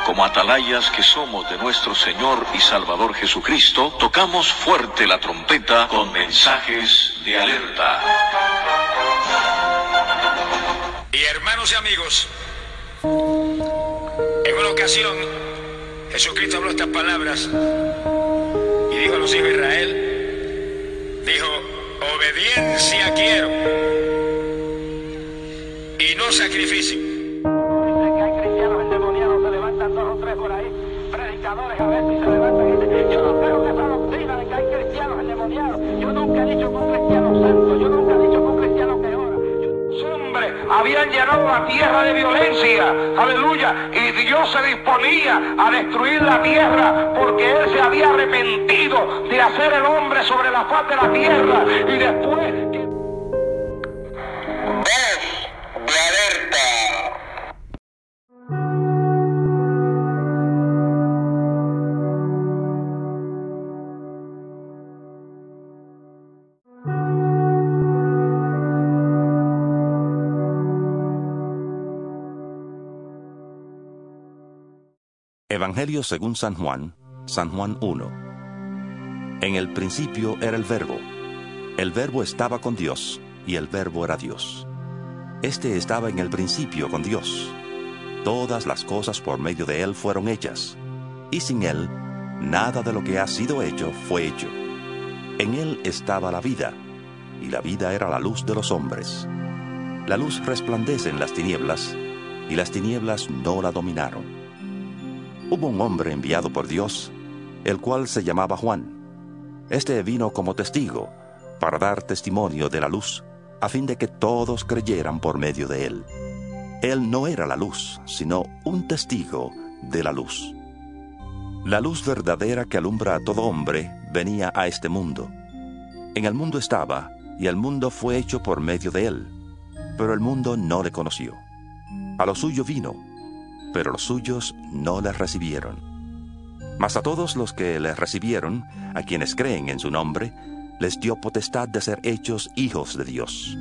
como atalayas que somos de nuestro Señor y Salvador Jesucristo, tocamos fuerte la trompeta con mensajes de alerta. Y hermanos y amigos, en una ocasión Jesucristo habló estas palabras y dijo a los hijos de Israel, dijo: obediencia quiero y no sacrificio. Dicen que hay cristianos endemoniados, se levantan 2 o 3 por ahí, predicadores a ver si se levantan y dicen: yo no creo en esa doctrina de que hay cristianos endemoniados. Yo nunca he dicho que un cristiano santo, yo nunca he dicho que un cristiano que ora. Hombre, habían llenado la tierra de violencia, aleluya, y Dios se disponía a destruir la tierra porque Él se había arrepentido de hacer el hombre sobre la faz de la tierra y después... Voz de alerta. Evangelio según San Juan 1. En el principio era el Verbo estaba con Dios, y el Verbo era Dios. Este estaba en el principio con Dios. Todas las cosas por medio de Él fueron hechas, y sin Él, nada de lo que ha sido hecho fue hecho. En Él estaba la vida, y la vida era la luz de los hombres. La luz resplandece en las tinieblas, y las tinieblas no la dominaron. Hubo un hombre enviado por Dios, el cual se llamaba Juan. Este vino como testigo, para dar testimonio de la luz, a fin de que todos creyeran por medio de él. Él no era la luz, sino un testigo de la luz. La luz verdadera que alumbra a todo hombre venía a este mundo. En el mundo estaba, y el mundo fue hecho por medio de él, pero el mundo no le conoció. A lo suyo vino, pero los suyos no le recibieron. Mas a todos los que le recibieron, a quienes creen en su nombre, les dio potestad de ser hechos hijos de Dios.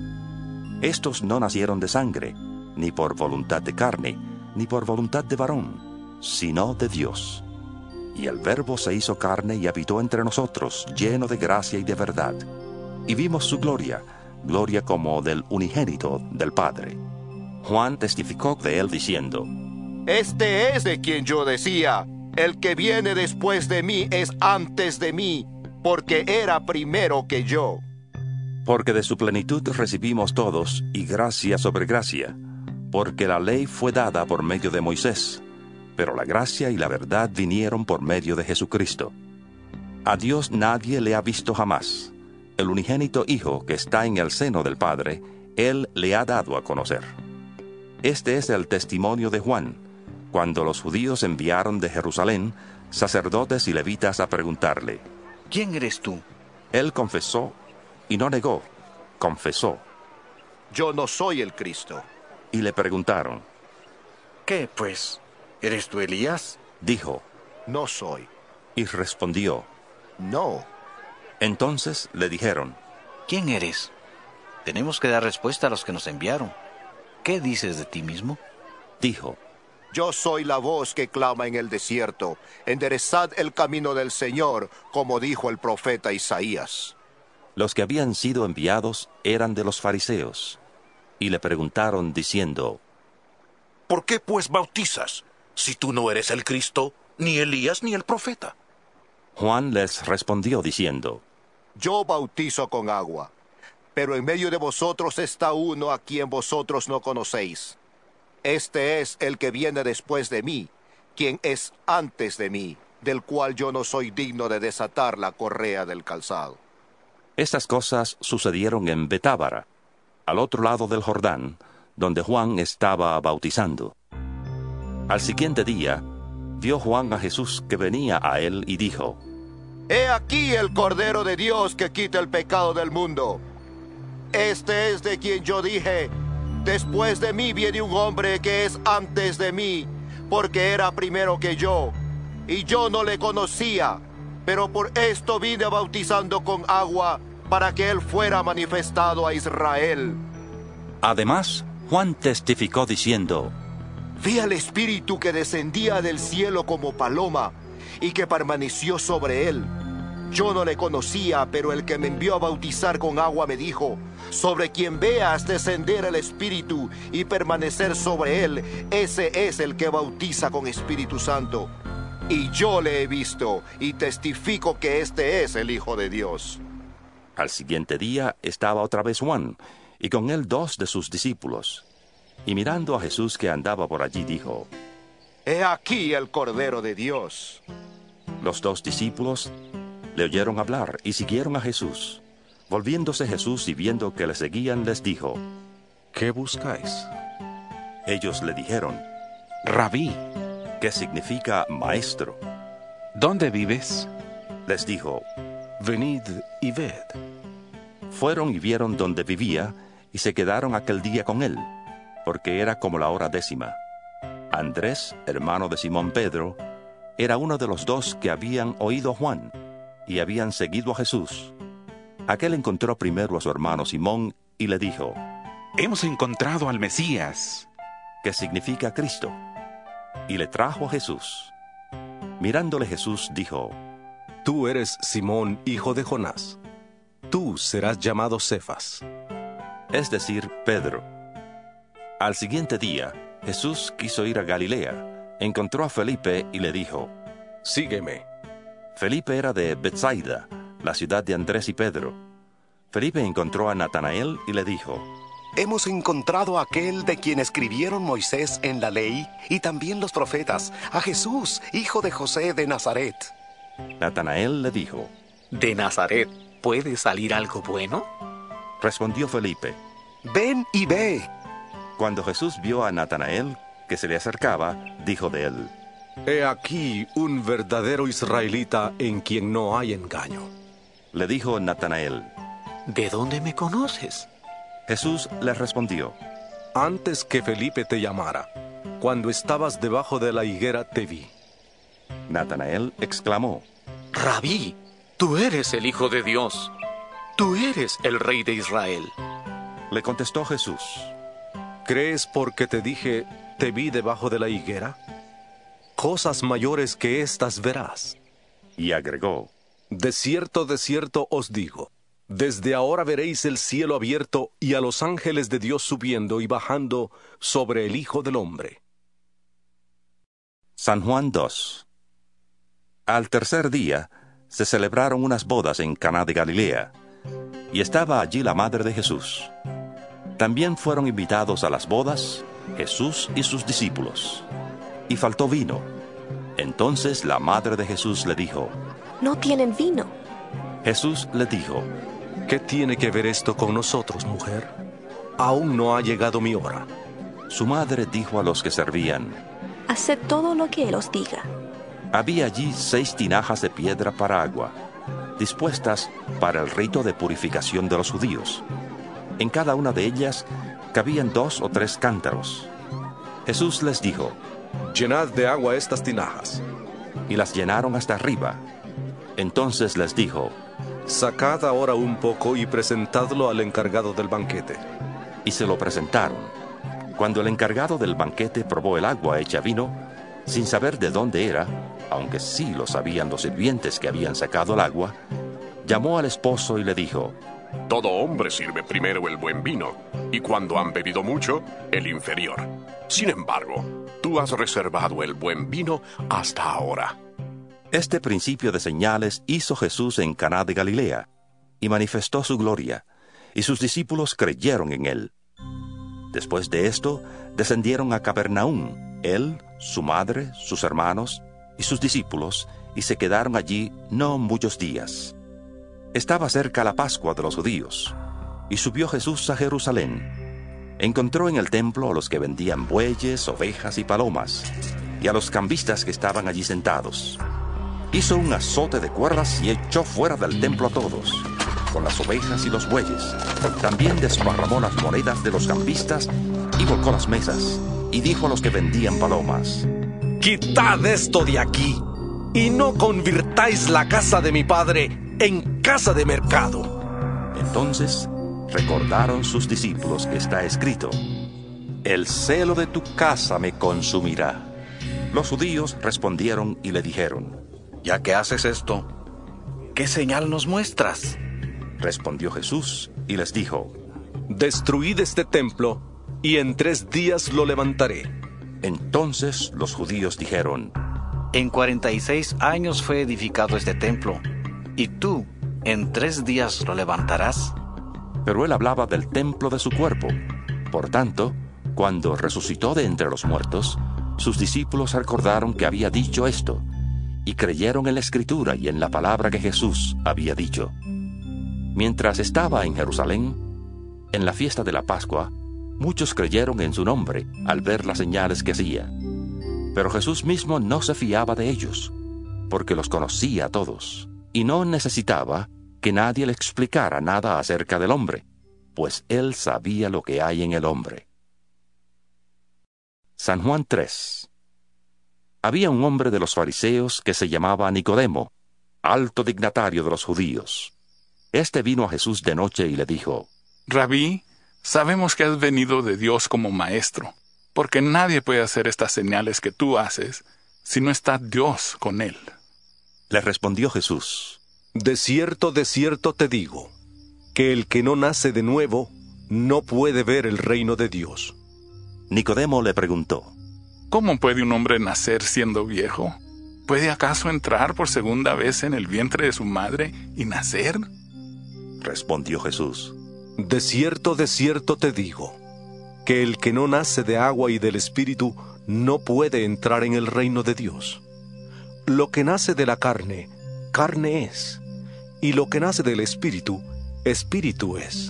Estos no nacieron de sangre, ni por voluntad de carne, ni por voluntad de varón, sino de Dios. Y el Verbo se hizo carne y habitó entre nosotros, lleno de gracia y de verdad. Y vimos su gloria, gloria como del unigénito del Padre. Juan testificó de él diciendo: Este es de quien yo decía, el que viene después de mí es antes de mí, porque era primero que yo. Porque de su plenitud recibimos todos, y gracia sobre gracia, porque la ley fue dada por medio de Moisés, pero la gracia y la verdad vinieron por medio de Jesucristo. A Dios nadie le ha visto jamás. El unigénito Hijo que está en el seno del Padre, Él le ha dado a conocer. Este es el testimonio de Juan, cuando los judíos enviaron de Jerusalén sacerdotes y levitas a preguntarle: ¿Quién eres tú? Él confesó, y no negó, confesó. Yo no soy el Cristo. Y le preguntaron: ¿Qué, pues? ¿Eres tú Elías? Dijo: No soy. Y respondió: No. Entonces le dijeron: ¿Quién eres? Tenemos que dar respuesta a los que nos enviaron. ¿Qué dices de ti mismo? Dijo: Yo soy la voz que clama en el desierto. Enderezad el camino del Señor, como dijo el profeta Isaías. Los que habían sido enviados eran de los fariseos, y le preguntaron diciendo: ¿Por qué pues bautizas, si tú no eres el Cristo, ni Elías, ni el profeta? Juan les respondió diciendo: Yo bautizo con agua, pero en medio de vosotros está uno a quien vosotros no conocéis. Este es el que viene después de mí, quien es antes de mí, del cual yo no soy digno de desatar la correa del calzado. Estas cosas sucedieron en Betábara, al otro lado del Jordán, donde Juan estaba bautizando. Al siguiente día, vio Juan a Jesús que venía a él y dijo: He aquí el Cordero de Dios que quita el pecado del mundo. Este es de quien yo dije: después de mí viene un hombre que es antes de mí, porque era primero que yo, y yo no le conocía, pero por esto vine bautizando con agua, para que él fuera manifestado a Israel. Además, Juan testificó diciendo: Vi al Espíritu que descendía del cielo como paloma y que permaneció sobre él. Yo no le conocía, pero el que me envió a bautizar con agua me dijo: sobre quien veas descender el Espíritu y permanecer sobre él, ese es el que bautiza con Espíritu Santo. Y yo le he visto y testifico que este es el Hijo de Dios. Al siguiente día estaba otra vez Juan, y con él 2 de sus discípulos. Y mirando a Jesús que andaba por allí, dijo: He aquí el Cordero de Dios. Los 2 discípulos le oyeron hablar y siguieron a Jesús. Volviéndose Jesús y viendo que le seguían, les dijo: ¿Qué buscáis? Ellos le dijeron: Rabí, ¿qué significa maestro? ¿dónde vives? Les dijo: Venid y ved. Fueron y vieron donde vivía, y se quedaron aquel día con él, porque era como la hora 10:00. Andrés, hermano de Simón Pedro, era uno de los 2 que habían oído a Juan, y habían seguido a Jesús. Aquel encontró primero a su hermano Simón, y le dijo: Hemos encontrado al Mesías, que significa Cristo, y le trajo a Jesús. Mirándole Jesús dijo: Tú eres Simón, hijo de Jonás. Tú serás llamado Cefas, es decir, Pedro. Al siguiente día, Jesús quiso ir a Galilea. Encontró a Felipe y le dijo: sígueme. Felipe era de Betsaida, la ciudad de Andrés y Pedro. Felipe encontró a Natanael y le dijo: Hemos encontrado a aquel de quien escribieron Moisés en la ley y también los profetas, a Jesús, hijo de José de Nazaret. Natanael le dijo: ¿De Nazaret puede salir algo bueno? Respondió Felipe: Ven y ve. Cuando Jesús vio a Natanael que se le acercaba, dijo de él: He aquí un verdadero israelita en quien no hay engaño. Le dijo Natanael: ¿De dónde me conoces? Jesús le respondió: Antes que Felipe te llamara, cuando estabas debajo de la higuera te vi. Natanael exclamó: Rabí, tú eres el Hijo de Dios. Tú eres el Rey de Israel. Le contestó Jesús: ¿Crees porque te dije, te vi debajo de la higuera? Cosas mayores que estas verás. Y agregó: de cierto os digo, desde ahora veréis el cielo abierto y a los ángeles de Dios subiendo y bajando sobre el Hijo del Hombre. San Juan 2. Al tercer día se celebraron unas bodas en Caná de Galilea, y estaba allí la madre de Jesús. También fueron invitados a las bodas Jesús y sus discípulos. Y faltó vino. Entonces la madre de Jesús le dijo: No tienen vino. Jesús le dijo: ¿Qué tiene que ver esto con nosotros, mujer? Aún no ha llegado mi hora. Su madre dijo a los que servían: Haced todo lo que él os diga. Había allí 6 tinajas de piedra para agua, dispuestas para el rito de purificación de los judíos. En cada una de ellas cabían 2 o 3 cántaros. Jesús les dijo: Llenad de agua estas tinajas. Y las llenaron hasta arriba. Entonces les dijo: Sacad ahora un poco y presentadlo al encargado del banquete. Y se lo presentaron. Cuando el encargado del banquete probó el agua hecha vino, sin saber de dónde era, aunque sí lo sabían los sirvientes que habían sacado el agua, llamó al esposo y le dijo: Todo hombre sirve primero el buen vino, y cuando han bebido mucho, el inferior. Sin embargo, tú has reservado el buen vino hasta ahora. Este principio de señales hizo Jesús en Caná de Galilea, y manifestó su gloria, y sus discípulos creyeron en él. Después de esto, descendieron a Capernaum, él, su madre, sus hermanos y sus discípulos, y se quedaron allí no muchos días. Estaba cerca la Pascua de los judíos, y subió Jesús a Jerusalén. Encontró en el templo a los que vendían bueyes, ovejas y palomas, y a los cambistas que estaban allí sentados. Hizo un azote de cuerdas y echó fuera del templo a todos, con las ovejas y los bueyes. También desparramó las monedas de los cambistas y volcó las mesas, y dijo a los que vendían palomas: Quitad esto de aquí, y no convirtáis la casa de mi padre en casa de mercado. Entonces recordaron sus discípulos que está escrito: el celo de tu casa me consumirá. Los judíos respondieron y le dijeron: Ya que haces esto, ¿qué señal nos muestras? Respondió Jesús y les dijo: Destruid este templo, y en 3 días lo levantaré. Entonces los judíos dijeron: En 46 años fue edificado este templo, y tú, ¿en 3 días lo levantarás? Pero él hablaba del templo de su cuerpo. Por tanto, cuando resucitó de entre los muertos, sus discípulos recordaron que había dicho esto, y creyeron en la Escritura y en la palabra que Jesús había dicho. Mientras estaba en Jerusalén, en la fiesta de la Pascua, muchos creyeron en su nombre al ver las señales que hacía. Pero Jesús mismo no se fiaba de ellos, porque los conocía a todos, y no necesitaba que nadie le explicara nada acerca del hombre, pues él sabía lo que hay en el hombre. San Juan 3. Había un hombre de los fariseos que se llamaba Nicodemo, alto dignatario de los judíos. Este vino a Jesús de noche y le dijo: Rabí, sabemos que has venido de Dios como maestro, porque nadie puede hacer estas señales que tú haces si no está Dios con él. Le respondió Jesús: De cierto te digo, que el que no nace de nuevo no puede ver el reino de Dios. Nicodemo le preguntó: ¿Cómo puede un hombre nacer siendo viejo? ¿Puede acaso entrar por segunda vez en el vientre de su madre y nacer? Respondió Jesús: De cierto te digo, que el que no nace de agua y del Espíritu no puede entrar en el reino de Dios. Lo que nace de la carne, carne es, y lo que nace del Espíritu, Espíritu es.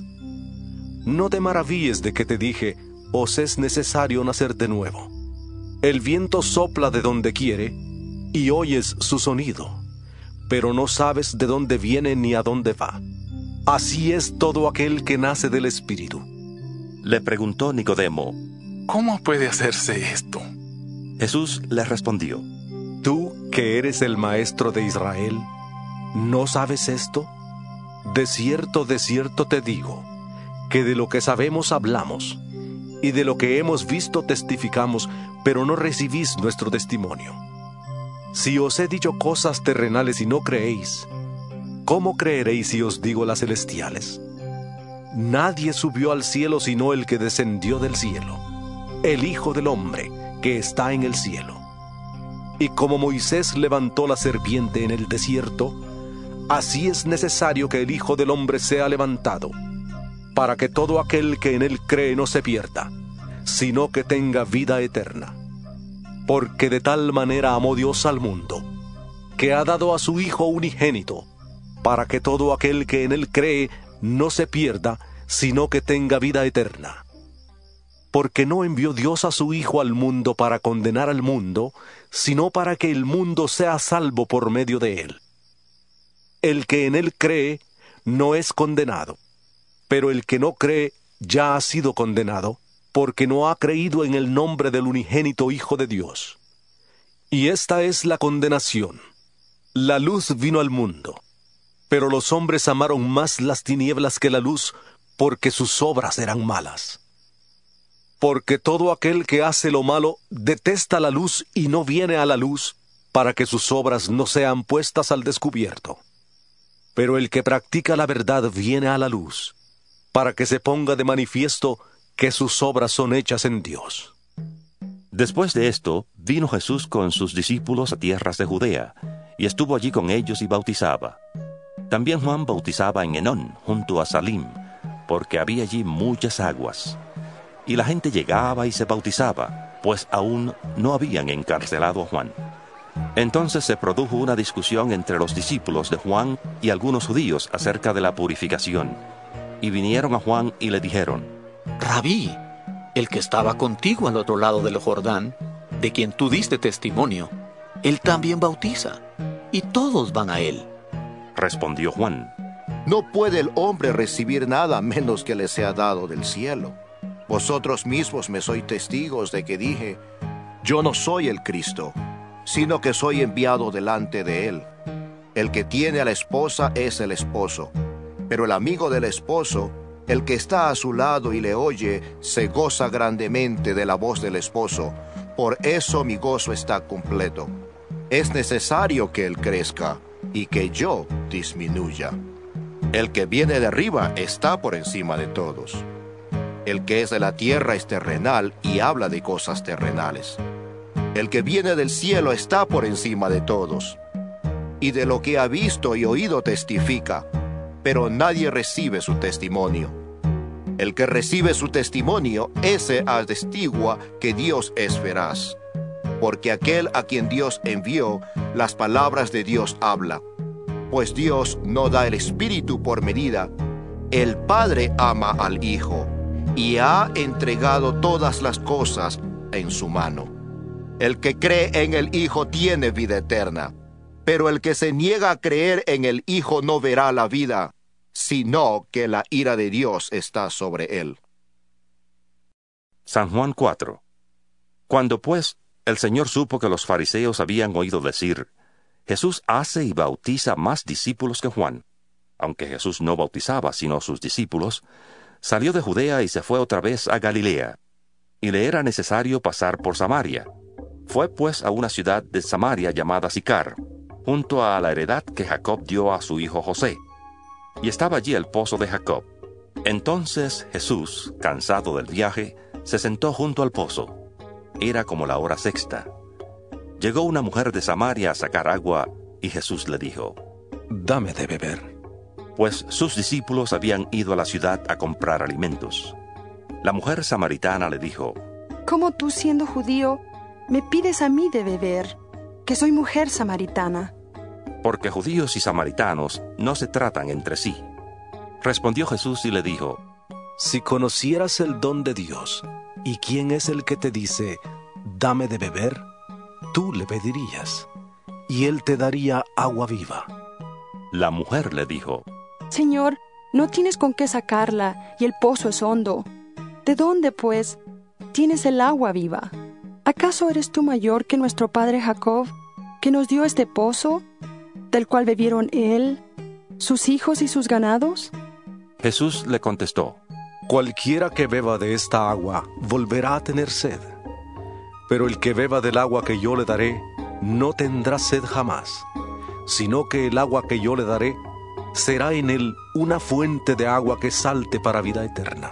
No te maravilles de que te dije: os es necesario nacer de nuevo. El viento sopla de donde quiere, y oyes su sonido, pero no sabes de dónde viene ni a dónde va. Así es todo aquel que nace del Espíritu. Le preguntó Nicodemo: ¿Cómo puede hacerse esto? Jesús le respondió: Tú, que eres el maestro de Israel, ¿no sabes esto? De cierto te digo, que de lo que sabemos hablamos, y de lo que hemos visto testificamos, pero no recibís nuestro testimonio. Si os he dicho cosas terrenales y no creéis, ¿cómo creeréis si os digo las celestiales? Nadie subió al cielo sino el que descendió del cielo, el Hijo del Hombre que está en el cielo. Y como Moisés levantó la serpiente en el desierto, así es necesario que el Hijo del Hombre sea levantado, para que todo aquel que en él cree no se pierda, sino que tenga vida eterna. Porque de tal manera amó Dios al mundo, que ha dado a su Hijo unigénito, para que todo aquel que en él cree no se pierda, sino que tenga vida eterna. Porque no envió Dios a su Hijo al mundo para condenar al mundo, sino para que el mundo sea salvo por medio de él. El que en él cree no es condenado, pero el que no cree ya ha sido condenado, porque no ha creído en el nombre del unigénito Hijo de Dios. Y esta es la condenación: la luz vino al mundo, pero los hombres amaron más las tinieblas que la luz, porque sus obras eran malas. Porque todo aquel que hace lo malo detesta la luz y no viene a la luz, para que sus obras no sean puestas al descubierto. Pero el que practica la verdad viene a la luz, para que se ponga de manifiesto que sus obras son hechas en Dios. Después de esto, vino Jesús con sus discípulos a tierras de Judea, y estuvo allí con ellos y bautizaba. También Juan bautizaba en Enón, junto a Salim, porque había allí muchas aguas. Y la gente llegaba y se bautizaba, pues aún no habían encarcelado a Juan. Entonces se produjo una discusión entre los discípulos de Juan y algunos judíos acerca de la purificación. Y vinieron a Juan y le dijeron: Rabí, el que estaba contigo al otro lado del Jordán, de quien tú diste testimonio, él también bautiza, y todos van a él. Respondió Juan: No puede el hombre recibir nada menos que le sea dado del cielo. Vosotros mismos me sois testigos de que dije: yo no soy el Cristo, sino que soy enviado delante de él. El que tiene a la esposa es el esposo, pero el amigo del esposo El que está a su lado y le oye, se goza grandemente de la voz del esposo. Por eso mi gozo está completo. Es necesario que él crezca y que yo disminuya. El que viene de arriba está por encima de todos. El que es de la tierra es terrenal y habla de cosas terrenales. El que viene del cielo está por encima de todos. Y de lo que ha visto y oído testifica, pero nadie recibe su testimonio. El que recibe su testimonio, ese atestigua que Dios es veraz. Porque aquel a quien Dios envió, las palabras de Dios habla. Pues Dios no da el Espíritu por medida. El Padre ama al Hijo y ha entregado todas las cosas en su mano. El que cree en el Hijo tiene vida eterna, pero el que se niega a creer en el Hijo no verá la vida, sino que la ira de Dios está sobre él. San Juan 4. Cuando pues el Señor supo que los fariseos habían oído decir, Jesús hace y bautiza más discípulos que Juan, aunque Jesús no bautizaba sino sus discípulos, salió de Judea y se fue otra vez a Galilea, y le era necesario pasar por Samaria. Fue pues a una ciudad de Samaria llamada Sicar, junto a la heredad que Jacob dio a su hijo José. Y estaba allí el pozo de Jacob. Entonces Jesús, cansado del viaje, se sentó junto al pozo. Era como la hora sexta. Llegó una mujer de Samaria a sacar agua, y Jesús le dijo, «Dame de beber». Pues sus discípulos habían ido a la ciudad a comprar alimentos. La mujer samaritana le dijo, «¿Cómo tú, siendo judío, me pides a mí de beber, que soy mujer samaritana?» Porque judíos y samaritanos no se tratan entre sí. Respondió Jesús y le dijo, Si conocieras el don de Dios, y quién es el que te dice, «Dame de beber», tú le pedirías, y él te daría agua viva. La mujer le dijo, «Señor, no tienes con qué sacarla, y el pozo es hondo. ¿De dónde, pues, tienes el agua viva? ¿Acaso eres tú mayor que nuestro padre Jacob, que nos dio este pozo, del cual bebieron él, sus hijos y sus ganados?» Jesús le contestó, Cualquiera que beba de esta agua volverá a tener sed, pero el que beba del agua que yo le daré no tendrá sed jamás, sino que el agua que yo le daré será en él una fuente de agua que salte para vida eterna.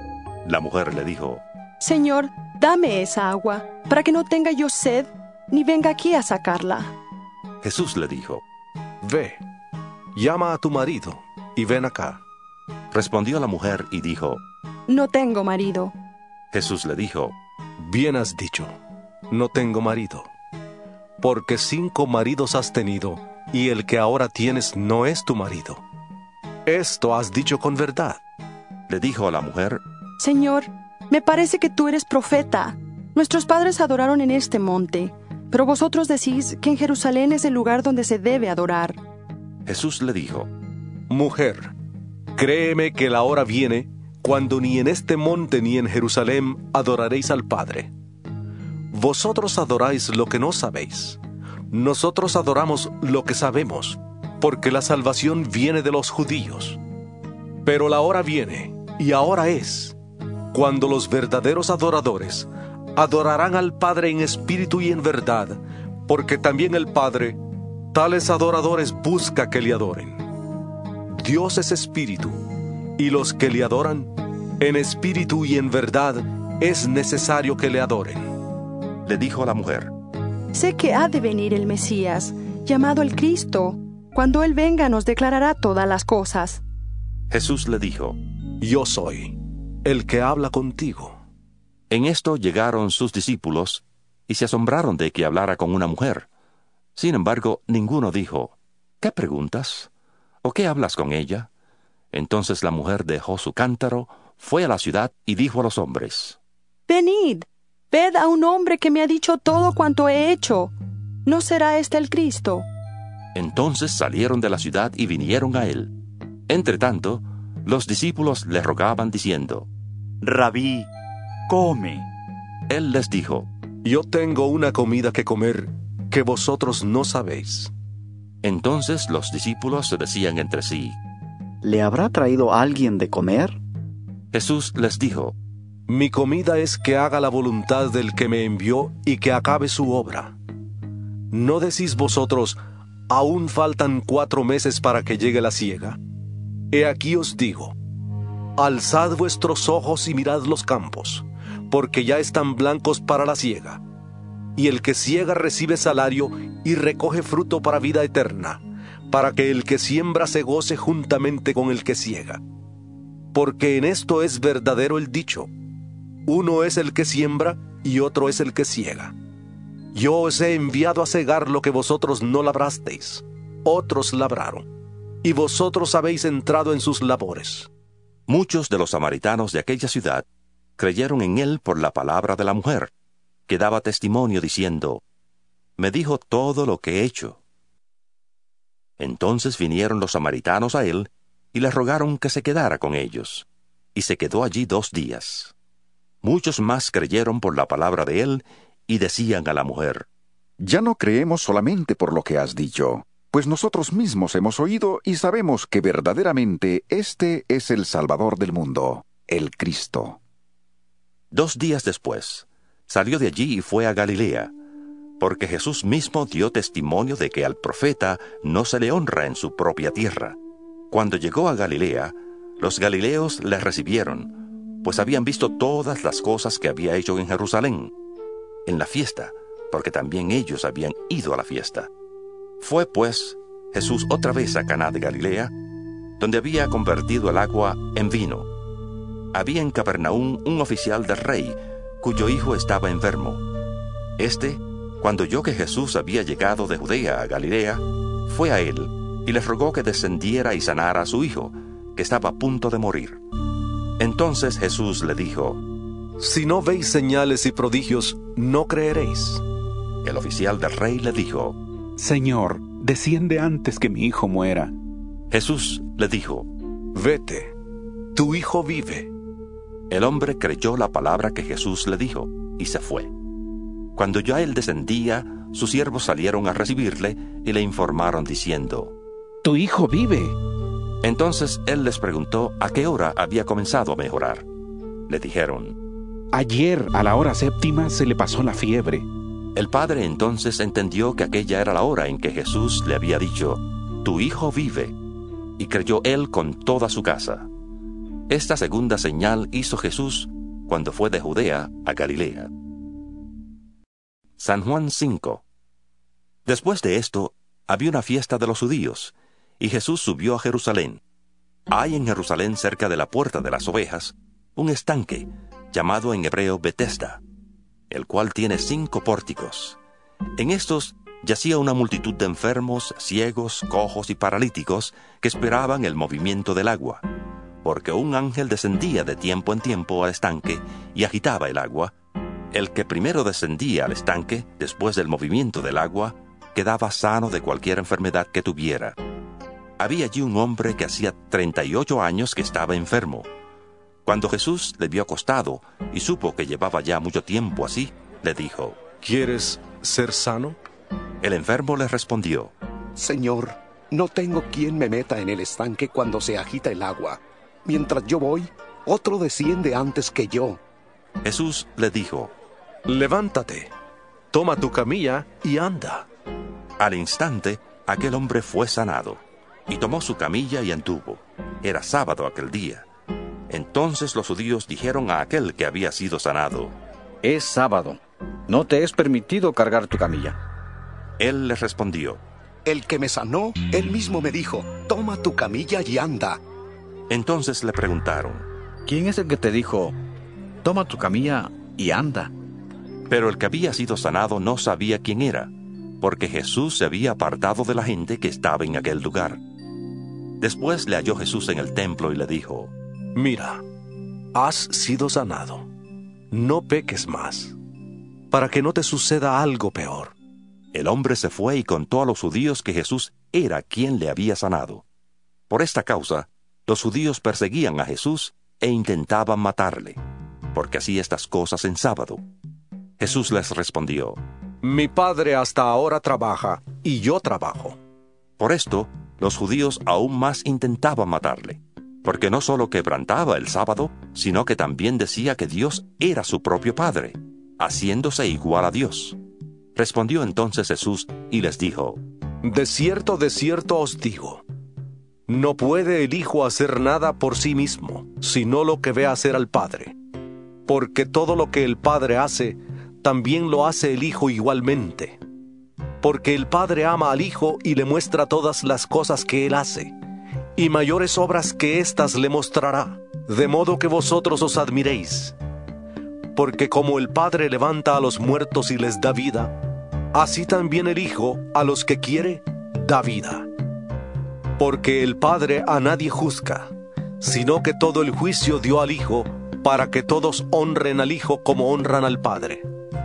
La mujer le dijo, «Señor, dame esa agua, para que no tenga yo sed, ni venga aquí a sacarla». Jesús le dijo, «Ve, llama a tu marido y ven acá». Respondió la mujer y dijo, «No tengo marido». Jesús le dijo, «Bien has dicho, no tengo marido, porque 5 maridos has tenido, y el que ahora tienes no es tu marido. Esto has dicho con verdad». Le dijo a la mujer, «Señor, me parece que tú eres profeta. Nuestros padres adoraron en este monte, pero vosotros decís que en Jerusalén es el lugar donde se debe adorar». Jesús le dijo, «Mujer, créeme que la hora viene cuando ni en este monte ni en Jerusalén adoraréis al Padre. Vosotros adoráis lo que no sabéis. Nosotros adoramos lo que sabemos, porque la salvación viene de los judíos. Pero la hora viene, y ahora es, cuando los verdaderos adoradores adorarán al Padre en espíritu y en verdad, porque también el Padre tales adoradores busca que le adoren. Dios es espíritu, y los que le adoran, en espíritu y en verdad, es necesario que le adoren». Le dijo a la mujer, «Sé que ha de venir el Mesías, llamado el Cristo. Cuando Él venga nos declarará todas las cosas». Jesús le dijo, «Yo soy el que habla contigo». En esto llegaron sus discípulos, y se asombraron de que hablara con una mujer. Sin embargo, ninguno dijo, «¿Qué preguntas? ¿O qué hablas con ella?» Entonces la mujer dejó su cántaro, fue a la ciudad y dijo a los hombres, «Venid, ved a un hombre que me ha dicho todo cuanto he hecho. ¿No será este el Cristo?» Entonces salieron de la ciudad y vinieron a él. Entretanto, los discípulos le rogaban diciendo, «Rabí, come». Él les dijo, «Yo tengo una comida que comer que vosotros no sabéis». Entonces los discípulos se decían entre sí, ¿Le habrá traído alguien de comer? Jesús les dijo: Mi comida es que haga la voluntad del que me envió y que acabe su obra. ¿No decís vosotros, aún faltan 4 meses para que llegue la siega? He aquí os digo, alzad vuestros ojos y mirad los campos, porque ya están blancos para la siega. Y el que siega recibe salario y recoge fruto para vida eterna, para que el que siembra se goce juntamente con el que siega. Porque en esto es verdadero el dicho: uno es el que siembra y otro es el que siega. Yo os he enviado a segar lo que vosotros no labrasteis, otros labraron, y vosotros habéis entrado en sus labores. Muchos de los samaritanos de aquella ciudad creyeron en él por la palabra de la mujer, que daba testimonio diciendo: Me dijo todo lo que he hecho. Entonces vinieron los samaritanos a él y le rogaron que se quedara con ellos, y se quedó allí 2 días. Muchos más creyeron por la palabra de él y decían a la mujer: Ya no creemos solamente por lo que has dicho, pues nosotros mismos hemos oído y sabemos que verdaderamente este es el Salvador del mundo, el Cristo. 2 días después, salió de allí y fue a Galilea, porque Jesús mismo dio testimonio de que al profeta no se le honra en su propia tierra. Cuando llegó a Galilea, los galileos le recibieron, pues habían visto todas las cosas que había hecho en Jerusalén, en la fiesta, porque también ellos habían ido a la fiesta. Fue, pues, Jesús otra vez a Caná de Galilea, donde había convertido el agua en vino. Había en Capernaum un oficial del rey, cuyo hijo estaba enfermo. Este, cuando oyó que Jesús había llegado de Judea a Galilea, fue a él y le rogó que descendiera y sanara a su hijo, que estaba a punto de morir. Entonces Jesús le dijo: Si no veis señales y prodigios, no creeréis. El oficial del rey le dijo: Señor, desciende antes que mi hijo muera. Jesús le dijo: Vete, tu hijo vive. El hombre creyó la palabra que Jesús le dijo, y se fue. Cuando ya él descendía, sus siervos salieron a recibirle y le informaron diciendo: Tu hijo vive. Entonces él les preguntó a qué hora había comenzado a mejorar. Le dijeron: Ayer, a la hora 7ª, se le pasó la fiebre. El padre entonces entendió que aquella era la hora en que Jesús le había dicho: Tu hijo vive, y creyó él con toda su casa. Esta segunda señal hizo Jesús cuando fue de Judea a Galilea. San Juan 5. Después de esto, había una fiesta de los judíos, y Jesús subió a Jerusalén. Hay en Jerusalén, cerca de la puerta de las ovejas, un estanque, llamado en hebreo Betesda, el cual tiene 5 pórticos. En estos yacía una multitud de enfermos, ciegos, cojos y paralíticos que esperaban el movimiento del agua, porque un ángel descendía de tiempo en tiempo al estanque y agitaba el agua. El que primero descendía al estanque, después del movimiento del agua, quedaba sano de cualquier enfermedad que tuviera. Había allí un hombre que hacía 38 años que estaba enfermo. Cuando Jesús le vio acostado y supo que llevaba ya mucho tiempo así, le dijo: ¿Quieres ser sano? El enfermo le respondió: Señor, no tengo quien me meta en el estanque cuando se agita el agua. Mientras yo voy, otro desciende antes que yo. Jesús le dijo: Levántate, toma tu camilla y anda. Al instante, aquel hombre fue sanado, y tomó su camilla y anduvo. Era sábado aquel día. Entonces los judíos dijeron a aquel que había sido sanado: Es sábado, no te es permitido cargar tu camilla. Él les respondió: El que me sanó, él mismo me dijo: Toma tu camilla y anda. Entonces le preguntaron: ¿Quién es el que te dijo: Toma tu camilla y anda? Pero el que había sido sanado no sabía quién era, porque Jesús se había apartado de la gente que estaba en aquel lugar. Después le halló Jesús en el templo y le dijo: Mira, has sido sanado. No peques más, para que no te suceda algo peor. El hombre se fue y contó a los judíos que Jesús era quien le había sanado. Por esta causa, los judíos perseguían a Jesús e intentaban matarle, porque hacía estas cosas en sábado. Jesús les respondió: Mi Padre hasta ahora trabaja, y yo trabajo. Por esto, los judíos aún más intentaban matarle. porque no solo quebrantaba el sábado, sino que también decía que Dios era su propio Padre, haciéndose igual a Dios. Respondió entonces Jesús y les dijo: de cierto os digo, no puede el Hijo hacer nada por sí mismo, sino lo que ve hacer al Padre. Porque todo lo que el Padre hace, también lo hace el Hijo igualmente. Porque el Padre ama al Hijo y le muestra todas las cosas que Él hace, y mayores obras que éstas le mostrará, de modo que vosotros os admiréis. Porque como el Padre levanta a los muertos y les da vida, así también el Hijo, a los que quiere, da vida. Porque el Padre a nadie juzga, sino que todo el juicio dio al Hijo, para que todos honren al Hijo como honran al Padre.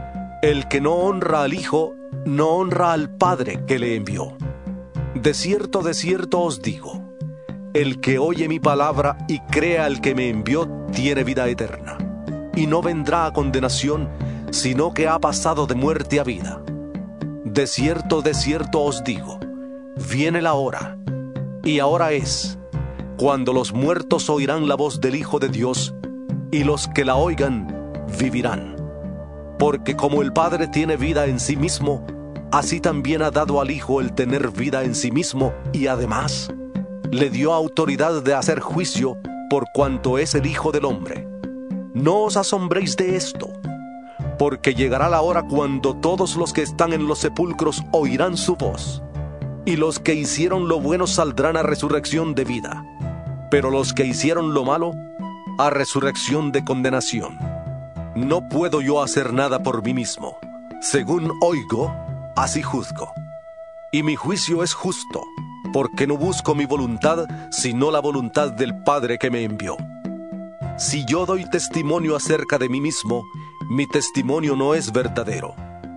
El que no honra al Hijo, no honra al Padre que le envió. De cierto os digo, el que oye mi palabra y cree al que me envió, tiene vida eterna, y no vendrá a condenación, sino que ha pasado de muerte a vida. De cierto os digo, viene la hora, y ahora es, cuando los muertos oirán la voz del Hijo de Dios, y los que la oigan vivirán. Porque como el Padre tiene vida en sí mismo, así también ha dado al Hijo el tener vida en sí mismo, y además le dio autoridad de hacer juicio por cuanto es el Hijo del Hombre. No os asombréis de esto, porque llegará la hora cuando todos los que están en los sepulcros oirán su voz, y los que hicieron lo bueno saldrán a resurrección de vida, pero los que hicieron lo malo, a resurrección de condenación. No puedo yo hacer nada por mí mismo. Según oigo, así juzgo. Y mi juicio es justo, porque no busco mi voluntad, sino la voluntad del Padre que me envió. Si yo doy testimonio acerca de mí mismo, mi testimonio no es verdadero.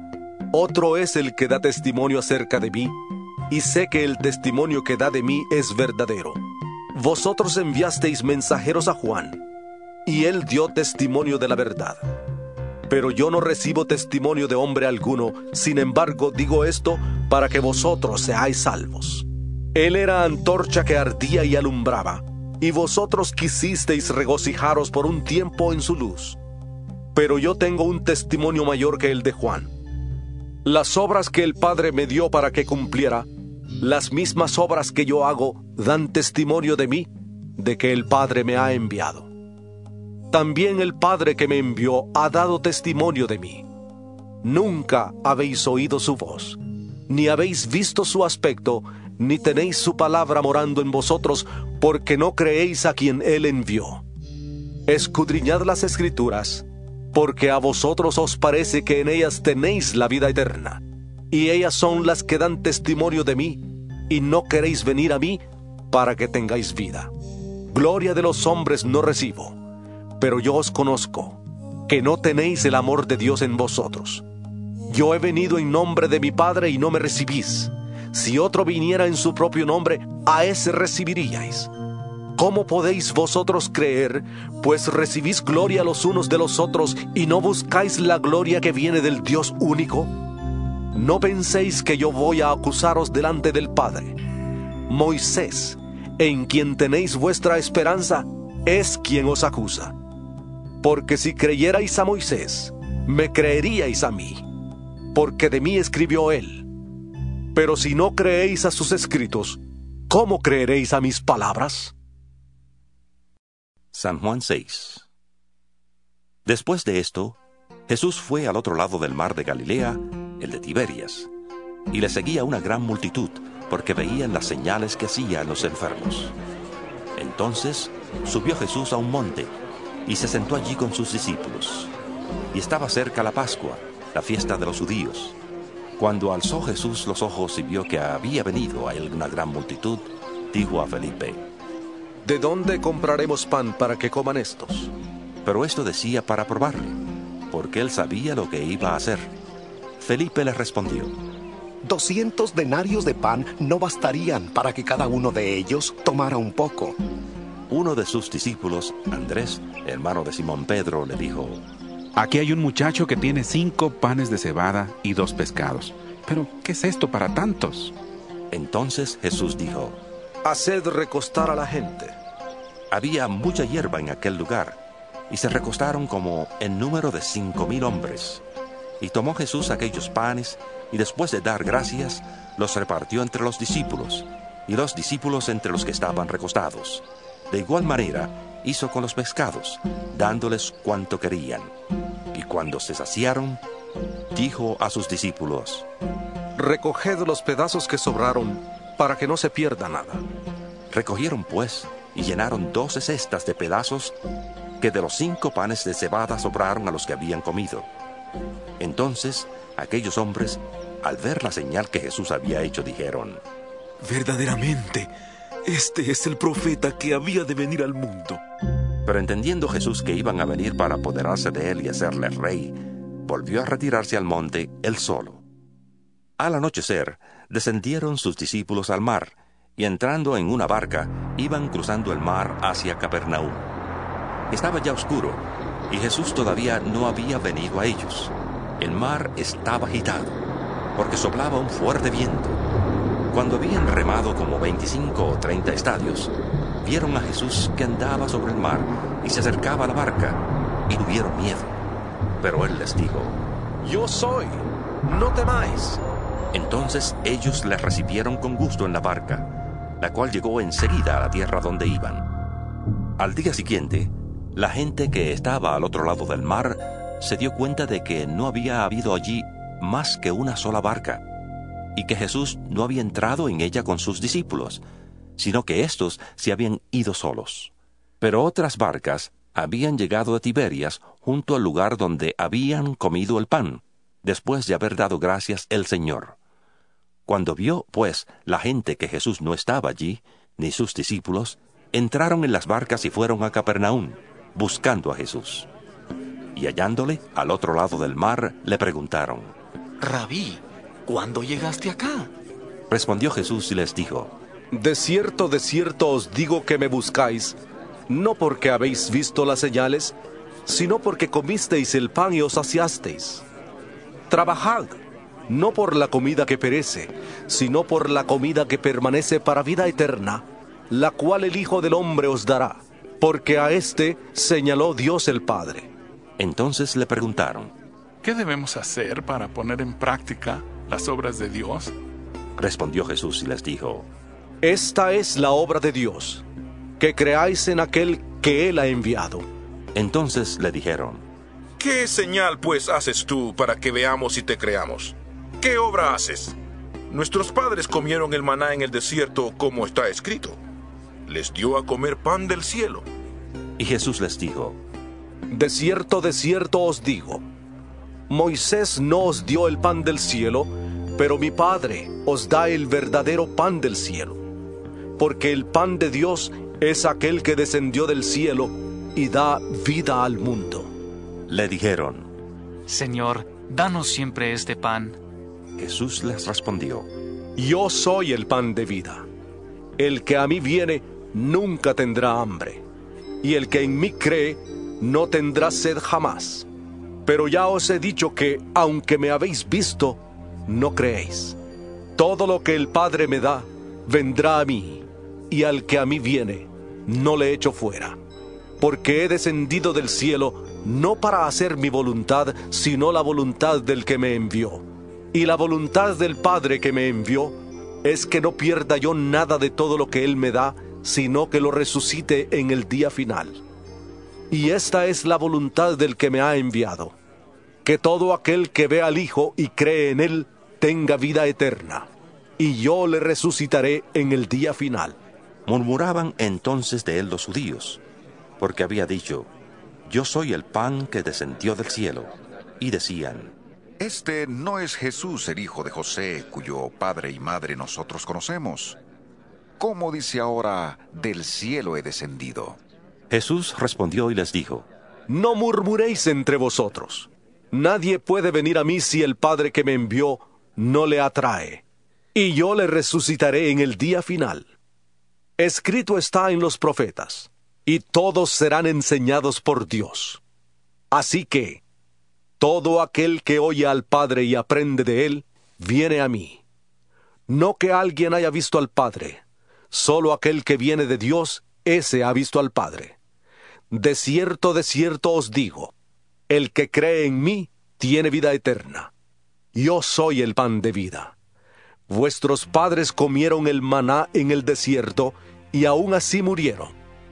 Otro es el que da testimonio acerca de mí, y sé que el testimonio que da de mí es verdadero. Vosotros enviasteis mensajeros a Juan, y él dio testimonio de la verdad. Pero yo no recibo testimonio de hombre alguno, sin embargo digo esto para que vosotros seáis salvos. Él era antorcha que ardía y alumbraba, y vosotros quisisteis regocijaros por un tiempo en su luz. Pero yo tengo un testimonio mayor que el de Juan. Las obras que el Padre me dio para que cumpliera, las mismas obras que yo hago, dan testimonio de mí, de que el Padre me ha enviado. También el Padre que me envió ha dado testimonio de mí. Nunca habéis oído su voz, ni habéis visto su aspecto, ni tenéis su palabra morando en vosotros, porque no creéis a quien él envió. Escudriñad las Escrituras, porque a vosotros os parece que en ellas tenéis la vida eterna, y ellas son las que dan testimonio de mí, y no queréis venir a mí para que tengáis vida. Gloria de los hombres no recibo, pero yo os conozco, que no tenéis el amor de Dios en vosotros. Yo he venido en nombre de mi Padre y no me recibís. Si otro viniera en su propio nombre, a ese recibiríais. ¿Cómo podéis vosotros creer, pues recibís gloria los unos de los otros y no buscáis la gloria que viene del Dios único? No penséis que yo voy a acusaros delante del Padre. Moisés, en quien tenéis vuestra esperanza, es quien os acusa. Porque si creyerais a Moisés, me creeríais a mí, porque de mí escribió él. Pero si no creéis a sus escritos, ¿cómo creeréis a mis palabras? San Juan 6. Después de esto, Jesús fue al otro lado del mar de Galilea, el de Tiberias, y le seguía una gran multitud, porque veían las señales que hacían los enfermos. Entonces subió Jesús a un monte, y se sentó allí con sus discípulos. Y estaba cerca la Pascua, la fiesta de los judíos. Cuando alzó Jesús los ojos y vio que había venido a él una gran multitud, dijo a Felipe: ¿De dónde compraremos pan para que coman estos? Pero esto decía para probarle, porque él sabía lo que iba a hacer. Felipe le respondió: 200 denarios de pan no bastarían para que cada uno de ellos tomara un poco. Uno de sus discípulos, Andrés, hermano de Simón Pedro, le dijo: Aquí hay un muchacho que tiene 5 panes de cebada y 2 pescados. Pero, ¿qué es esto para tantos? Entonces Jesús dijo: Haced recostar a la gente. Había mucha hierba en aquel lugar, y se recostaron como en número de 5,000 hombres. Y tomó Jesús aquellos panes, y después de dar gracias, los repartió entre los discípulos, y los discípulos entre los que estaban recostados. De igual manera hizo con los pescados, dándoles cuanto querían. Y cuando se saciaron, dijo a sus discípulos: Recoged los pedazos que sobraron, para que no se pierda nada. Recogieron pues, y llenaron 12 cestas de pedazos, que de los 5 panes de cebada sobraron a los que habían comido. Entonces aquellos hombres, al ver la señal que Jesús había hecho, dijeron: Verdaderamente, este es el profeta que había de venir al mundo. Pero entendiendo Jesús que iban a venir para apoderarse de él y hacerle rey, volvió a retirarse al monte él solo. Al anochecer, descendieron sus discípulos al mar, y entrando en una barca, iban cruzando el mar hacia Capernaum. Estaba ya oscuro, y Jesús todavía no había venido a ellos. El mar estaba agitado, porque soplaba un fuerte viento. Cuando habían remado como 25 o 30 estadios, vieron a Jesús que andaba sobre el mar y se acercaba a la barca, y tuvieron miedo. Pero él les dijo: Yo soy, no temáis. Entonces ellos le recibieron con gusto en la barca, la cual llegó enseguida a la tierra donde iban. Al día siguiente, la gente que estaba al otro lado del mar se dio cuenta de que no había habido allí más que una sola barca, y que Jesús no había entrado en ella con sus discípulos, sino que éstos se habían ido solos. Pero otras barcas habían llegado a Tiberias, junto al lugar donde habían comido el pan, después de haber dado gracias el Señor. Cuando vio, pues, la gente que Jesús no estaba allí, ni sus discípulos, entraron en las barcas y fueron a Capernaum, buscando a Jesús. Y hallándole al otro lado del mar, le preguntaron: Rabí, ¿cuándo llegaste acá? Respondió Jesús y les dijo: De cierto os digo que me buscáis, no porque habéis visto las señales, sino porque comisteis el pan y os saciasteis. Trabajad, no por la comida que perece, sino por la comida que permanece para vida eterna, la cual el Hijo del Hombre os dará, porque a éste señaló Dios el Padre. Entonces le preguntaron: ¿Qué debemos hacer para poner en práctica las obras de Dios? Respondió Jesús y les dijo: Esta es la obra de Dios, que creáis en aquel que Él ha enviado. Entonces le dijeron: ¿Qué señal pues haces tú para que veamos y te creamos? ¿Qué obra haces? Nuestros padres comieron el maná en el desierto, como está escrito. Les dio a comer pan del cielo. Y Jesús les dijo: De cierto os digo, Moisés no os dio el pan del cielo, pero mi Padre os da el verdadero pan del cielo. Porque el pan de Dios es aquel que descendió del cielo y da vida al mundo. Le dijeron: Señor, danos siempre este pan. Jesús les respondió: Yo soy el pan de vida. El que a mí viene nunca tendrá hambre, y el que en mí cree no tendrá sed jamás. Pero ya os he dicho que, aunque me habéis visto, no creéis. Todo lo que el Padre me da, vendrá a mí, y al que a mí viene, no le echo fuera. Porque he descendido del cielo, no para hacer mi voluntad, sino la voluntad del que me envió. Y la voluntad del Padre que me envió es que no pierda yo nada de todo lo que Él me da, sino que lo resucite en el día final. Y esta es la voluntad del que me ha enviado, que todo aquel que ve al Hijo y cree en Él tenga vida eterna, y yo le resucitaré en el día final. Murmuraban entonces de él los judíos, porque había dicho: Yo soy el pan que descendió del cielo. Y decían: Este no es Jesús, el hijo de José, cuyo padre y madre nosotros conocemos. ¿Cómo dice ahora, del cielo he descendido? Jesús respondió y les dijo: No murmuréis entre vosotros. Nadie puede venir a mí si el Padre que me envió no le atrae, y yo le resucitaré en el día final. Escrito está en los profetas, y todos serán enseñados por Dios. Así que, todo aquel que oye al Padre y aprende de Él, viene a mí. No que alguien haya visto al Padre, solo aquel que viene de Dios, ese ha visto al Padre. De cierto os digo, el que cree en mí tiene vida eterna. Yo soy el pan de vida. Vuestros padres comieron el maná en el desierto y aún así murieron.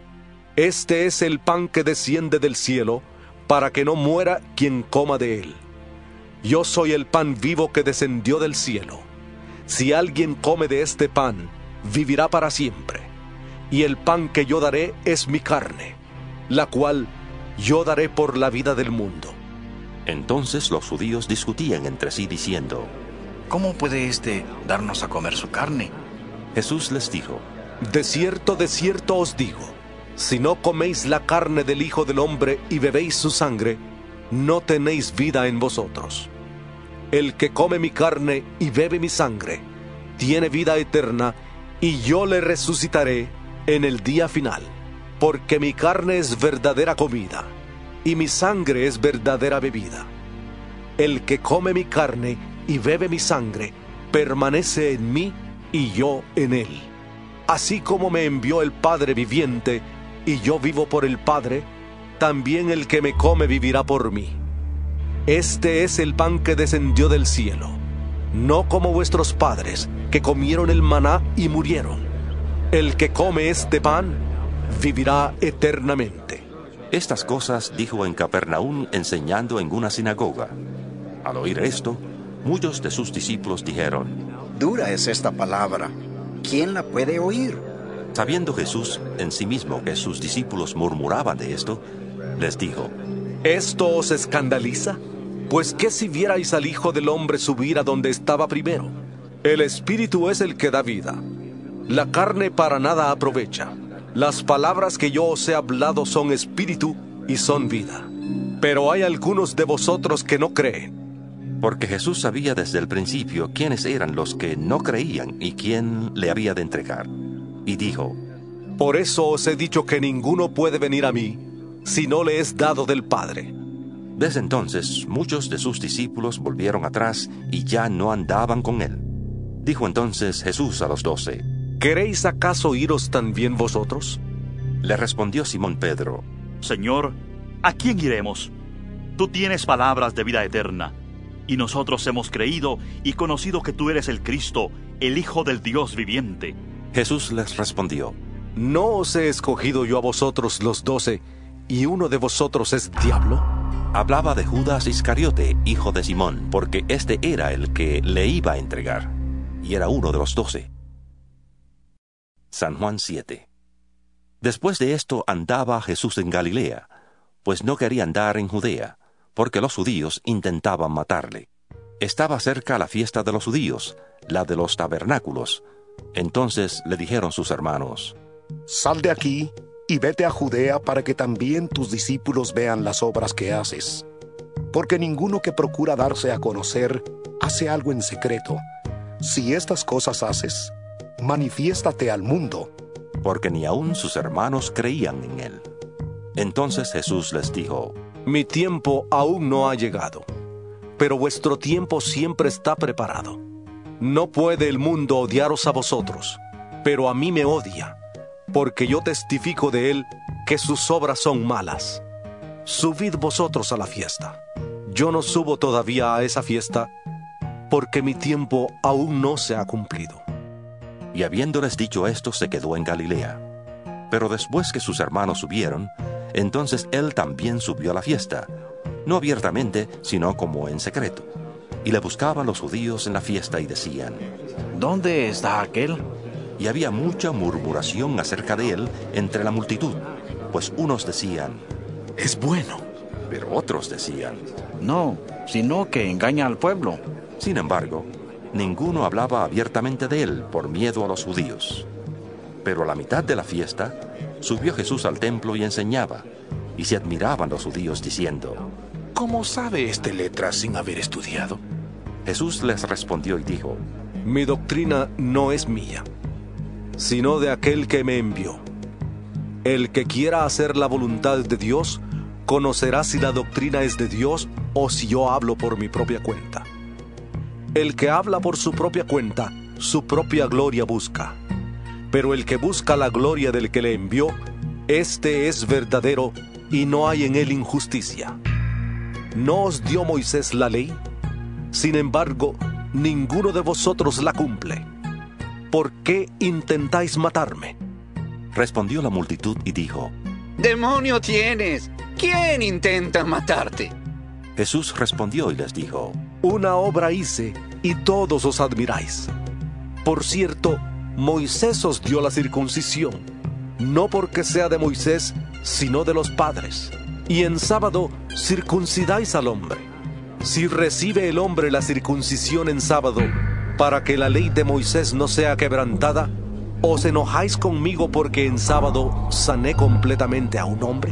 Este es el pan que desciende del cielo, para que no muera quien coma de él. Yo soy el pan vivo que descendió del cielo. Si alguien come de este pan, vivirá para siempre. Y el pan que yo daré es mi carne, la cual yo daré por la vida del mundo. Entonces los judíos discutían entre sí diciendo: ¿Cómo puede éste darnos a comer su carne? Jesús les dijo: De cierto os digo, si no coméis la carne del Hijo del Hombre y bebéis su sangre, no tenéis vida en vosotros. El que come mi carne y bebe mi sangre, tiene vida eterna, y yo le resucitaré en el día final. Porque mi carne es verdadera comida, y mi sangre es verdadera bebida. El que come mi carne y bebe mi sangre, permanece en mí y yo en él. Así como me envió el Padre viviente, y yo vivo por el Padre, también el que me come vivirá por mí. Este es el pan que descendió del cielo, no como vuestros padres, que comieron el maná y murieron. El que come este pan vivirá eternamente. Estas cosas dijo en Capernaum, enseñando en una sinagoga. Al oír esto, muchos de sus discípulos dijeron: Dura es esta palabra, ¿quién la puede oír? Sabiendo Jesús en sí mismo que sus discípulos murmuraban de esto, les dijo: ¿Esto os escandaliza? Pues ¿qué si vierais al Hijo del Hombre subir a donde estaba primero? El Espíritu es el que da vida. La carne para nada aprovecha. Las palabras que yo os he hablado son espíritu y son vida. Pero hay algunos de vosotros que no creen. Porque Jesús sabía desde el principio quiénes eran los que no creían y quién le había de entregar. Y dijo: Por eso os he dicho que ninguno puede venir a mí si no le es dado del Padre. Desde entonces muchos de sus discípulos volvieron atrás y ya no andaban con él. Dijo entonces Jesús a los 12: ¿Queréis acaso iros también vosotros? Le respondió Simón Pedro: Señor, ¿a quién iremos? Tú tienes palabras de vida eterna, y nosotros hemos creído y conocido que tú eres el Cristo, el Hijo del Dios viviente. Jesús les respondió: ¿No os he escogido yo a vosotros los 12, y uno de vosotros es diablo? Hablaba de Judas Iscariote, hijo de Simón, porque este era el que le iba a entregar, y era uno de los 12. San Juan 7. Después de esto andaba Jesús en Galilea, pues no quería andar en Judea, porque los judíos intentaban matarle. Estaba cerca la fiesta de los judíos, la de los tabernáculos. Entonces le dijeron sus hermanos: Sal de aquí y vete a Judea para que también tus discípulos vean las obras que haces. Porque ninguno que procura darse a conocer hace algo en secreto. Si estas cosas haces, manifiéstate al mundo. Porque ni aun sus hermanos creían en él. Entonces Jesús les dijo: Mi tiempo aún no ha llegado, pero vuestro tiempo siempre está preparado. No puede el mundo odiaros a vosotros, pero a mí me odia, porque yo testifico de él que sus obras son malas. Subid vosotros a la fiesta. Yo no subo todavía a esa fiesta, porque mi tiempo aún no se ha cumplido. Y habiéndoles dicho esto, se quedó en Galilea. Pero después que sus hermanos subieron, entonces él también subió a la fiesta, no abiertamente, sino como en secreto. Y le buscaban los judíos en la fiesta y decían: ¿Dónde está aquel? Y había mucha murmuración acerca de él entre la multitud, pues unos decían: Es bueno. Pero otros decían: No, sino que engaña al pueblo. Sin embargo, ninguno hablaba abiertamente de él por miedo a los judíos. Pero a la mitad de la fiesta, subió Jesús al templo y enseñaba, y se admiraban los judíos diciendo: ¿Cómo sabe este letras sin haber estudiado? Jesús les respondió y dijo: Mi doctrina no es mía, sino de aquel que me envió. El que quiera hacer la voluntad de Dios, conocerá si la doctrina es de Dios o si yo hablo por mi propia cuenta. El que habla por su propia cuenta, su propia gloria busca. Pero el que busca la gloria del que le envió, este es verdadero y no hay en él injusticia. ¿No os dio Moisés la ley? Sin embargo, ninguno de vosotros la cumple. ¿Por qué intentáis matarme? Respondió la multitud y dijo: ¡Demonio tienes! ¿Quién intenta matarte? Jesús respondió y les dijo: Una obra hice y todos os admiráis. Por cierto, Moisés os dio la circuncisión, no porque sea de Moisés, sino de los padres. Y en sábado circuncidáis al hombre. Si recibe el hombre la circuncisión en sábado, para que la ley de Moisés no sea quebrantada, ¿os enojáis conmigo porque en sábado sané completamente a un hombre?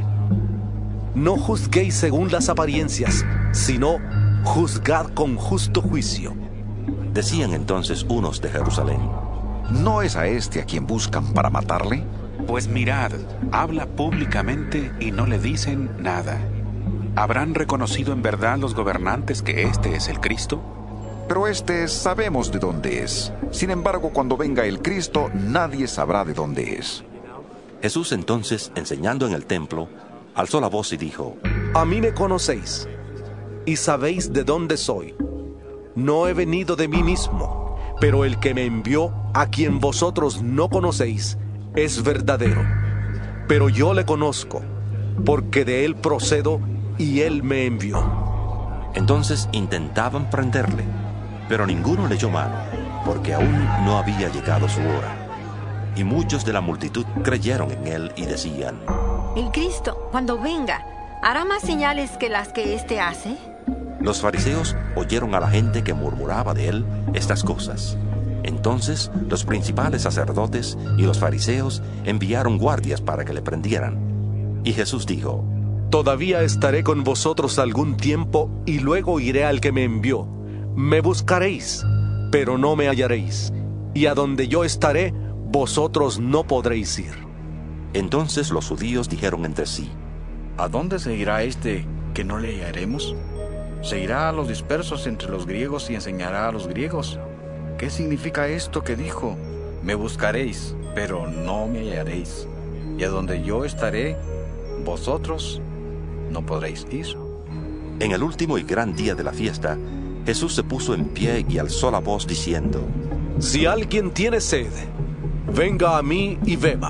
No juzguéis según las apariencias, sino juzgad con justo juicio. Decían entonces unos de Jerusalén: ¿No es a este a quien buscan para matarle? Pues mirad, habla públicamente y no le dicen nada. ¿Habrán reconocido en verdad los gobernantes que este es el Cristo? Pero sabemos de dónde es. Sin embargo, cuando venga el Cristo, nadie sabrá de dónde es. Jesús entonces, enseñando en el templo, alzó la voz y dijo: A mí me conocéis y sabéis de dónde soy. No he venido de mí mismo, pero el que me envió, a quien vosotros no conocéis, es verdadero. Pero yo le conozco, porque de él procedo y él me envió. Entonces intentaban prenderle, pero ninguno le echó mano, porque aún no había llegado su hora. Y muchos de la multitud creyeron en él y decían: El Cristo, cuando venga, ¿hará más señales que las que éste hace? Los fariseos oyeron a la gente que murmuraba de él estas cosas. Entonces los principales sacerdotes y los fariseos enviaron guardias para que le prendieran. Y Jesús dijo: Todavía estaré con vosotros algún tiempo y luego iré al que me envió. Me buscaréis, pero no me hallaréis. Y a donde yo estaré, vosotros no podréis ir. Entonces los judíos dijeron entre sí: ¿A dónde se irá este que no le hallaremos? Se irá a los dispersos entre los griegos y enseñará a los griegos. ¿Qué significa esto que dijo? Me buscaréis, pero no me hallaréis. Y a donde yo estaré, vosotros no podréis ir. En el último y gran día de la fiesta, Jesús se puso en pie y alzó la voz diciendo: Si alguien tiene sed, venga a mí y beba.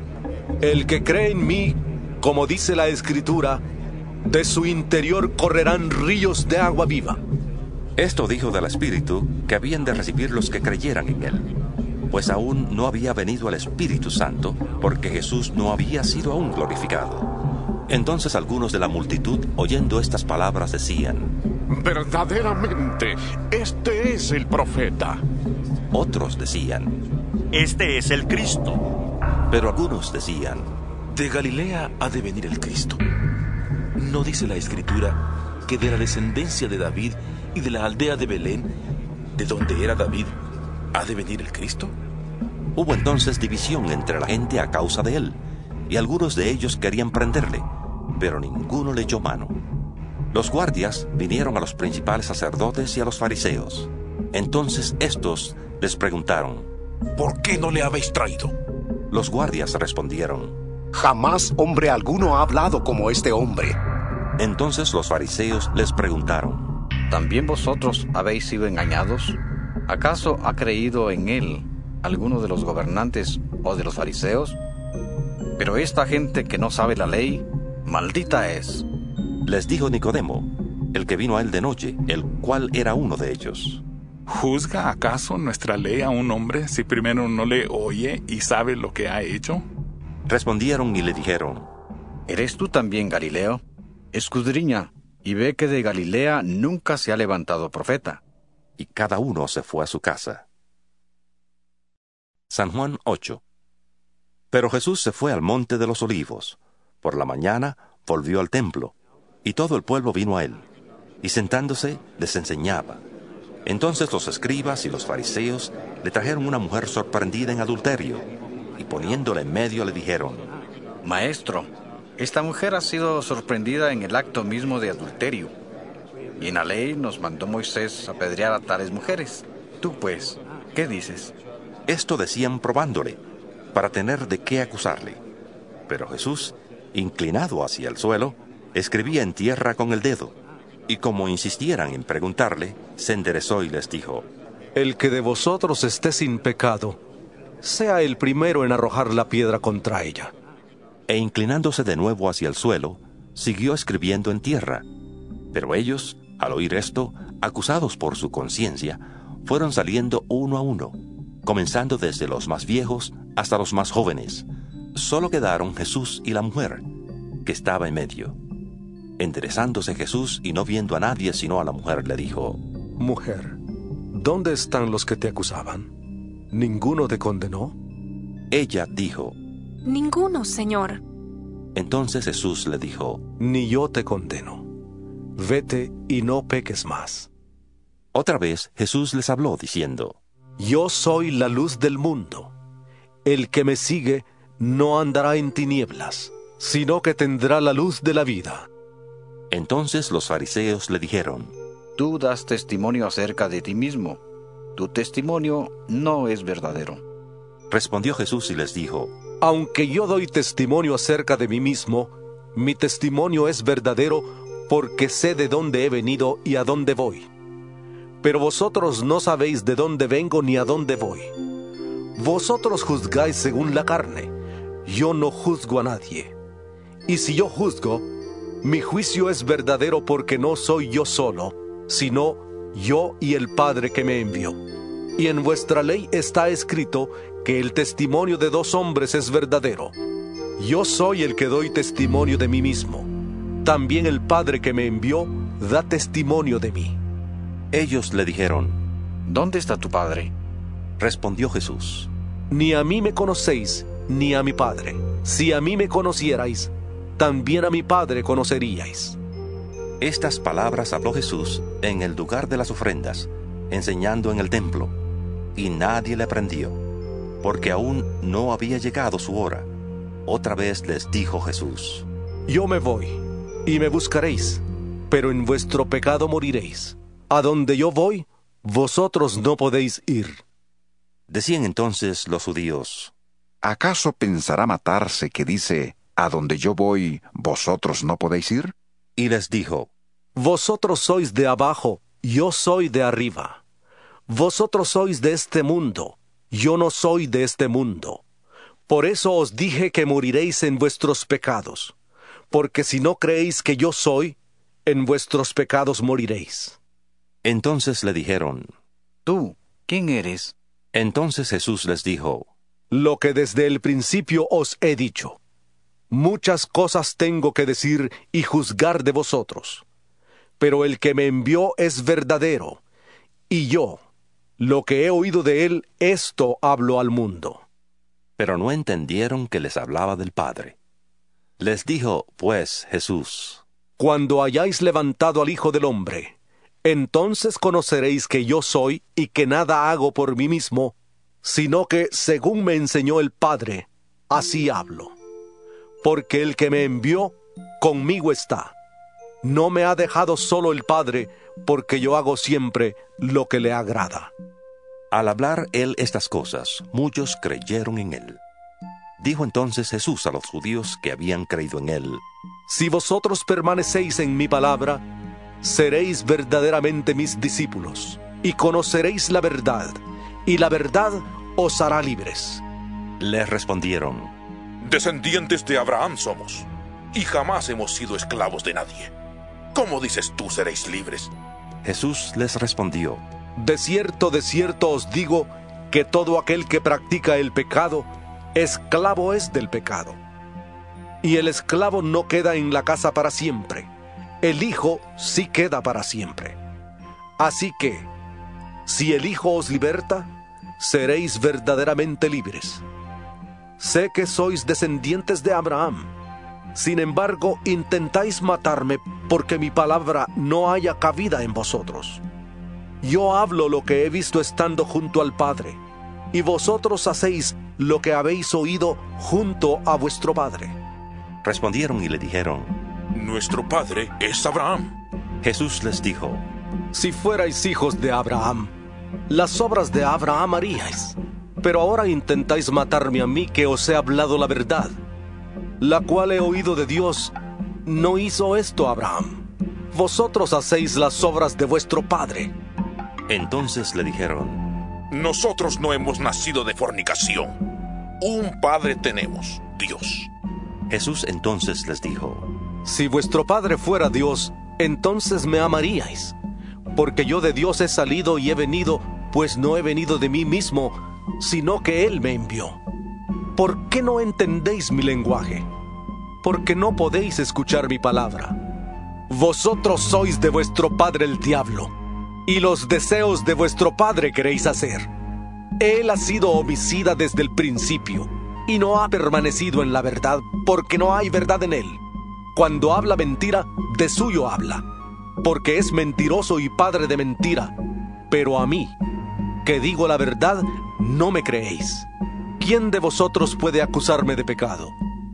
El que cree en mí, como dice la Escritura, de su interior correrán ríos de agua viva. Esto dijo del Espíritu que habían de recibir los que creyeran en él, pues aún no había venido el Espíritu Santo, porque Jesús no había sido aún glorificado. Entonces algunos de la multitud, oyendo estas palabras, decían: Verdaderamente, este es el profeta. Otros decían: Este es el Cristo. Pero algunos decían: De Galilea ha de venir el Cristo. ¿No dice la Escritura que de la descendencia de David y de la aldea de Belén, de donde era David, ha de venir el Cristo? Hubo entonces división entre la gente a causa de él, y algunos de ellos querían prenderle, pero ninguno le echó mano. Los guardias vinieron a los principales sacerdotes y a los fariseos. Entonces estos les preguntaron: ¿Por qué no le habéis traído? Los guardias respondieron: Jamás hombre alguno ha hablado como este hombre. Entonces los fariseos les preguntaron: ¿También vosotros habéis sido engañados? ¿Acaso ha creído en él alguno de los gobernantes o de los fariseos? Pero esta gente que no sabe la ley, maldita es. Les dijo Nicodemo, el que vino a él de noche, el cual era uno de ellos: ¿Juzga acaso nuestra ley a un hombre si primero no le oye y sabe lo que ha hecho? Respondieron y le dijeron: ¿Eres tú también Galileo? Escudriña y ve que de Galilea nunca se ha levantado profeta. Y cada uno se fue a su casa. San Juan 8. Pero Jesús se fue al monte de los olivos. Por la mañana volvió al templo, y todo el pueblo vino a él, y sentándose les enseñaba. Entonces los escribas y los fariseos le trajeron una mujer sorprendida en adulterio, y poniéndola en medio le dijeron: Maestro, esta mujer ha sido sorprendida en el acto mismo de adulterio, y en la ley nos mandó Moisés apedrear a tales mujeres. Tú pues, ¿qué dices? Esto decían probándole, para tener de qué acusarle. Pero Jesús, inclinado hacia el suelo, escribía en tierra con el dedo, y como insistieran en preguntarle, se enderezó y les dijo: El que de vosotros esté sin pecado, sea el primero en arrojar la piedra contra ella. E inclinándose de nuevo hacia el suelo, siguió escribiendo en tierra. Pero ellos, al oír esto, acusados por su conciencia, fueron saliendo uno a uno, comenzando desde los más viejos hasta los más jóvenes. Solo quedaron Jesús y la mujer, que estaba en medio. Enderezándose Jesús y no viendo a nadie sino a la mujer, le dijo: Mujer, ¿dónde están los que te acusaban? ¿Ninguno te condenó? Ella dijo: Ninguno, Señor. Entonces Jesús le dijo: Ni yo te condeno. Vete y no peques más. Otra vez Jesús les habló diciendo: Yo soy la luz del mundo. El que me sigue no andará en tinieblas, sino que tendrá la luz de la vida. Entonces los fariseos le dijeron: Tú das testimonio acerca de ti mismo. Tu testimonio no es verdadero. Respondió Jesús y les dijo: Aunque yo doy testimonio acerca de mí mismo, mi testimonio es verdadero porque sé de dónde he venido y a dónde voy. Pero vosotros no sabéis de dónde vengo ni a dónde voy. Vosotros juzgáis según la carne. Yo no juzgo a nadie. Y si yo juzgo, mi juicio es verdadero porque no soy yo solo, sino yo y el Padre que me envió. Y en vuestra ley está escrito que el testimonio de dos hombres es verdadero. Yo soy el que doy testimonio de mí mismo. También el Padre que me envió da testimonio de mí. Ellos le dijeron: ¿Dónde está tu Padre? Respondió Jesús: Ni a mí me conocéis, ni a mi Padre. Si a mí me conocierais, también a mi Padre conoceríais. Estas palabras habló Jesús en el lugar de las ofrendas, enseñando en el templo, y nadie le prendió, porque aún no había llegado su hora. Otra vez les dijo Jesús: Yo me voy, y me buscaréis, pero en vuestro pecado moriréis. A donde yo voy, vosotros no podéis ir. Decían entonces los judíos: ¿Acaso pensará matarse que dice: a donde yo voy, vosotros no podéis ir? Y les dijo: Vosotros sois de abajo, yo soy de arriba. Vosotros sois de este mundo, yo no soy de este mundo. Por eso os dije que moriréis en vuestros pecados, porque si no creéis que yo soy, en vuestros pecados moriréis. Entonces le dijeron: ¿Tú quién eres? Entonces Jesús les dijo: Lo que desde el principio os he dicho. Muchas cosas tengo que decir y juzgar de vosotros, pero el que me envió es verdadero, y yo, lo que he oído de él, esto hablo al mundo. Pero no entendieron que les hablaba del Padre. Les dijo, pues, Jesús: Cuando hayáis levantado al Hijo del Hombre, entonces conoceréis que yo soy y que nada hago por mí mismo, sino que, según me enseñó el Padre, así hablo. Porque el que me envió, conmigo está. No me ha dejado solo el Padre, porque yo hago siempre lo que le agrada. Al hablar él estas cosas, muchos creyeron en él. Dijo entonces Jesús a los judíos que habían creído en él: Si vosotros permanecéis en mi palabra, seréis verdaderamente mis discípulos, y conoceréis la verdad, y la verdad os hará libres. Les respondieron: Descendientes de Abraham somos, y jamás hemos sido esclavos de nadie. ¿Cómo dices tú seréis libres? Jesús les respondió: de cierto os digo, que todo aquel que practica el pecado, esclavo es del pecado. Y el esclavo no queda en la casa para siempre, el Hijo sí queda para siempre. Así que, si el Hijo os liberta, seréis verdaderamente libres. Sé que sois descendientes de Abraham. Sin embargo, intentáis matarme porque mi palabra no haya cabida en vosotros. Yo hablo lo que he visto estando junto al Padre, y vosotros hacéis lo que habéis oído junto a vuestro padre. Respondieron y le dijeron: Nuestro padre es Abraham. Jesús les dijo: Si fuerais hijos de Abraham, las obras de Abraham haríais. Pero ahora intentáis matarme a mí, que os he hablado la verdad, la cual he oído de Dios. No hizo esto Abraham. Vosotros hacéis las obras de vuestro padre. Entonces le dijeron: Nosotros no hemos nacido de fornicación. Un padre tenemos, Dios. Jesús entonces les dijo: Si vuestro padre fuera Dios, entonces me amaríais, porque yo de Dios he salido y he venido, pues no he venido de mí mismo, sino que Él me envió. ¿Por qué no entendéis mi lenguaje? Porque no podéis escuchar mi palabra. Vosotros sois de vuestro padre el diablo, y los deseos de vuestro padre queréis hacer. Él ha sido homicida desde el principio, y no ha permanecido en la verdad, porque no hay verdad en él. Cuando habla mentira, de suyo habla, porque es mentiroso y padre de mentira. Pero a mí, que digo la verdad, no me creéis. ¿Quién de vosotros puede acusarme de pecado?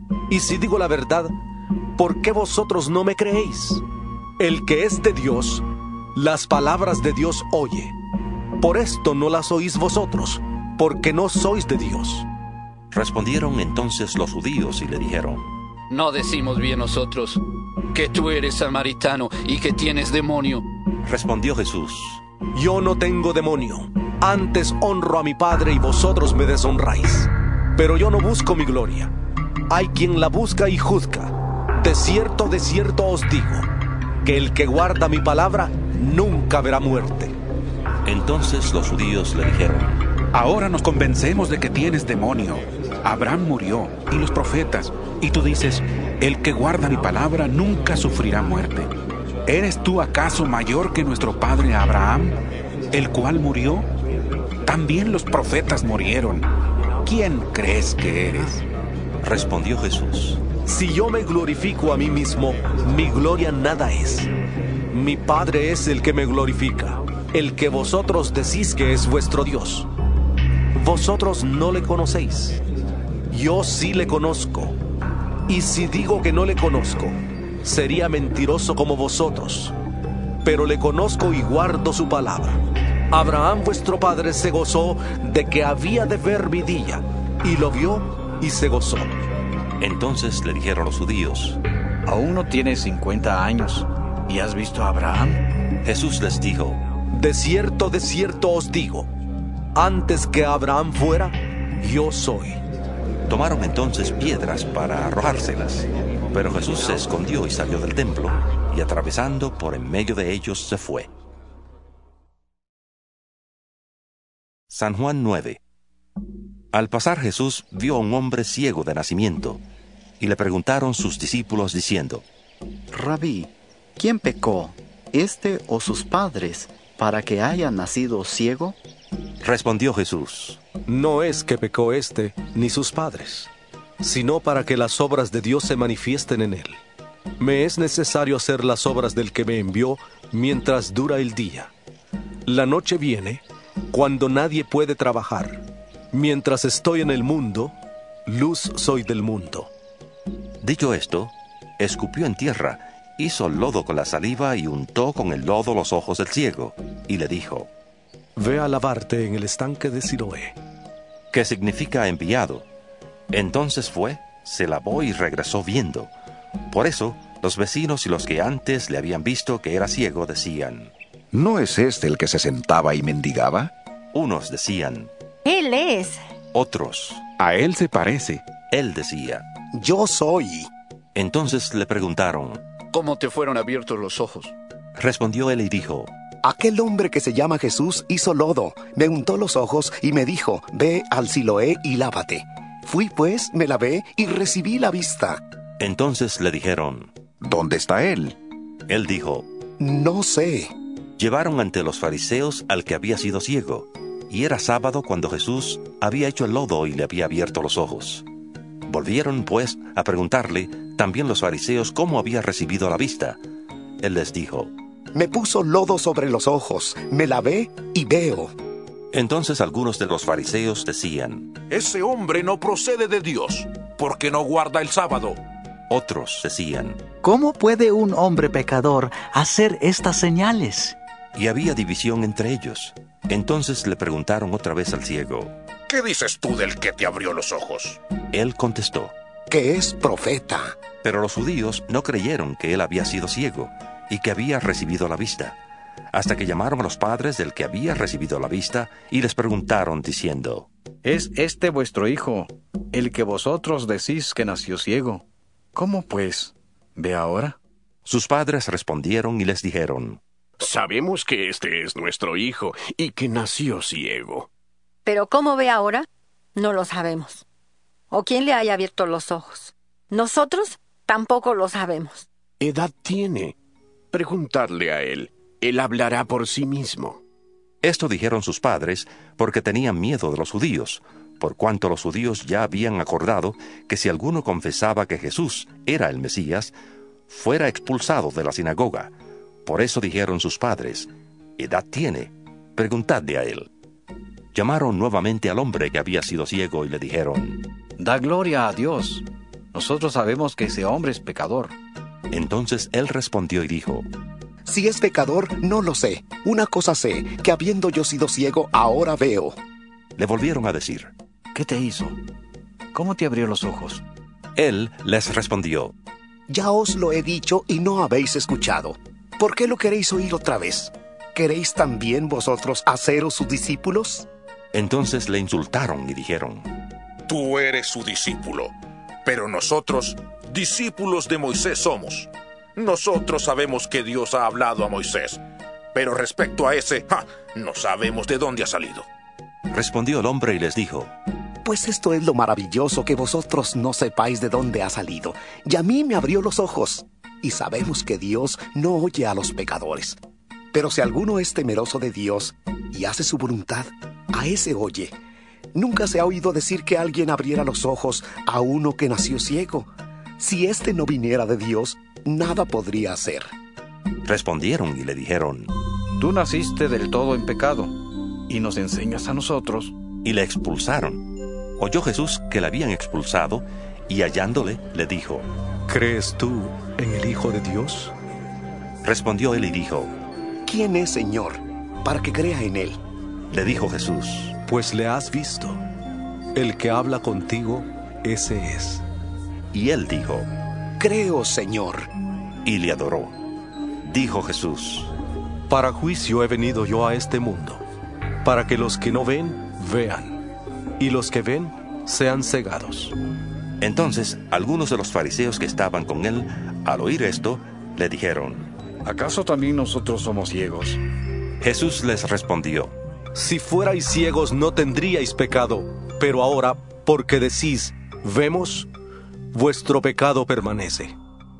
Y si digo la verdad, ¿por qué vosotros no me creéis? El que es de Dios, las palabras de Dios oye. Por esto no las oís vosotros, porque no sois de Dios. Respondieron entonces los judíos y le dijeron: ¿No decimos bien nosotros que tú eres samaritano y que tienes demonio? Respondió Jesús: Yo no tengo demonio, antes honro a mi Padre y vosotros me deshonráis. Pero yo no busco mi gloria. Hay quien la busca y juzga. De cierto os digo, que el que guarda mi palabra nunca verá muerte. Entonces los judíos le dijeron: Ahora nos convencemos de que tienes demonio. Abraham murió, y los profetas, y tú dices: el que guarda mi palabra nunca sufrirá muerte. ¿Eres tú acaso mayor que nuestro padre Abraham, el cual murió? También los profetas murieron. ¿Quién crees que eres? Respondió Jesús: Si yo me glorifico a mí mismo, mi gloria nada es. Mi Padre es el que me glorifica, el que vosotros decís que es vuestro Dios. Vosotros no le conocéis. Yo sí le conozco. Y si digo que no le conozco, sería mentiroso como vosotros. Pero le conozco y guardo su palabra. Abraham vuestro padre se gozó de que había de ver mi día, y lo vio y se gozó. Entonces le dijeron los judíos: ¿Aún no tienes 50 años y has visto a Abraham? Jesús les dijo: De cierto os digo, antes que Abraham fuera, yo soy. Tomaron entonces piedras para arrojárselas, pero Jesús se escondió y salió del templo, y atravesando por en medio de ellos se fue. San Juan 9. Al pasar Jesús vio a un hombre ciego de nacimiento, y le preguntaron sus discípulos diciendo: Rabí, ¿quién pecó, este o sus padres, para que haya nacido ciego? Respondió Jesús: No es que pecó este ni sus padres, sino para que las obras de Dios se manifiesten en él. Me es necesario hacer las obras del que me envió mientras dura el día. La noche viene cuando nadie puede trabajar. Mientras estoy en el mundo, luz soy del mundo. Dicho esto, escupió en tierra, hizo lodo con la saliva y untó con el lodo los ojos del ciego, y le dijo: Ve a lavarte en el estanque de Siloé. Que significa enviado. Entonces fue, se lavó y regresó viendo. Por eso, los vecinos y los que antes le habían visto que era ciego decían: ¿No es este el que se sentaba y mendigaba? Unos decían: Él es. Otros: A él se parece. Él decía: Yo soy. Entonces le preguntaron: ¿Cómo te fueron abiertos los ojos? Respondió él y dijo: Aquel hombre que se llama Jesús hizo lodo, me untó los ojos y me dijo: Ve al Siloé y lávate. Fui pues, me lavé y recibí la vista. Entonces le dijeron: ¿Dónde está él? Él dijo: No sé. Llevaron ante los fariseos al que había sido ciego, y era sábado cuando Jesús había hecho el lodo y le había abierto los ojos. Volvieron, pues, a preguntarle también los fariseos cómo había recibido la vista. Él les dijo: Me puso lodo sobre los ojos, me lavé y veo. Entonces algunos de los fariseos decían: Ese hombre no procede de Dios, porque no guarda el sábado. Otros decían: ¿Cómo puede un hombre pecador hacer estas señales? Y había división entre ellos. Entonces le preguntaron otra vez al ciego: ¿qué dices tú del que te abrió los ojos? Él contestó, que es profeta. Pero los judíos no creyeron que él había sido ciego y que había recibido la vista, hasta que llamaron a los padres del que había recibido la vista y les preguntaron diciendo, ¿es este vuestro hijo, el que vosotros decís que nació ciego? ¿Cómo pues? ¿Ve ahora? Sus padres respondieron y les dijeron, sabemos que este es nuestro hijo y que nació ciego. Pero ¿cómo ve ahora? No lo sabemos. ¿O quién le haya abierto los ojos? Nosotros tampoco lo sabemos. ¿Edad tiene? Preguntadle a él. Él hablará por sí mismo. Esto dijeron sus padres porque tenían miedo de los judíos, por cuanto los judíos ya habían acordado que si alguno confesaba que Jesús era el Mesías, fuera expulsado de la sinagoga. Por eso dijeron sus padres, ¿edad tiene? Preguntadle a él. Llamaron nuevamente al hombre que había sido ciego y le dijeron, da gloria a Dios. Nosotros sabemos que ese hombre es pecador. Entonces él respondió y dijo, si es pecador, no lo sé. Una cosa sé, que habiendo yo sido ciego, ahora veo. Le volvieron a decir, ¿qué te hizo? ¿Cómo te abrió los ojos? Él les respondió, ya os lo he dicho y no habéis escuchado. ¿Por qué lo queréis oír otra vez? ¿Queréis también vosotros haceros sus discípulos? Entonces le insultaron y dijeron, tú eres su discípulo, pero nosotros, discípulos de Moisés somos. Nosotros sabemos que Dios ha hablado a Moisés, pero respecto a ese, no sabemos de dónde ha salido. Respondió el hombre y les dijo, pues esto es lo maravilloso, que vosotros no sepáis de dónde ha salido, y a mí me abrió los ojos, y sabemos que Dios no oye a los pecadores. Pero si alguno es temeroso de Dios y hace su voluntad, a ese oye. Nunca se ha oído decir que alguien abriera los ojos a uno que nació ciego. Si éste no viniera de Dios, nada podría hacer. Respondieron y le dijeron, tú naciste del todo en pecado, y nos enseñas a nosotros. Y le expulsaron. Oyó Jesús que le habían expulsado, y hallándole, le dijo, ¿crees tú en el Hijo de Dios? Respondió él y dijo, ¿quién es, Señor, para que crea en él? Le dijo Jesús, pues le has visto. El que habla contigo, ese es. Y él dijo, creo, Señor. Y le adoró. Dijo Jesús, para juicio he venido yo a este mundo, para que los que no ven, vean, y los que ven, sean cegados. Entonces, algunos de los fariseos que estaban con él, al oír esto, le dijeron, ¿acaso también nosotros somos ciegos? Jesús les respondió, si fuerais ciegos no tendríais pecado, pero ahora, porque decís, vemos, vuestro pecado permanece.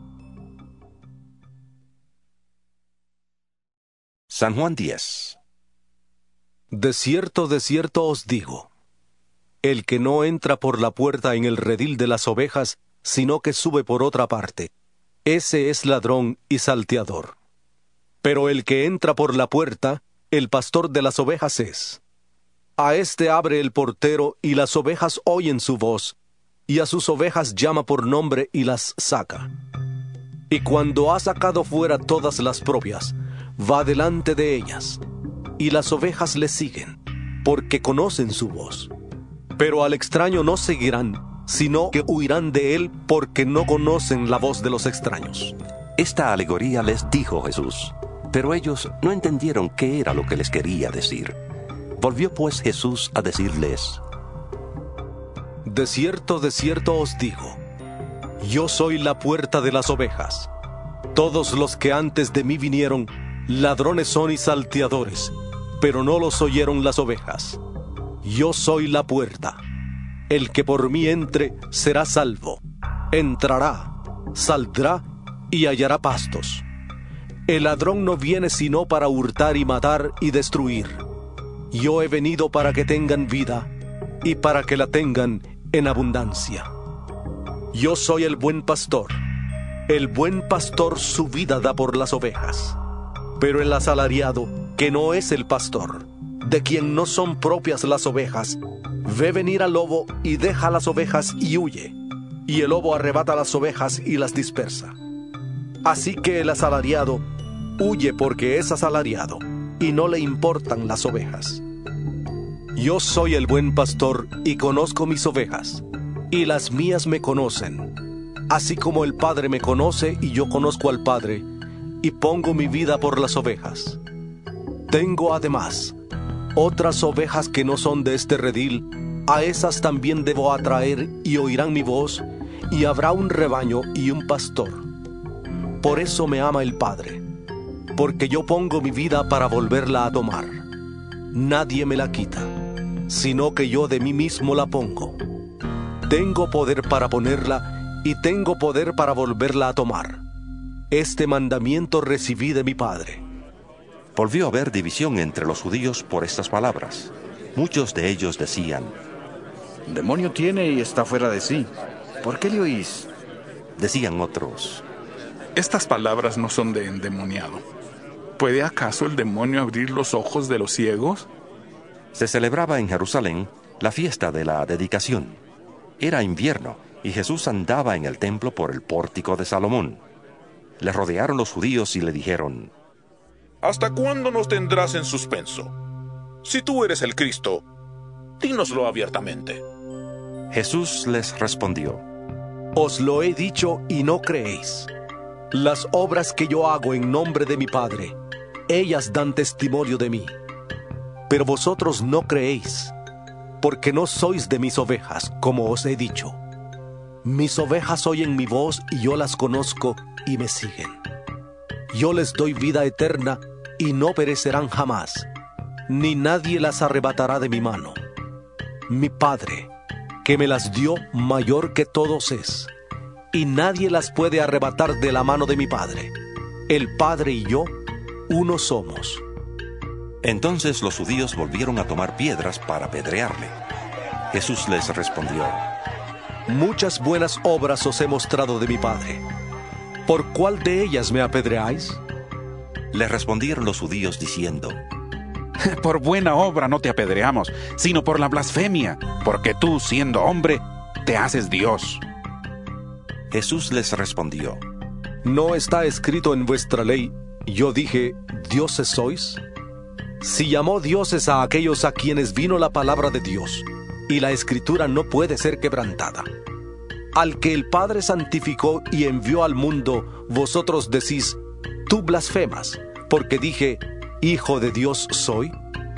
San Juan 10. De cierto os digo, el que no entra por la puerta en el redil de las ovejas, sino que sube por otra parte, ese es ladrón y salteador. Pero el que entra por la puerta, el pastor de las ovejas es. A éste abre el portero, y las ovejas oyen su voz, y a sus ovejas llama por nombre y las saca. Y cuando ha sacado fuera todas las propias, va delante de ellas, y las ovejas le siguen, porque conocen su voz. Pero al extraño no seguirán, sino que huirán de él, porque no conocen la voz de los extraños. Esta alegoría les dijo Jesús, pero ellos no entendieron qué era lo que les quería decir. Volvió pues Jesús a decirles, de cierto os digo, yo soy la puerta de las ovejas. Todos los que antes de mí vinieron, ladrones son y salteadores, pero no los oyeron las ovejas. Yo soy la puerta. El que por mí entre será salvo. Entrará, saldrá y hallará pastos. El ladrón no viene sino para hurtar y matar y destruir. Yo he venido para que tengan vida y para que la tengan en abundancia. Yo soy el buen pastor. El buen pastor su vida da por las ovejas. Pero el asalariado, que no es el pastor, de quien no son propias las ovejas, ve venir al lobo y deja las ovejas y huye. Y el lobo arrebata las ovejas y las dispersa. Así que el asalariado huye porque es asalariado y no le importan las ovejas. Yo soy el buen pastor y conozco mis ovejas, y las mías me conocen, así como el Padre me conoce y yo conozco al Padre, y pongo mi vida por las ovejas. Tengo además otras ovejas que no son de este redil, a esas también debo atraer y oirán mi voz, y habrá un rebaño y un pastor. Por eso me ama el Padre, porque yo pongo mi vida para volverla a tomar. Nadie me la quita, sino que yo de mí mismo la pongo. Tengo poder para ponerla y tengo poder para volverla a tomar. Este mandamiento recibí de mi Padre. Volvió a haber división entre los judíos por estas palabras. Muchos de ellos decían: Demonio tiene y está fuera de sí. ¿Por qué le oís? Decían otros: Estas palabras no son de endemoniado. ¿Puede acaso el demonio abrir los ojos de los ciegos? Se celebraba en Jerusalén la fiesta de la dedicación. Era invierno y Jesús andaba en el templo por el pórtico de Salomón. Le rodearon los judíos y le dijeron: ¿Hasta cuándo nos tendrás en suspenso? Si tú eres el Cristo, dínoslo abiertamente. Jesús les respondió: Os lo he dicho y no creéis. Las obras que yo hago en nombre de mi Padre, ellas dan testimonio de mí. Pero vosotros no creéis, porque no sois de mis ovejas, como os he dicho. Mis ovejas oyen mi voz y yo las conozco y me siguen. Yo les doy vida eterna y no perecerán jamás, ni nadie las arrebatará de mi mano. Mi Padre, que me las dio, mayor que todos es, y nadie las puede arrebatar de la mano de mi Padre. El Padre y yo, uno somos. Entonces los judíos volvieron a tomar piedras para apedrearle. Jesús les respondió: Muchas buenas obras os he mostrado de mi Padre. ¿Por cuál de ellas me apedreáis? Le respondieron los judíos diciendo: Por buena obra no te apedreamos, sino por la blasfemia, porque tú, siendo hombre, te haces Dios. Jesús les respondió: ¿No está escrito en vuestra ley, yo dije, dioses sois? Si llamó dioses a aquellos a quienes vino la palabra de Dios, y la escritura no puede ser quebrantada. Al que el Padre santificó y envió al mundo, vosotros decís: tú blasfemas, porque dije, Hijo de Dios soy.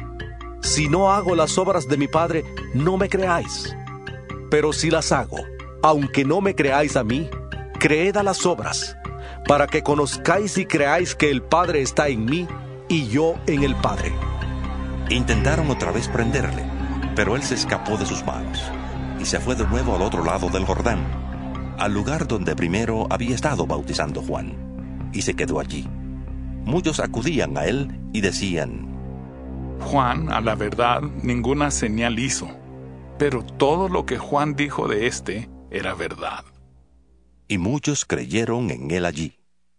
Si no hago las obras de mi Padre, no me creáis. Pero si las hago, aunque no me creáis a mí, creed a las obras, para que conozcáis y creáis que el Padre está en mí y yo en el Padre. Intentaron otra vez prenderle, pero él se escapó de sus manos y se fue de nuevo al otro lado del Jordán, al lugar donde primero había estado bautizando Juan, y se quedó allí. Muchos acudían a él y decían: Juan, a la verdad, ninguna señal hizo, pero todo lo que Juan dijo de éste era verdad. Y muchos creyeron en él allí.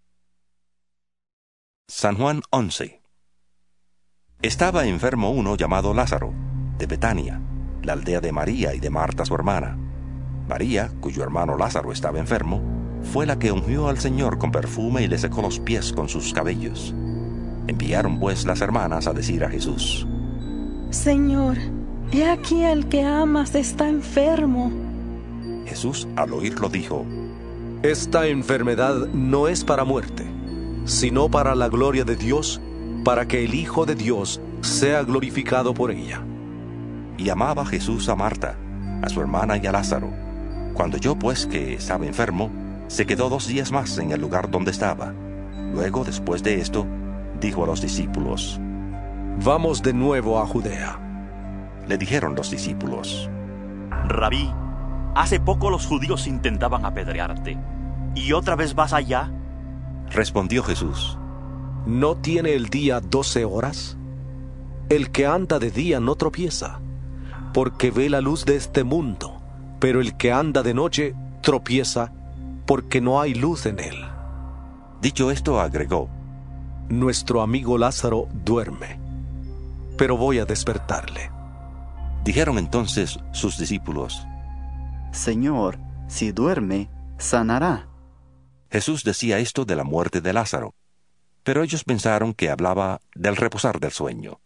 San Juan 11. Estaba enfermo uno llamado Lázaro, de Betania, la aldea de María y de Marta su hermana. María, cuyo hermano Lázaro estaba enfermo, fue la que ungió al Señor con perfume y le secó los pies con sus cabellos. Enviaron pues las hermanas a decir a Jesús: Señor, he aquí el que amas está enfermo. Jesús al oírlo dijo: Esta enfermedad no es para muerte, sino para la gloria de Dios, para que el Hijo de Dios sea glorificado por ella. Y amaba Jesús a Marta, a su hermana y a Lázaro. Cuando oyó pues que estaba enfermo, se quedó 2 días más en el lugar donde estaba. Luego, después de esto, dijo a los discípulos: Vamos de nuevo a Judea. Le dijeron los discípulos: Rabí, hace poco los judíos intentaban apedrearte, ¿y otra vez vas allá? Respondió Jesús: ¿No tiene el día 12 horas? El que anda de día no tropieza, porque ve la luz de este mundo, pero el que anda de noche tropieza, porque no hay luz en él. Dicho esto, agregó: Nuestro amigo Lázaro duerme, pero voy a despertarle. Dijeron entonces sus discípulos: Señor, si duerme, sanará. Jesús decía esto de la muerte de Lázaro, pero ellos pensaron que hablaba del reposar del sueño.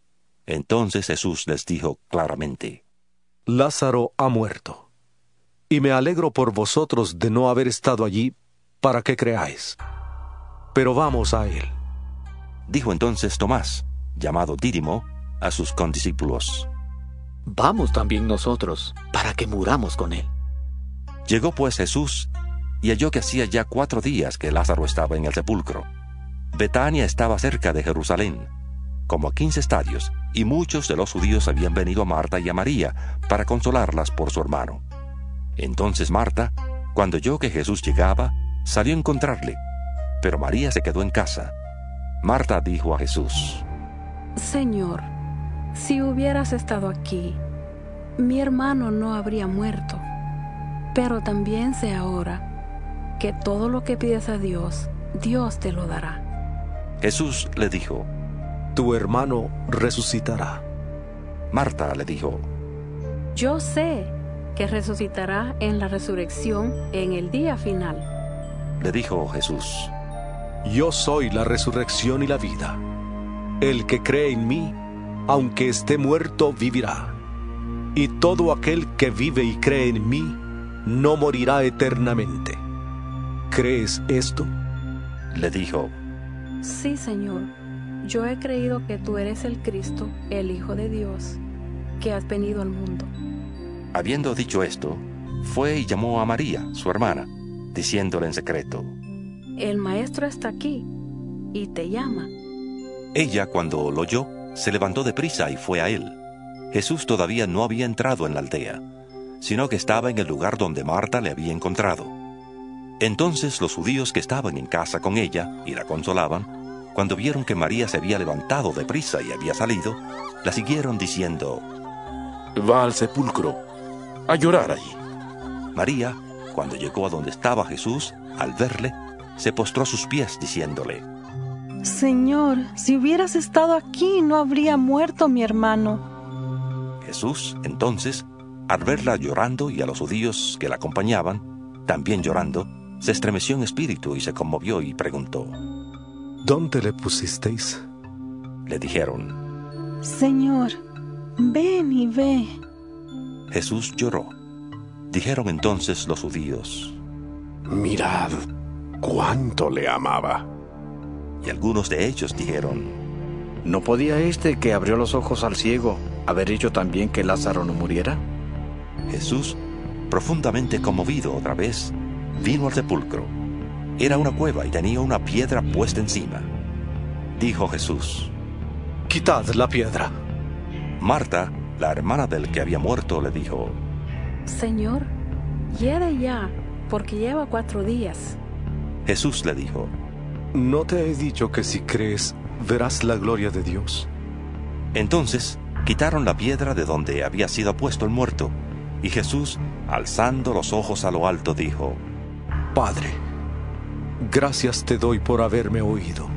Entonces Jesús les dijo claramente: Lázaro ha muerto, y me alegro por vosotros de no haber estado allí para que creáis. Pero vamos a él. Dijo entonces Tomás, llamado Dídimo, a sus condiscípulos: Vamos también nosotros, para que muramos con él. Llegó pues Jesús, y halló que hacía ya 4 días que Lázaro estaba en el sepulcro. Betania estaba cerca de Jerusalén, como a 15 estadios, y muchos de los judíos habían venido a Marta y a María para consolarlas por su hermano. Entonces Marta, cuando oyó que Jesús llegaba, salió a encontrarle, pero María se quedó en casa. Marta dijo a Jesús: Señor, si hubieras estado aquí, mi hermano no habría muerto. Pero también sé ahora que todo lo que pides a Dios, Dios te lo dará. Jesús le dijo: Tu hermano resucitará. Marta le dijo: Yo sé que resucitará en la resurrección en el día final. Le dijo Jesús: Yo soy la resurrección y la vida. El que cree en mí, aunque esté muerto, vivirá. Y todo aquel que vive y cree en mí, no morirá eternamente. ¿Crees esto? Le dijo: Sí, Señor. Yo he creído que tú eres el Cristo, el Hijo de Dios, que has venido al mundo. Habiendo dicho esto, fue y llamó a María, su hermana, diciéndole en secreto: El Maestro está aquí y te llama. Ella, cuando lo oyó, se levantó deprisa y fue a él. Jesús todavía no había entrado en la aldea, sino que estaba en el lugar donde Marta le había encontrado. Entonces los judíos que estaban en casa con ella y la consolaban, cuando vieron que María se había levantado deprisa y había salido, la siguieron diciendo: Va al sepulcro, a llorar allí. María, cuando llegó a donde estaba Jesús, al verle, se postró a sus pies diciéndole: Señor, si hubieras estado aquí, no habría muerto mi hermano. Jesús, entonces, al verla llorando y a los judíos que la acompañaban, también llorando, se estremeció en espíritu y se conmovió y preguntó: ¿Dónde le pusisteis? Le dijeron: Señor, ven y ve. Jesús lloró. Dijeron entonces los judíos: Mirad cuánto le amaba. Y algunos de ellos dijeron: ¿No podía este que abrió los ojos al ciego haber hecho también que Lázaro no muriera? Jesús, profundamente conmovido otra vez, vino al sepulcro. Era una cueva y tenía una piedra puesta encima. Dijo Jesús: Quitad la piedra. Marta, la hermana del que había muerto, le dijo: Señor, hiede ya, porque lleva 4 días. Jesús le dijo: ¿No te he dicho que si crees, verás la gloria de Dios? Entonces quitaron la piedra de donde había sido puesto el muerto, y Jesús, alzando los ojos a lo alto, dijo: Padre, gracias te doy por haberme oído.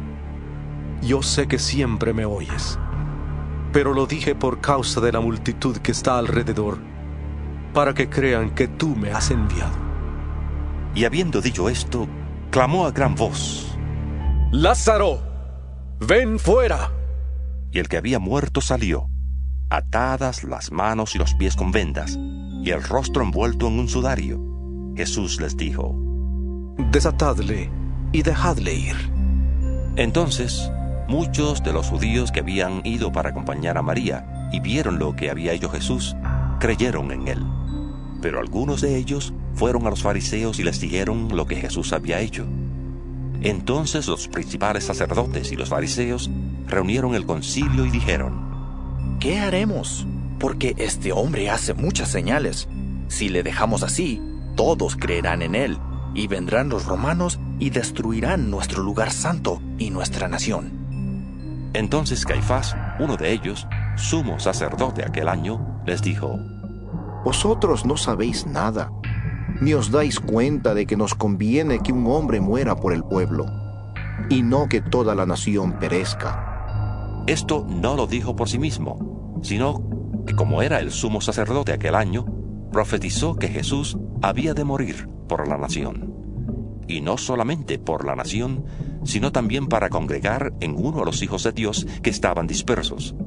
Yo sé que siempre me oyes, pero lo dije por causa de la multitud que está alrededor, para que crean que tú me has enviado. Y habiendo dicho esto, clamó a gran voz: ¡Lázaro, ven fuera! Y el que había muerto salió, atadas las manos y los pies con vendas, y el rostro envuelto en un sudario. Jesús les dijo: Desatadle y dejadle ir. Entonces, muchos de los judíos que habían ido para acompañar a María y vieron lo que había hecho Jesús, creyeron en él. Pero algunos de ellos fueron a los fariseos y les dijeron lo que Jesús había hecho. Entonces los principales sacerdotes y los fariseos reunieron el concilio y dijeron: ¿Qué haremos? Porque este hombre hace muchas señales. Si le dejamos así, todos creerán en él, y vendrán los romanos y destruirán nuestro lugar santo y nuestra nación. Entonces Caifás, uno de ellos, sumo sacerdote aquel año, les dijo: Vosotros no sabéis nada, ni os dais cuenta de que nos conviene que un hombre muera por el pueblo, y no que toda la nación perezca. Esto no lo dijo por sí mismo, sino que como era el sumo sacerdote aquel año, profetizó que Jesús había de morir por la nación. Y no solamente por la nación, sino también para congregar en uno a los hijos de Dios que estaban dispersos.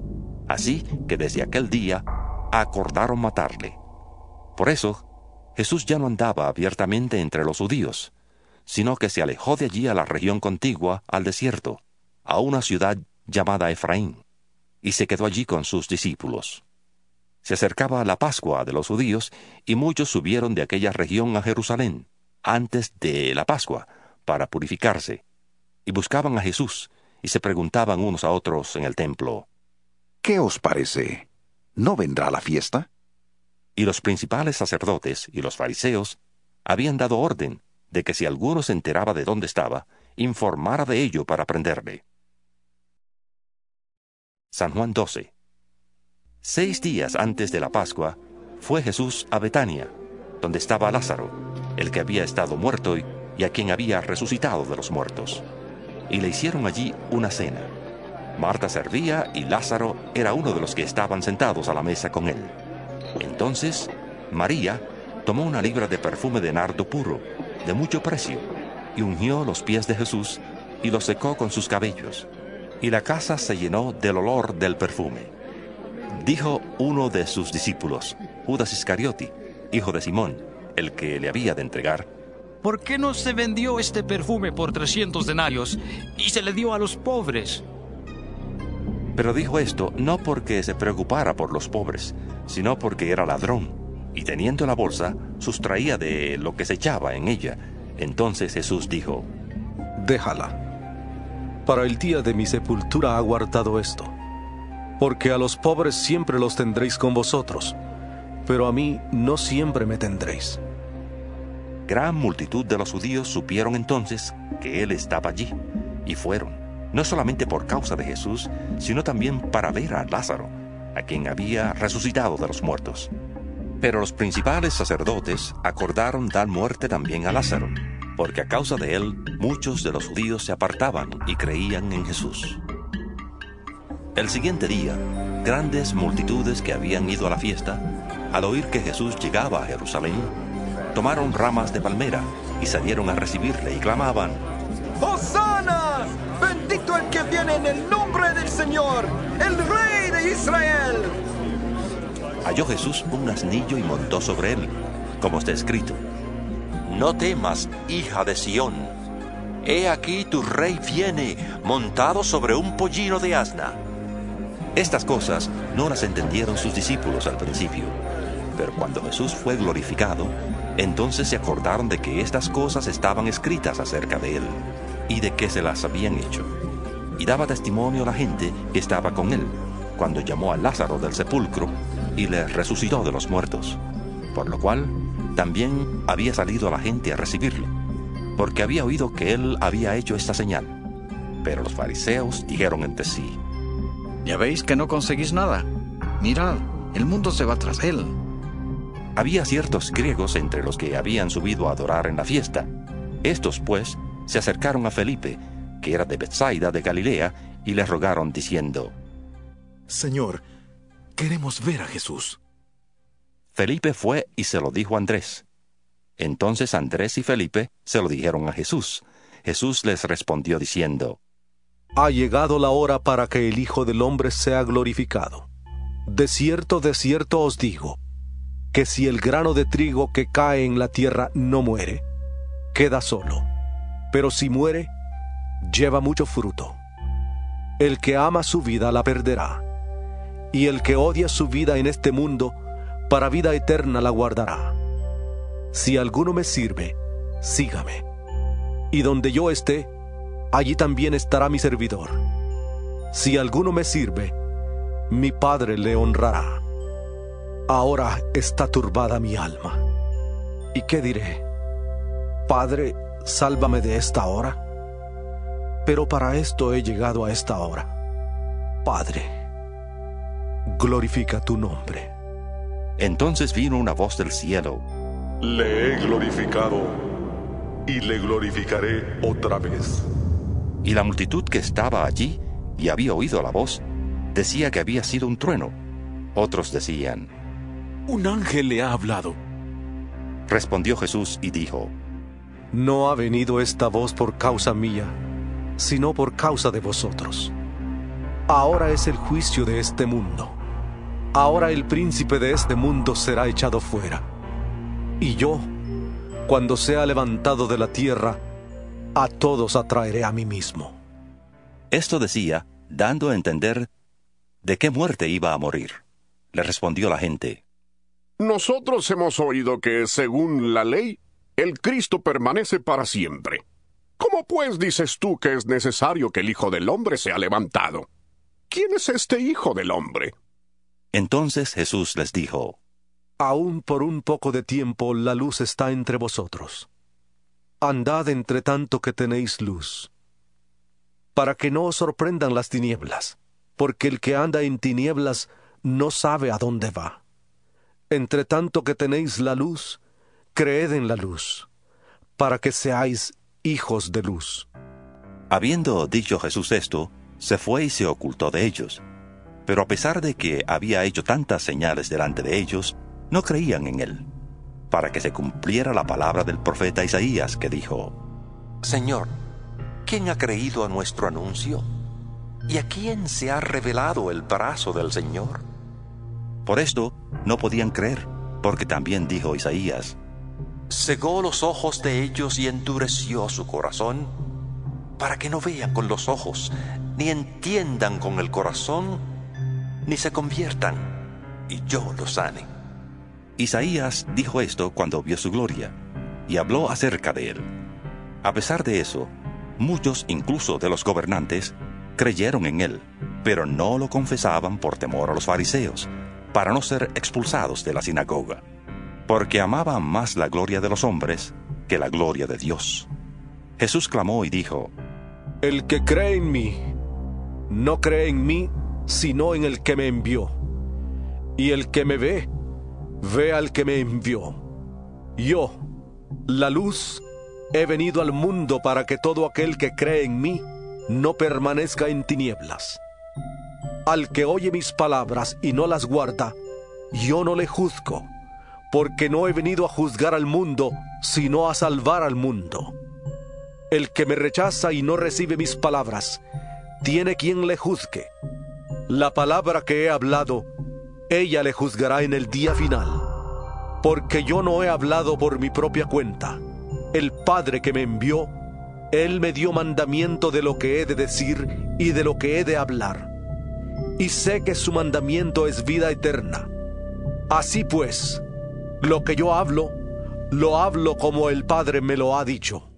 Así que desde aquel día acordaron matarle. Por eso, Jesús ya no andaba abiertamente entre los judíos, sino que se alejó de allí a la región contigua al desierto, a una ciudad llamada Efraín, y se quedó allí con sus discípulos. Se acercaba la Pascua de los judíos, y muchos subieron de aquella región a Jerusalén, antes de la Pascua, para purificarse, y buscaban a Jesús, y se preguntaban unos a otros en el templo: ¿Qué os parece? ¿No vendrá la fiesta? Y los principales sacerdotes y los fariseos habían dado orden de que si alguno se enteraba de dónde estaba, informara de ello para prenderle. San Juan 12. 6 días antes de la Pascua, fue Jesús a Betania, donde estaba Lázaro, el que había estado muerto y a quien había resucitado de los muertos. Y le hicieron allí una cena. Marta servía y Lázaro era uno de los que estaban sentados a la mesa con él. Entonces, María tomó una libra de perfume de nardo puro, de mucho precio, y ungió los pies de Jesús y los secó con sus cabellos. Y la casa se llenó del olor del perfume. Dijo uno de sus discípulos, Judas Iscariote, hijo de Simón, el que le había de entregar: ¿Por qué no se vendió este perfume por 300 denarios y se le dio a los pobres? Pero dijo esto no porque se preocupara por los pobres, sino porque era ladrón, y teniendo la bolsa, sustraía de lo que se echaba en ella. Entonces Jesús dijo: Déjala. Para el día de mi sepultura ha guardado esto. Porque a los pobres siempre los tendréis con vosotros, pero a mí no siempre me tendréis. Gran multitud de los judíos supieron entonces que él estaba allí, y fueron, no solamente por causa de Jesús, sino también para ver a Lázaro, a quien había resucitado de los muertos. Pero los principales sacerdotes acordaron dar muerte también a Lázaro, porque a causa de él muchos de los judíos se apartaban y creían en Jesús. El siguiente día, grandes multitudes que habían ido a la fiesta, al oír que Jesús llegaba a Jerusalén, tomaron ramas de palmera y salieron a recibirle y clamaban: ¡Hosana! ¡Bendito el que viene en el nombre del Señor, el Rey de Israel! Halló Jesús un asnillo y montó sobre él, como está escrito: No temas, hija de Sión. He aquí tu rey viene, montado sobre un pollino de asna. Estas cosas no las entendieron sus discípulos al principio, pero cuando Jesús fue glorificado, entonces se acordaron de que estas cosas estaban escritas acerca de él, y de que se las habían hecho. Y daba testimonio a la gente que estaba con él, cuando llamó a Lázaro del sepulcro y le resucitó de los muertos, por lo cual también había salido a la gente a recibirle, porque había oído que él había hecho esta señal. Pero los fariseos dijeron entre sí: Ya veis que no conseguís nada. Mirad, el mundo se va tras él. Había ciertos griegos entre los que habían subido a adorar en la fiesta. Estos, pues, se acercaron a Felipe, que era de Betsaida de Galilea, y le rogaron diciendo: Señor, queremos ver a Jesús. Felipe fue y se lo dijo a Andrés. Entonces Andrés y Felipe se lo dijeron a Jesús. Jesús les respondió diciendo: Ha llegado la hora para que el Hijo del Hombre sea glorificado. De cierto os digo, que si el grano de trigo que cae en la tierra no muere, queda solo, pero si muere, lleva mucho fruto. El que ama su vida la perderá, y el que odia su vida en este mundo, para vida eterna la guardará. Si alguno me sirve, sígame, y donde yo esté, allí también estará mi servidor. Si alguno me sirve, mi Padre le honrará. Ahora está turbada mi alma. ¿Y qué diré? Padre, sálvame de esta hora. Pero para esto he llegado a esta hora. Padre, glorifica tu nombre. Entonces vino una voz del cielo: Le he glorificado y le glorificaré otra vez. Y la multitud que estaba allí y había oído la voz, decía que había sido un trueno. Otros decían: Un ángel le ha hablado. Respondió Jesús y dijo: No ha venido esta voz por causa mía, sino por causa de vosotros. Ahora es el juicio de este mundo. Ahora el príncipe de este mundo será echado fuera. Y yo, cuando sea levantado de la tierra, a todos atraeré a mí mismo. Esto decía, dando a entender de qué muerte iba a morir. Le respondió la gente: Nosotros hemos oído que, según la ley, el Cristo permanece para siempre. ¿Cómo pues dices tú que es necesario que el Hijo del Hombre sea levantado? ¿Quién es este Hijo del Hombre? Entonces Jesús les dijo: Aún por un poco de tiempo la luz está entre vosotros. Andad entre tanto que tenéis luz, para que no os sorprendan las tinieblas, porque el que anda en tinieblas no sabe a dónde va. Entre tanto que tenéis la luz, creed en la luz, para que seáis hijos de luz. Habiendo dicho Jesús esto, se fue y se ocultó de ellos. Pero a pesar de que había hecho tantas señales delante de ellos, no creían en él, para que se cumpliera la palabra del profeta Isaías, que dijo: Señor, ¿quién ha creído a nuestro anuncio? ¿Y a quién se ha revelado el brazo del Señor? Por esto no podían creer, porque también dijo Isaías: Cegó los ojos de ellos y endureció su corazón, para que no vean con los ojos, ni entiendan con el corazón, ni se conviertan, y yo los sane. Isaías dijo esto cuando vio su gloria, y habló acerca de él. A pesar de eso, muchos, incluso de los gobernantes, creyeron en él, pero no lo confesaban por temor a los fariseos, para no ser expulsados de la sinagoga, porque amaban más la gloria de los hombres que la gloria de Dios. Jesús clamó y dijo: El que cree en mí, no cree en mí, sino en el que me envió. Y el que me ve, ve al que me envió. Yo, la luz, he venido al mundo para que todo aquel que cree en mí no permanezca en tinieblas. Al que oye mis palabras y no las guarda, yo no le juzgo, porque no he venido a juzgar al mundo, sino a salvar al mundo. El que me rechaza y no recibe mis palabras, tiene quien le juzgue. La palabra que he hablado, ella le juzgará en el día final, porque yo no he hablado por mi propia cuenta. El Padre que me envió, Él me dio mandamiento de lo que he de decir y de lo que he de hablar. Y sé que su mandamiento es vida eterna. Así pues, lo que yo hablo, lo hablo como el Padre me lo ha dicho.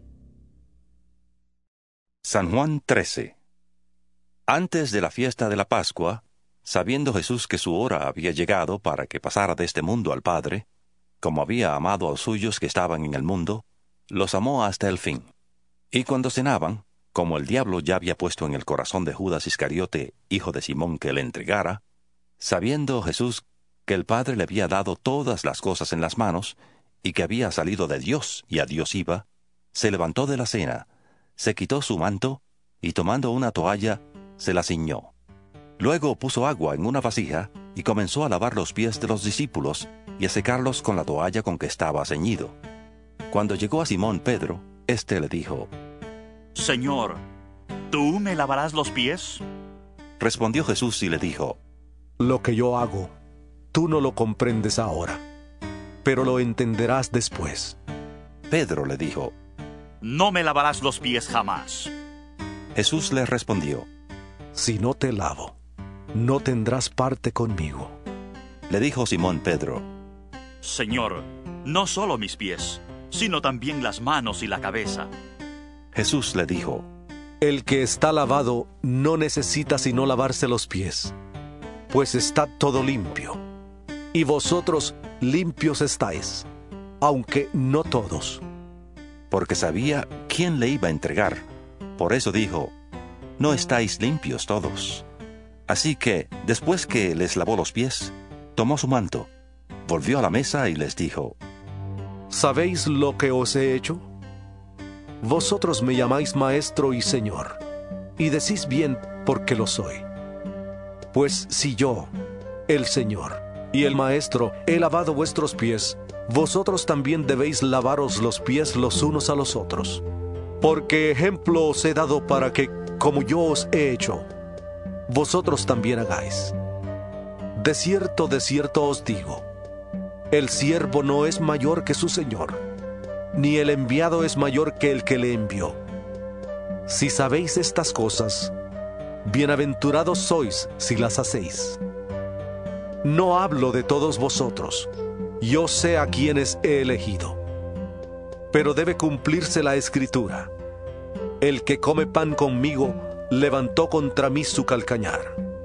San Juan 13. Antes de la fiesta de la Pascua, sabiendo Jesús que su hora había llegado para que pasara de este mundo al Padre, como había amado a los suyos que estaban en el mundo, los amó hasta el fin. Y cuando cenaban, como el diablo ya había puesto en el corazón de Judas Iscariote, hijo de Simón, que le entregara, sabiendo Jesús que el Padre le había dado todas las cosas en las manos, y que había salido de Dios y a Dios iba, se levantó de la cena, se quitó su manto, y tomando una toalla, se la ciñó. Luego puso agua en una vasija, y comenzó a lavar los pies de los discípulos, y a secarlos con la toalla con que estaba ceñido. Cuando llegó a Simón Pedro, éste le dijo: Señor, ¿tú me lavarás los pies? Respondió Jesús y le dijo: Lo que yo hago, tú no lo comprendes ahora, pero lo entenderás después. Pedro le dijo: No me lavarás los pies jamás. Jesús le respondió: Si no te lavo, no tendrás parte conmigo. Le dijo Simón Pedro: Señor, no solo mis pies, sino también las manos y la cabeza. Jesús le dijo: El que está lavado no necesita sino lavarse los pies, pues está todo limpio. Y vosotros limpios estáis, aunque no todos. Porque sabía quién le iba a entregar. Por eso dijo: No estáis limpios todos. Así que, después que les lavó los pies, tomó su manto, volvió a la mesa y les dijo: ¿Sabéis lo que os he hecho? Vosotros me llamáis Maestro y Señor, y decís bien porque lo soy. Pues si yo, el Señor, y el Maestro, he lavado vuestros pies, vosotros también debéis lavaros los pies los unos a los otros. Porque ejemplo os he dado para que, como yo os he hecho, vosotros también hagáis. De cierto os digo, el siervo no es mayor que su señor, ni el enviado es mayor que el que le envió. Si sabéis estas cosas, bienaventurados sois si las hacéis. No hablo de todos vosotros, yo sé a quienes he elegido. Pero debe cumplirse la Escritura: el que come pan conmigo levantó contra mí su calcañar.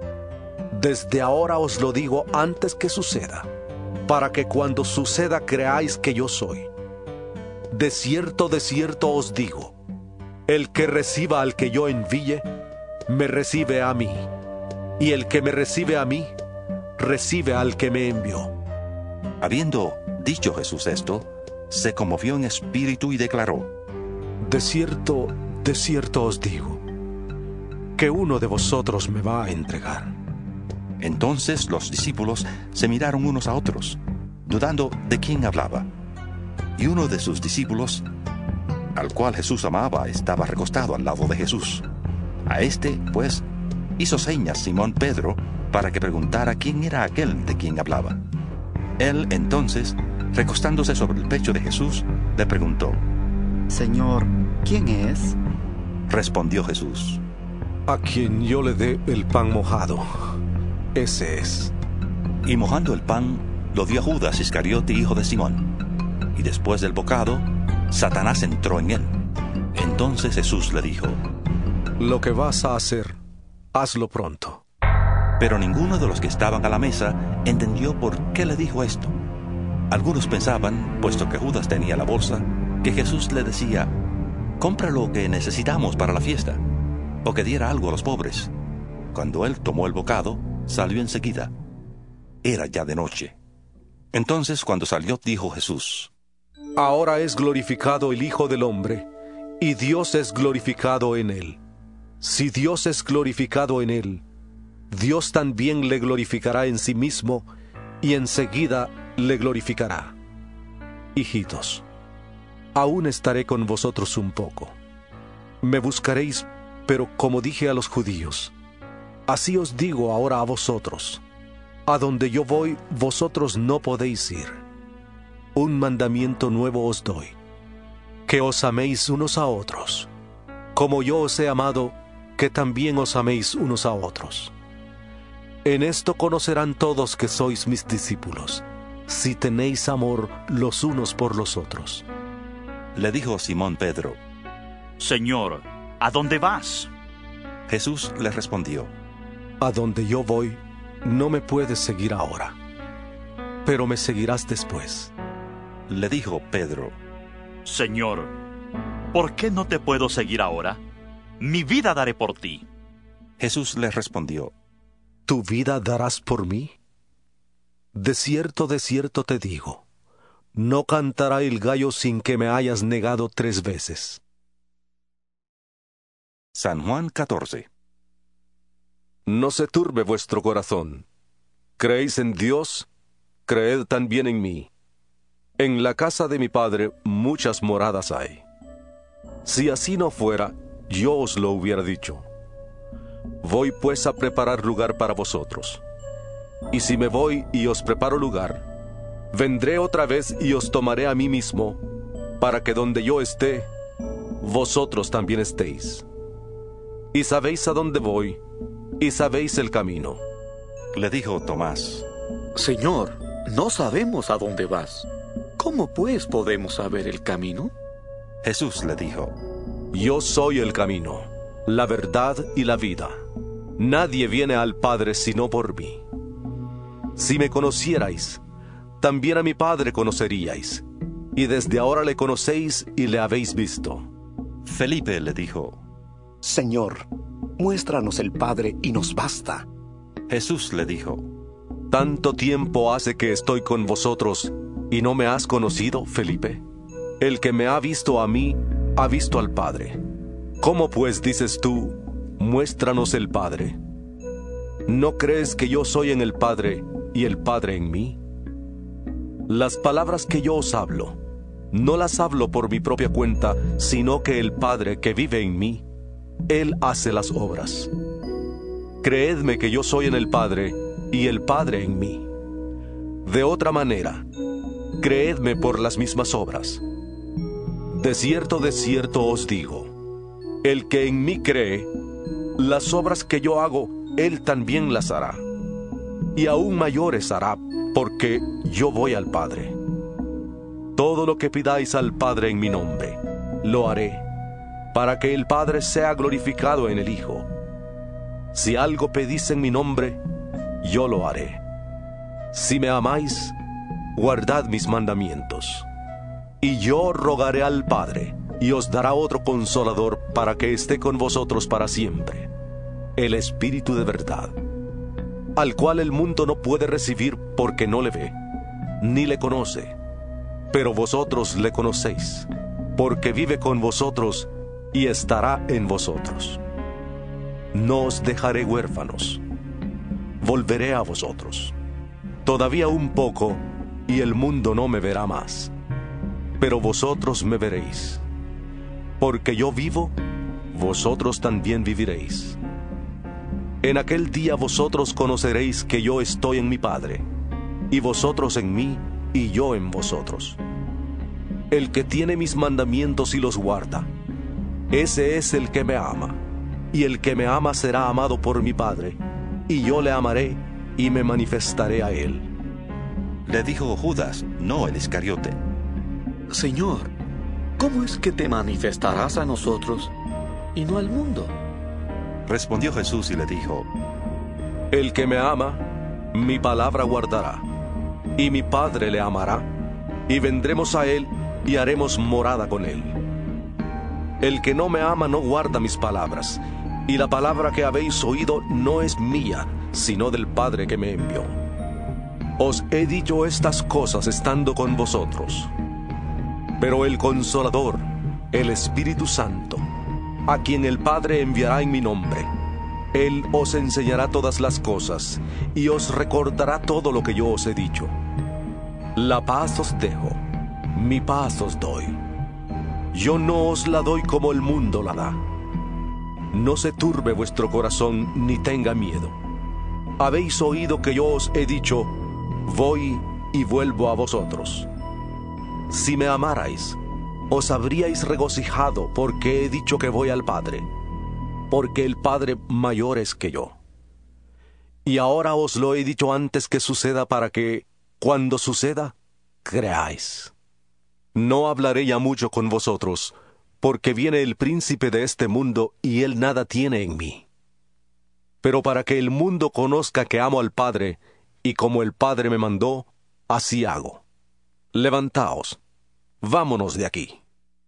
Desde ahora os lo digo antes que suceda, para que cuando suceda creáis que yo soy. De cierto os digo, el que reciba al que yo envíe, me recibe a mí, y el que me recibe a mí, recibe al que me envió. Habiendo dicho Jesús esto, se conmovió en espíritu y declaró: De cierto os digo, que uno de vosotros me va a entregar. Entonces los discípulos se miraron unos a otros, dudando de quién hablaba. Y uno de sus discípulos, al cual Jesús amaba, estaba recostado al lado de Jesús. A este, pues, hizo señas Simón Pedro para que preguntara quién era aquel de quien hablaba. Él, entonces, recostándose sobre el pecho de Jesús, le preguntó: Señor, ¿quién es? Respondió Jesús: A quien yo le dé el pan mojado, ese es. Y mojando el pan, lo dio a Judas Iscariote, hijo de Simón. Y después del bocado, Satanás entró en él. Entonces Jesús le dijo: Lo que vas a hacer, hazlo pronto. Pero ninguno de los que estaban a la mesa entendió por qué le dijo esto. Algunos pensaban, puesto que Judas tenía la bolsa, que Jesús le decía: compra lo que necesitamos para la fiesta, o que diera algo a los pobres. Cuando él tomó el bocado, salió enseguida. Era ya de noche. Entonces, cuando salió, dijo Jesús: Ahora es glorificado el Hijo del Hombre, y Dios es glorificado en él. Si Dios es glorificado en él, Dios también le glorificará en sí mismo, y enseguida le glorificará. Hijitos, aún estaré con vosotros un poco. Me buscaréis, pero como dije a los judíos, así os digo ahora a vosotros: a donde yo voy, vosotros no podéis ir. Un mandamiento nuevo os doy, que os améis unos a otros. Como yo os he amado, que también os améis unos a otros. En esto conocerán todos que sois mis discípulos, si tenéis amor los unos por los otros. Le dijo Simón Pedro: Señor, ¿a dónde vas? Jesús le respondió: A donde yo voy, no me puedes seguir ahora, pero me seguirás después. Le dijo Pedro: Señor, ¿por qué no te puedo seguir ahora? Mi vida daré por ti. Jesús le respondió: ¿Tu vida darás por mí? De cierto te digo, no cantará el gallo sin que me hayas negado 3 veces. San Juan 14. No se turbe vuestro corazón. ¿Creéis en Dios? Creed también en mí. En la casa de mi Padre muchas moradas hay. Si así no fuera, yo os lo hubiera dicho. Voy pues a preparar lugar para vosotros. Y si me voy y os preparo lugar, vendré otra vez y os tomaré a mí mismo, para que donde yo esté, vosotros también estéis. Y sabéis a dónde voy, y sabéis el camino. Le dijo Tomás: Señor, no sabemos a dónde vas. ¿Cómo pues podemos saber el camino? Jesús le dijo: Yo soy el camino, la verdad y la vida. Nadie viene al Padre sino por mí. Si me conocierais, también a mi Padre conoceríais, y desde ahora le conocéis y le habéis visto. Felipe le dijo: Señor, muéstranos el Padre y nos basta. Jesús le dijo: ¿Tanto tiempo hace que estoy con vosotros y no me has conocido, Felipe? El que me ha visto a mí, ha visto al Padre. ¿Cómo pues dices tú, muéstranos el Padre? ¿No crees que yo soy en el Padre y el Padre en mí? Las palabras que yo os hablo, no las hablo por mi propia cuenta, sino que el Padre que vive en mí, Él hace las obras. creedme que yo soy en el Padre y el Padre en mí. De otra manera, creedme por las mismas obras. De cierto os digo, el que en mí cree, las obras que yo hago, él también las hará, y aún mayores hará, porque yo voy al Padre. Todo lo que pidáis al Padre en mi nombre, lo haré, para que el Padre sea glorificado en el Hijo. Si algo pedís en mi nombre, yo lo haré. Si me amáis, guardad mis mandamientos. Y yo rogaré al Padre, y os dará otro Consolador para que esté con vosotros para siempre, el Espíritu de verdad, al cual el mundo no puede recibir porque no le ve, ni le conoce. Pero vosotros le conocéis, porque vive con vosotros y estará en vosotros. No os dejaré huérfanos, volveré a vosotros. Todavía un poco, y el mundo no me verá más, pero vosotros me veréis. Porque yo vivo, vosotros también viviréis. En aquel día vosotros conoceréis que yo estoy en mi Padre, y vosotros en mí, y yo en vosotros. El que tiene mis mandamientos y los guarda, ese es el que me ama, y el que me ama será amado por mi Padre, y yo le amaré y me manifestaré a él. Le dijo Judas, no el Iscariote: Señor, ¿cómo es que te manifestarás a nosotros y no al mundo? Respondió Jesús y le dijo: El que me ama, mi palabra guardará, y mi Padre le amará, y vendremos a él y haremos morada con él. El que no me ama no guarda mis palabras, y la palabra que habéis oído no es mía, sino del Padre que me envió. Os he dicho estas cosas estando con vosotros. Pero el Consolador, el Espíritu Santo, a quien el Padre enviará en mi nombre, Él os enseñará todas las cosas, y os recordará todo lo que yo os he dicho. La paz os dejo, mi paz os doy. Yo no os la doy como el mundo la da. No se turbe vuestro corazón, ni tenga miedo. Habéis oído que yo os he dicho, voy y vuelvo a vosotros. Si me amarais, os habríais regocijado porque he dicho que voy al Padre, porque el Padre mayor es que yo. Y ahora os lo he dicho antes que suceda para que, cuando suceda, creáis. No hablaré ya mucho con vosotros, porque viene el príncipe de este mundo y él nada tiene en mí. Pero para que el mundo conozca que amo al Padre, y como el Padre me mandó, así hago. Levantaos, vámonos de aquí.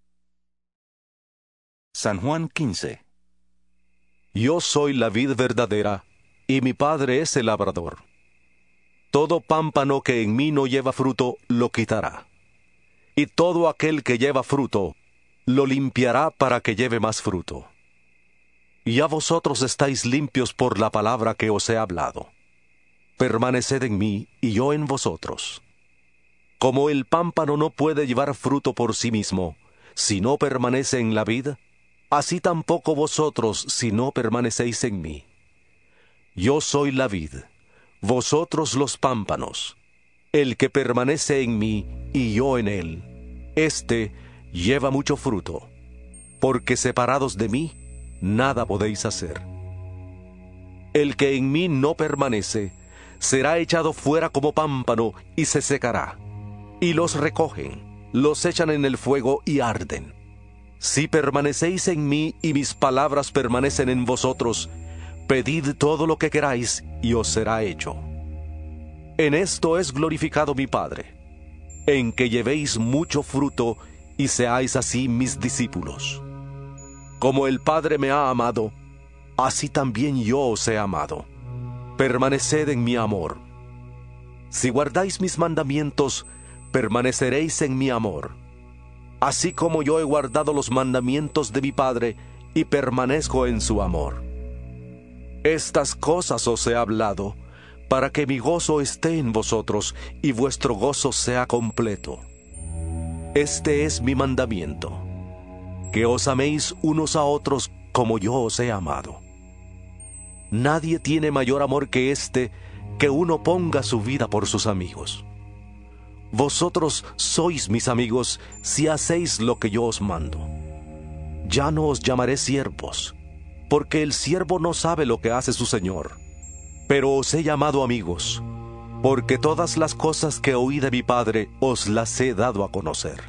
San Juan 15. Yo soy la vid verdadera, y mi Padre es el labrador. Todo pámpano que en mí no lleva fruto, lo quitará. Y todo aquel que lleva fruto, lo limpiará para que lleve más fruto. Ya vosotros estáis limpios por la palabra que os he hablado. Permaneced en mí, y yo en vosotros. Como el pámpano no puede llevar fruto por sí mismo, si no permanece en la vid, así tampoco vosotros si no permanecéis en mí. Yo soy la vid, vosotros los pámpanos. El que permanece en mí y yo en él, éste lleva mucho fruto, porque separados de mí, nada podéis hacer. El que en mí no permanece, será echado fuera como pámpano y se secará. Y los recogen, los echan en el fuego y arden. Si permanecéis en mí y mis palabras permanecen en vosotros, pedid todo lo que queráis y os será hecho. En esto es glorificado mi Padre, en que llevéis mucho fruto y seáis así mis discípulos. Como el Padre me ha amado, así también yo os he amado. Permaneced en mi amor. Si guardáis mis mandamientos, permaneceréis en mi amor, así como yo he guardado los mandamientos de mi Padre y permanezco en su amor. Estas cosas os he hablado, para que mi gozo esté en vosotros y vuestro gozo sea completo. Este es mi mandamiento, que os améis unos a otros como yo os he amado. Nadie tiene mayor amor que este, que uno ponga su vida por sus amigos. Vosotros sois mis amigos si hacéis lo que yo os mando. Ya no os llamaré siervos, porque el siervo no sabe lo que hace su señor. Pero os he llamado amigos, porque todas las cosas que oí de mi Padre os las he dado a conocer.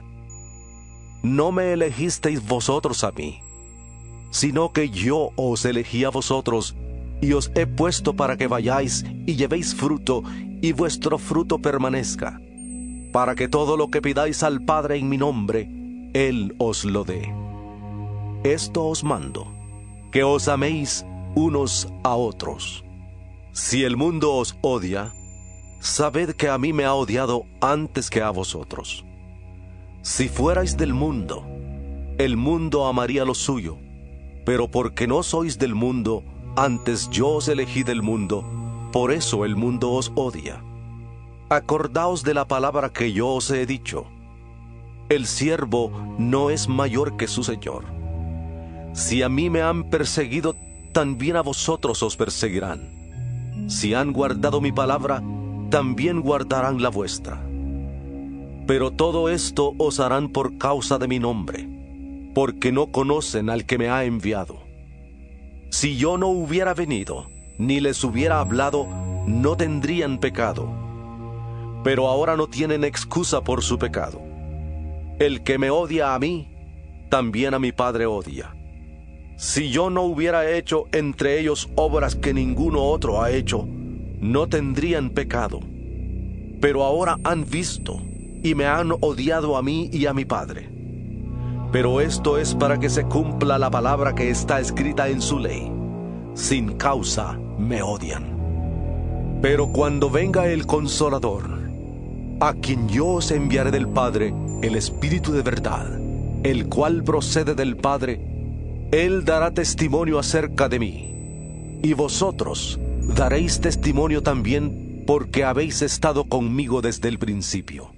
No me elegisteis vosotros a mí, sino que yo os elegí a vosotros, y os he puesto para que vayáis y llevéis fruto, y vuestro fruto permanezca, para que todo lo que pidáis al Padre en mi nombre, Él os lo dé. Esto os mando, que os améis unos a otros. Si el mundo os odia, sabed que a mí me ha odiado antes que a vosotros. Si fuerais del mundo, el mundo amaría lo suyo, pero porque no sois del mundo, antes yo os elegí del mundo, por eso el mundo os odia. Acordaos de la palabra que yo os he dicho. El siervo no es mayor que su señor. Si a mí me han perseguido, también a vosotros os perseguirán. Si han guardado mi palabra, también guardarán la vuestra. Pero todo esto os harán por causa de mi nombre, porque no conocen al que me ha enviado. Si yo no hubiera venido, ni les hubiera hablado, no tendrían pecado. Pero ahora no tienen excusa por su pecado. El que me odia a mí, también a mi Padre odia. Si yo no hubiera hecho entre ellos obras que ninguno otro ha hecho, no tendrían pecado. Pero ahora han visto y me han odiado a mí y a mi Padre. Pero esto es para que se cumpla la palabra que está escrita en su ley. Sin causa me odian. Pero cuando venga el Consolador, a quien yo os enviaré del Padre, el Espíritu de verdad, el cual procede del Padre, Él dará testimonio acerca de mí. Y vosotros daréis testimonio también, porque habéis estado conmigo desde el principio.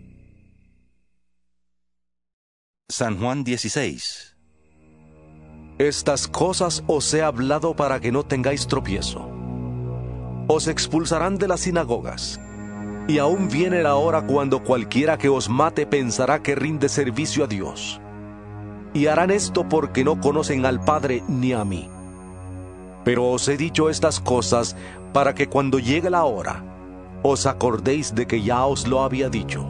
San Juan 16. Estas cosas os he hablado para que no tengáis tropiezo. Os expulsarán de las sinagogas, y aún viene la hora cuando cualquiera que os mate pensará que rinde servicio a Dios. Y harán esto porque no conocen al Padre ni a mí. Pero os he dicho estas cosas para que cuando llegue la hora, os acordéis de que ya os lo había dicho.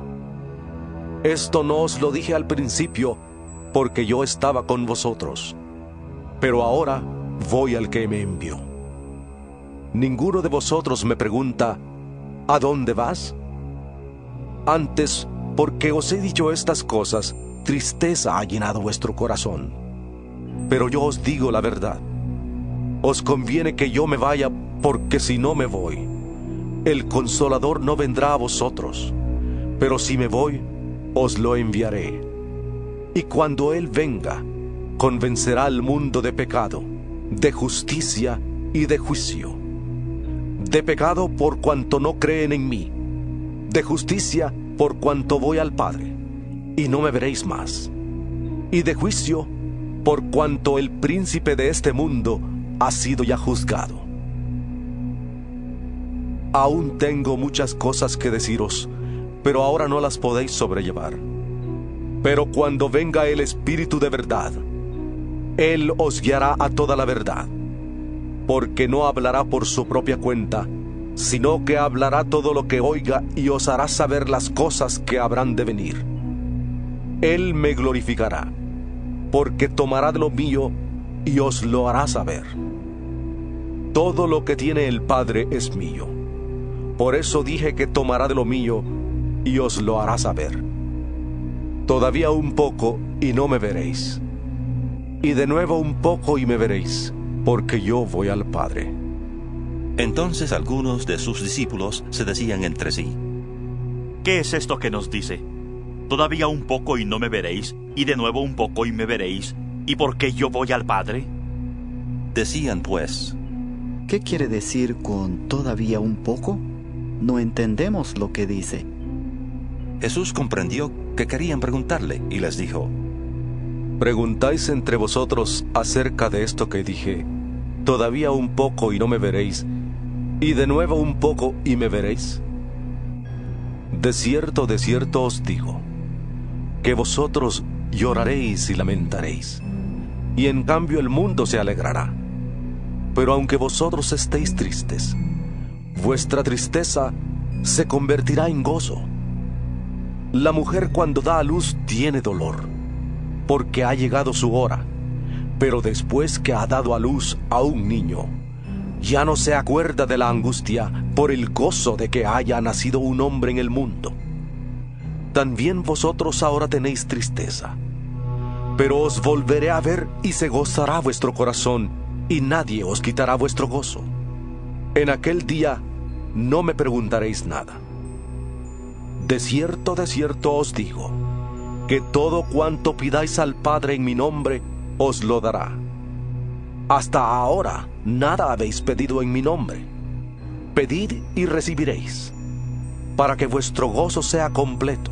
Esto no os lo dije al principio, porque yo estaba con vosotros. Pero ahora voy al que me envió. Ninguno de vosotros me pregunta, ¿a dónde vas? Antes, porque os he dicho estas cosas, tristeza ha llenado vuestro corazón. Pero yo os digo la verdad. Os conviene que yo me vaya, porque si no me voy, el Consolador no vendrá a vosotros. Pero si me voy, os lo enviaré. Y cuando Él venga, convencerá al mundo de pecado, de justicia y de juicio. De pecado por cuanto no creen en mí, de justicia por cuanto voy al Padre, y no me veréis más, y de juicio por cuanto el príncipe de este mundo ha sido ya juzgado. Aún tengo muchas cosas que deciros, pero ahora no las podéis sobrellevar. Pero cuando venga el Espíritu de verdad, Él os guiará a toda la verdad, porque no hablará por su propia cuenta, sino que hablará todo lo que oiga y os hará saber las cosas que habrán de venir. Él me glorificará, porque tomará de lo mío y os lo hará saber. Todo lo que tiene el Padre es mío. Por eso dije que tomará de lo mío y os lo hará saber. Todavía un poco y no me veréis. Y de nuevo un poco y me veréis, porque yo voy al Padre. Entonces algunos de sus discípulos se decían entre sí: ¿Qué es esto que nos dice? Todavía un poco y no me veréis, y de nuevo un poco y me veréis, ¿y por qué yo voy al Padre? Decían pues: ¿Qué quiere decir con todavía un poco? No entendemos lo que dice. Jesús comprendió que querían preguntarle y les dijo: ¿Preguntáis entre vosotros acerca de esto que dije, todavía un poco y no me veréis, y de nuevo un poco y me veréis? De cierto os digo, que vosotros lloraréis y lamentaréis, y en cambio el mundo se alegrará. Pero aunque vosotros estéis tristes, vuestra tristeza se convertirá en gozo. La mujer cuando da a luz tiene dolor, porque ha llegado su hora, pero después que ha dado a luz a un niño, ya no se acuerda de la angustia por el gozo de que haya nacido un hombre en el mundo. También vosotros ahora tenéis tristeza, pero os volveré a ver y se gozará vuestro corazón, y nadie os quitará vuestro gozo. En aquel día no me preguntaréis nada. De cierto os digo, que todo cuanto pidáis al Padre en mi nombre, os lo dará. Hasta ahora nada habéis pedido en mi nombre. Pedid y recibiréis, para que vuestro gozo sea completo.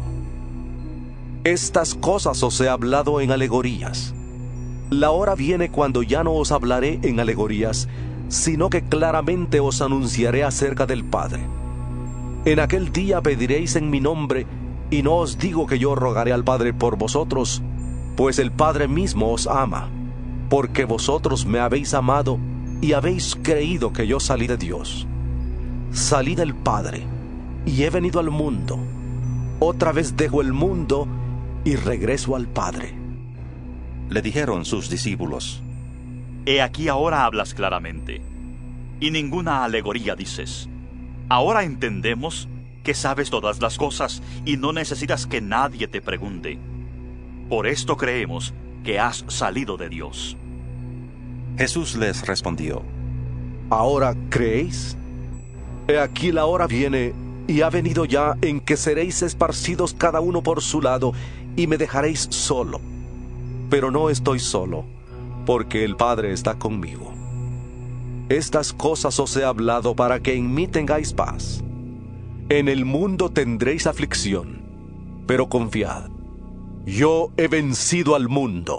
Estas cosas os he hablado en alegorías. La hora viene cuando ya no os hablaré en alegorías, sino que claramente os anunciaré acerca del Padre. En aquel día pediréis en mi nombre, y no os digo que yo rogaré al Padre por vosotros, pues el Padre mismo os ama, porque vosotros me habéis amado y habéis creído que yo salí de Dios. Salí del Padre, y he venido al mundo. Otra vez dejo el mundo y regreso al Padre. Le dijeron sus discípulos: He aquí ahora hablas claramente, y ninguna alegoría dices. Ahora entendemos que sabes todas las cosas y no necesitas que nadie te pregunte. Por esto creemos que has salido de Dios. Jesús les respondió: ¿Ahora creéis? He aquí la hora viene, y ha venido ya, en que seréis esparcidos cada uno por su lado, y me dejaréis solo. Pero no estoy solo, porque el Padre está conmigo. Estas cosas os he hablado para que en mí tengáis paz. En el mundo tendréis aflicción, pero confiad, yo he vencido al mundo.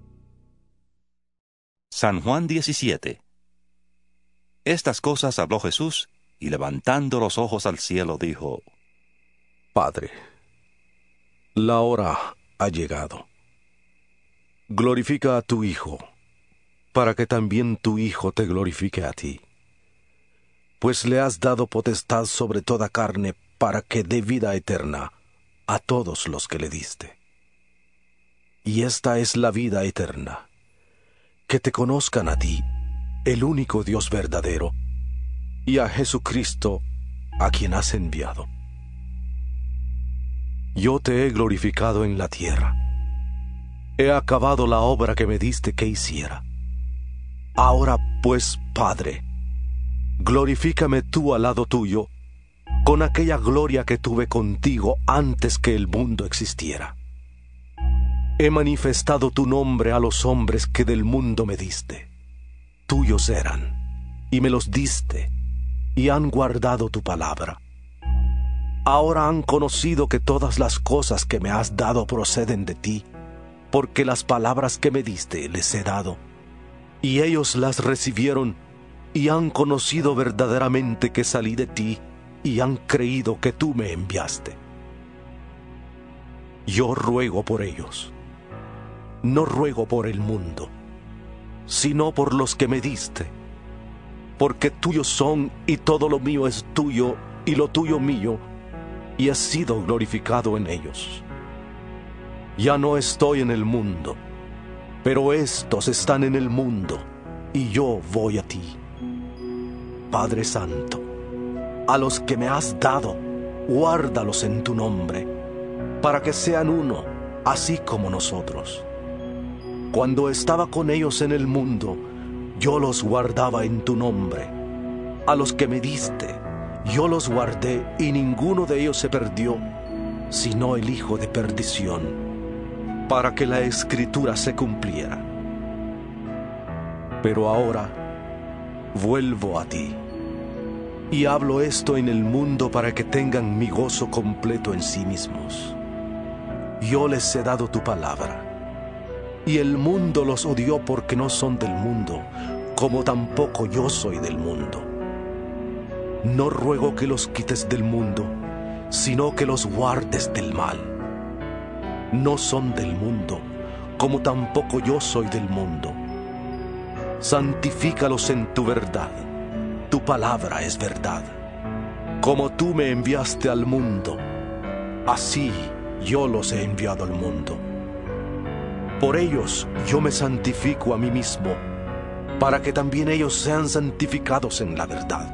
San Juan 17. Estas cosas habló Jesús, y levantando los ojos al cielo dijo: Padre, la hora ha llegado. Glorifica a tu Hijo, para que también tu Hijo te glorifique a ti. Pues le has dado potestad sobre toda carne, para que dé vida eterna a todos los que le diste. Y esta es la vida eterna, que te conozcan a ti, el único Dios verdadero, y a Jesucristo, a quien has enviado. Yo te he glorificado en la tierra. He acabado la obra que me diste que hiciera. Ahora pues, Padre, glorifícame tú al lado tuyo, con aquella gloria que tuve contigo antes que el mundo existiera. He manifestado tu nombre a los hombres que del mundo me diste. Tuyos eran, y me los diste, y han guardado tu palabra. Ahora han conocido que todas las cosas que me has dado proceden de ti, porque las palabras que me diste les he dado, y ellos las recibieron, y han conocido verdaderamente que salí de ti, y han creído que tú me enviaste. Yo ruego por ellos. No ruego por el mundo, sino por los que me diste, porque tuyos son, y todo lo mío es tuyo, y lo tuyo mío, y he sido glorificado en ellos. Ya no estoy en el mundo, pero estos están en el mundo, y yo voy a ti. Padre Santo, a los que me has dado, guárdalos en tu nombre, para que sean uno, así como nosotros. Cuando estaba con ellos en el mundo, yo los guardaba en tu nombre. A los que me diste, yo los guardé, y ninguno de ellos se perdió, sino el hijo de perdición, para que la Escritura se cumpliera. Pero ahora vuelvo a ti, y hablo esto en el mundo para que tengan mi gozo completo en sí mismos. Yo les he dado tu palabra, y el mundo los odió porque no son del mundo, como tampoco yo soy del mundo. No ruego que los quites del mundo, sino que los guardes del mal. No son del mundo, como tampoco yo soy del mundo. Santifícalos en tu verdad, tu palabra es verdad. Como tú me enviaste al mundo, así yo los he enviado al mundo. Por ellos yo me santifico a mí mismo, para que también ellos sean santificados en la verdad.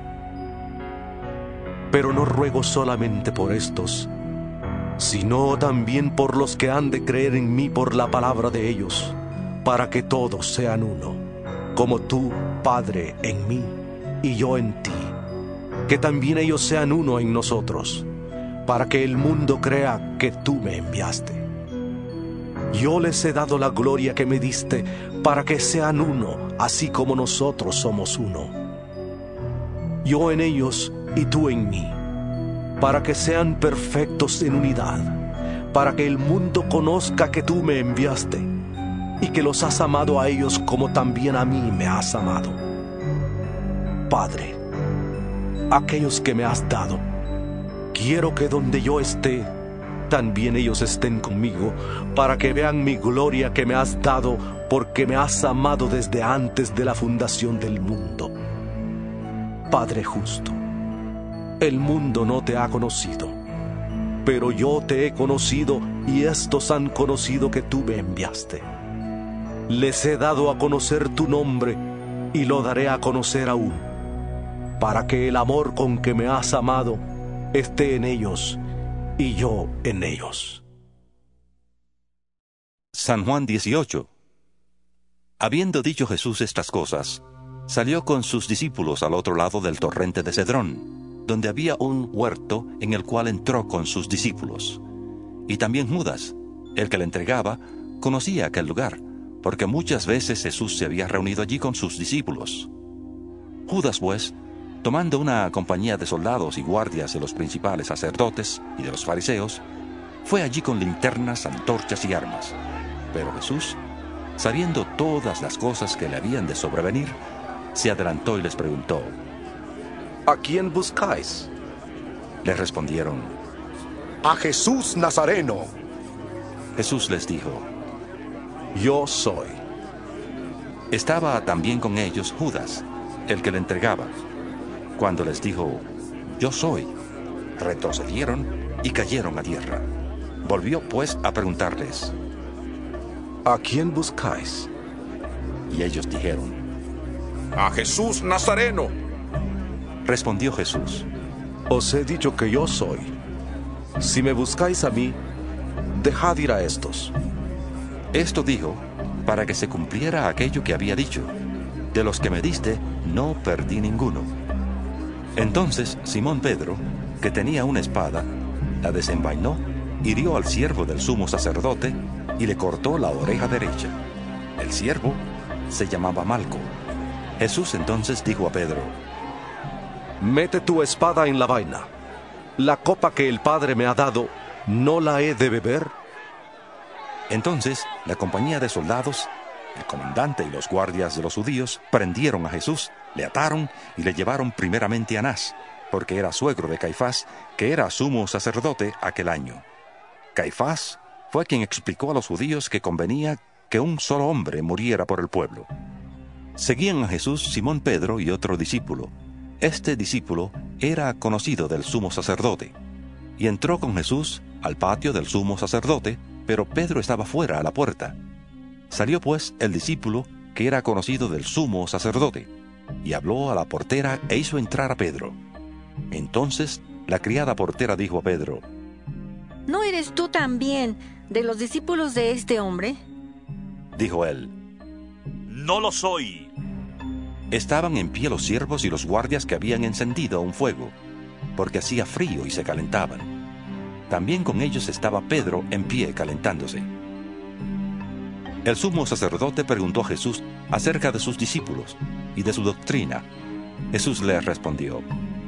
Pero no ruego solamente por estos, sino también por los que han de creer en mí por la palabra de ellos, para que todos sean uno, como tú, Padre, en mí y yo en ti, que también ellos sean uno en nosotros, para que el mundo crea que tú me enviaste. Yo les he dado la gloria que me diste, para que sean uno, así como nosotros somos uno. Yo en ellos y tú en mí, para que sean perfectos en unidad, para que el mundo conozca que tú me enviaste, y que los has amado a ellos como también a mí me has amado. Padre, aquellos que me has dado, quiero que donde yo esté, también ellos estén conmigo, para que vean mi gloria que me has dado, porque me has amado desde antes de la fundación del mundo. Padre justo, el mundo no te ha conocido, pero yo te he conocido, y estos han conocido que tú me enviaste. Les he dado a conocer tu nombre, y lo daré a conocer aún, para que el amor con que me has amado esté en ellos, y yo en ellos. San Juan 18. Habiendo dicho Jesús estas cosas, salió con sus discípulos al otro lado del torrente de Cedrón, donde había un huerto en el cual entró con sus discípulos. Y también Judas, el que le entregaba, conocía aquel lugar, porque muchas veces Jesús se había reunido allí con sus discípulos. Judas, pues, tomando una compañía de soldados y guardias de los principales sacerdotes y de los fariseos, fue allí con linternas, antorchas y armas. Pero Jesús, sabiendo todas las cosas que le habían de sobrevenir, se adelantó y les preguntó: ¿A quién buscáis? Le respondieron: A Jesús Nazareno. Jesús les dijo: Yo soy. Estaba también con ellos Judas, el que le entregaba. Cuando les dijo: Yo soy, retrocedieron y cayeron a tierra. Volvió pues a preguntarles: ¿A quién buscáis? Y ellos dijeron: A Jesús Nazareno. Respondió Jesús: Os he dicho que yo soy. Si me buscáis a mí, dejad ir a estos. Esto dijo para que se cumpliera aquello que había dicho: de los que me diste, no perdí ninguno. Entonces Simón Pedro, que tenía una espada, la desenvainó, hirió al siervo del sumo sacerdote y le cortó la oreja derecha. El siervo se llamaba Malco. Jesús entonces dijo a Pedro: Mete tu espada en la vaina. La copa que el Padre me ha dado, ¿no la he de beber? Entonces la compañía de soldados, el comandante y los guardias de los judíos prendieron a Jesús, le ataron y le llevaron primeramente a Anás, porque era suegro de Caifás, que era sumo sacerdote aquel año. Caifás fue quien explicó a los judíos que convenía que un solo hombre muriera por el pueblo. Seguían a Jesús Simón Pedro y otro discípulo. Este discípulo era conocido del sumo sacerdote, y entró con Jesús al patio del sumo sacerdote, pero Pedro estaba fuera a la puerta. Salió pues el discípulo, que era conocido del sumo sacerdote, y habló a la portera e hizo entrar a Pedro. Entonces la criada portera dijo a Pedro: ¿No eres tú también de los discípulos de este hombre? Dijo él: No lo soy. Estaban en pie los siervos y los guardias que habían encendido un fuego, porque hacía frío y se calentaban. También con ellos estaba Pedro en pie calentándose. El sumo sacerdote preguntó a Jesús acerca de sus discípulos y de su doctrina. Jesús le respondió: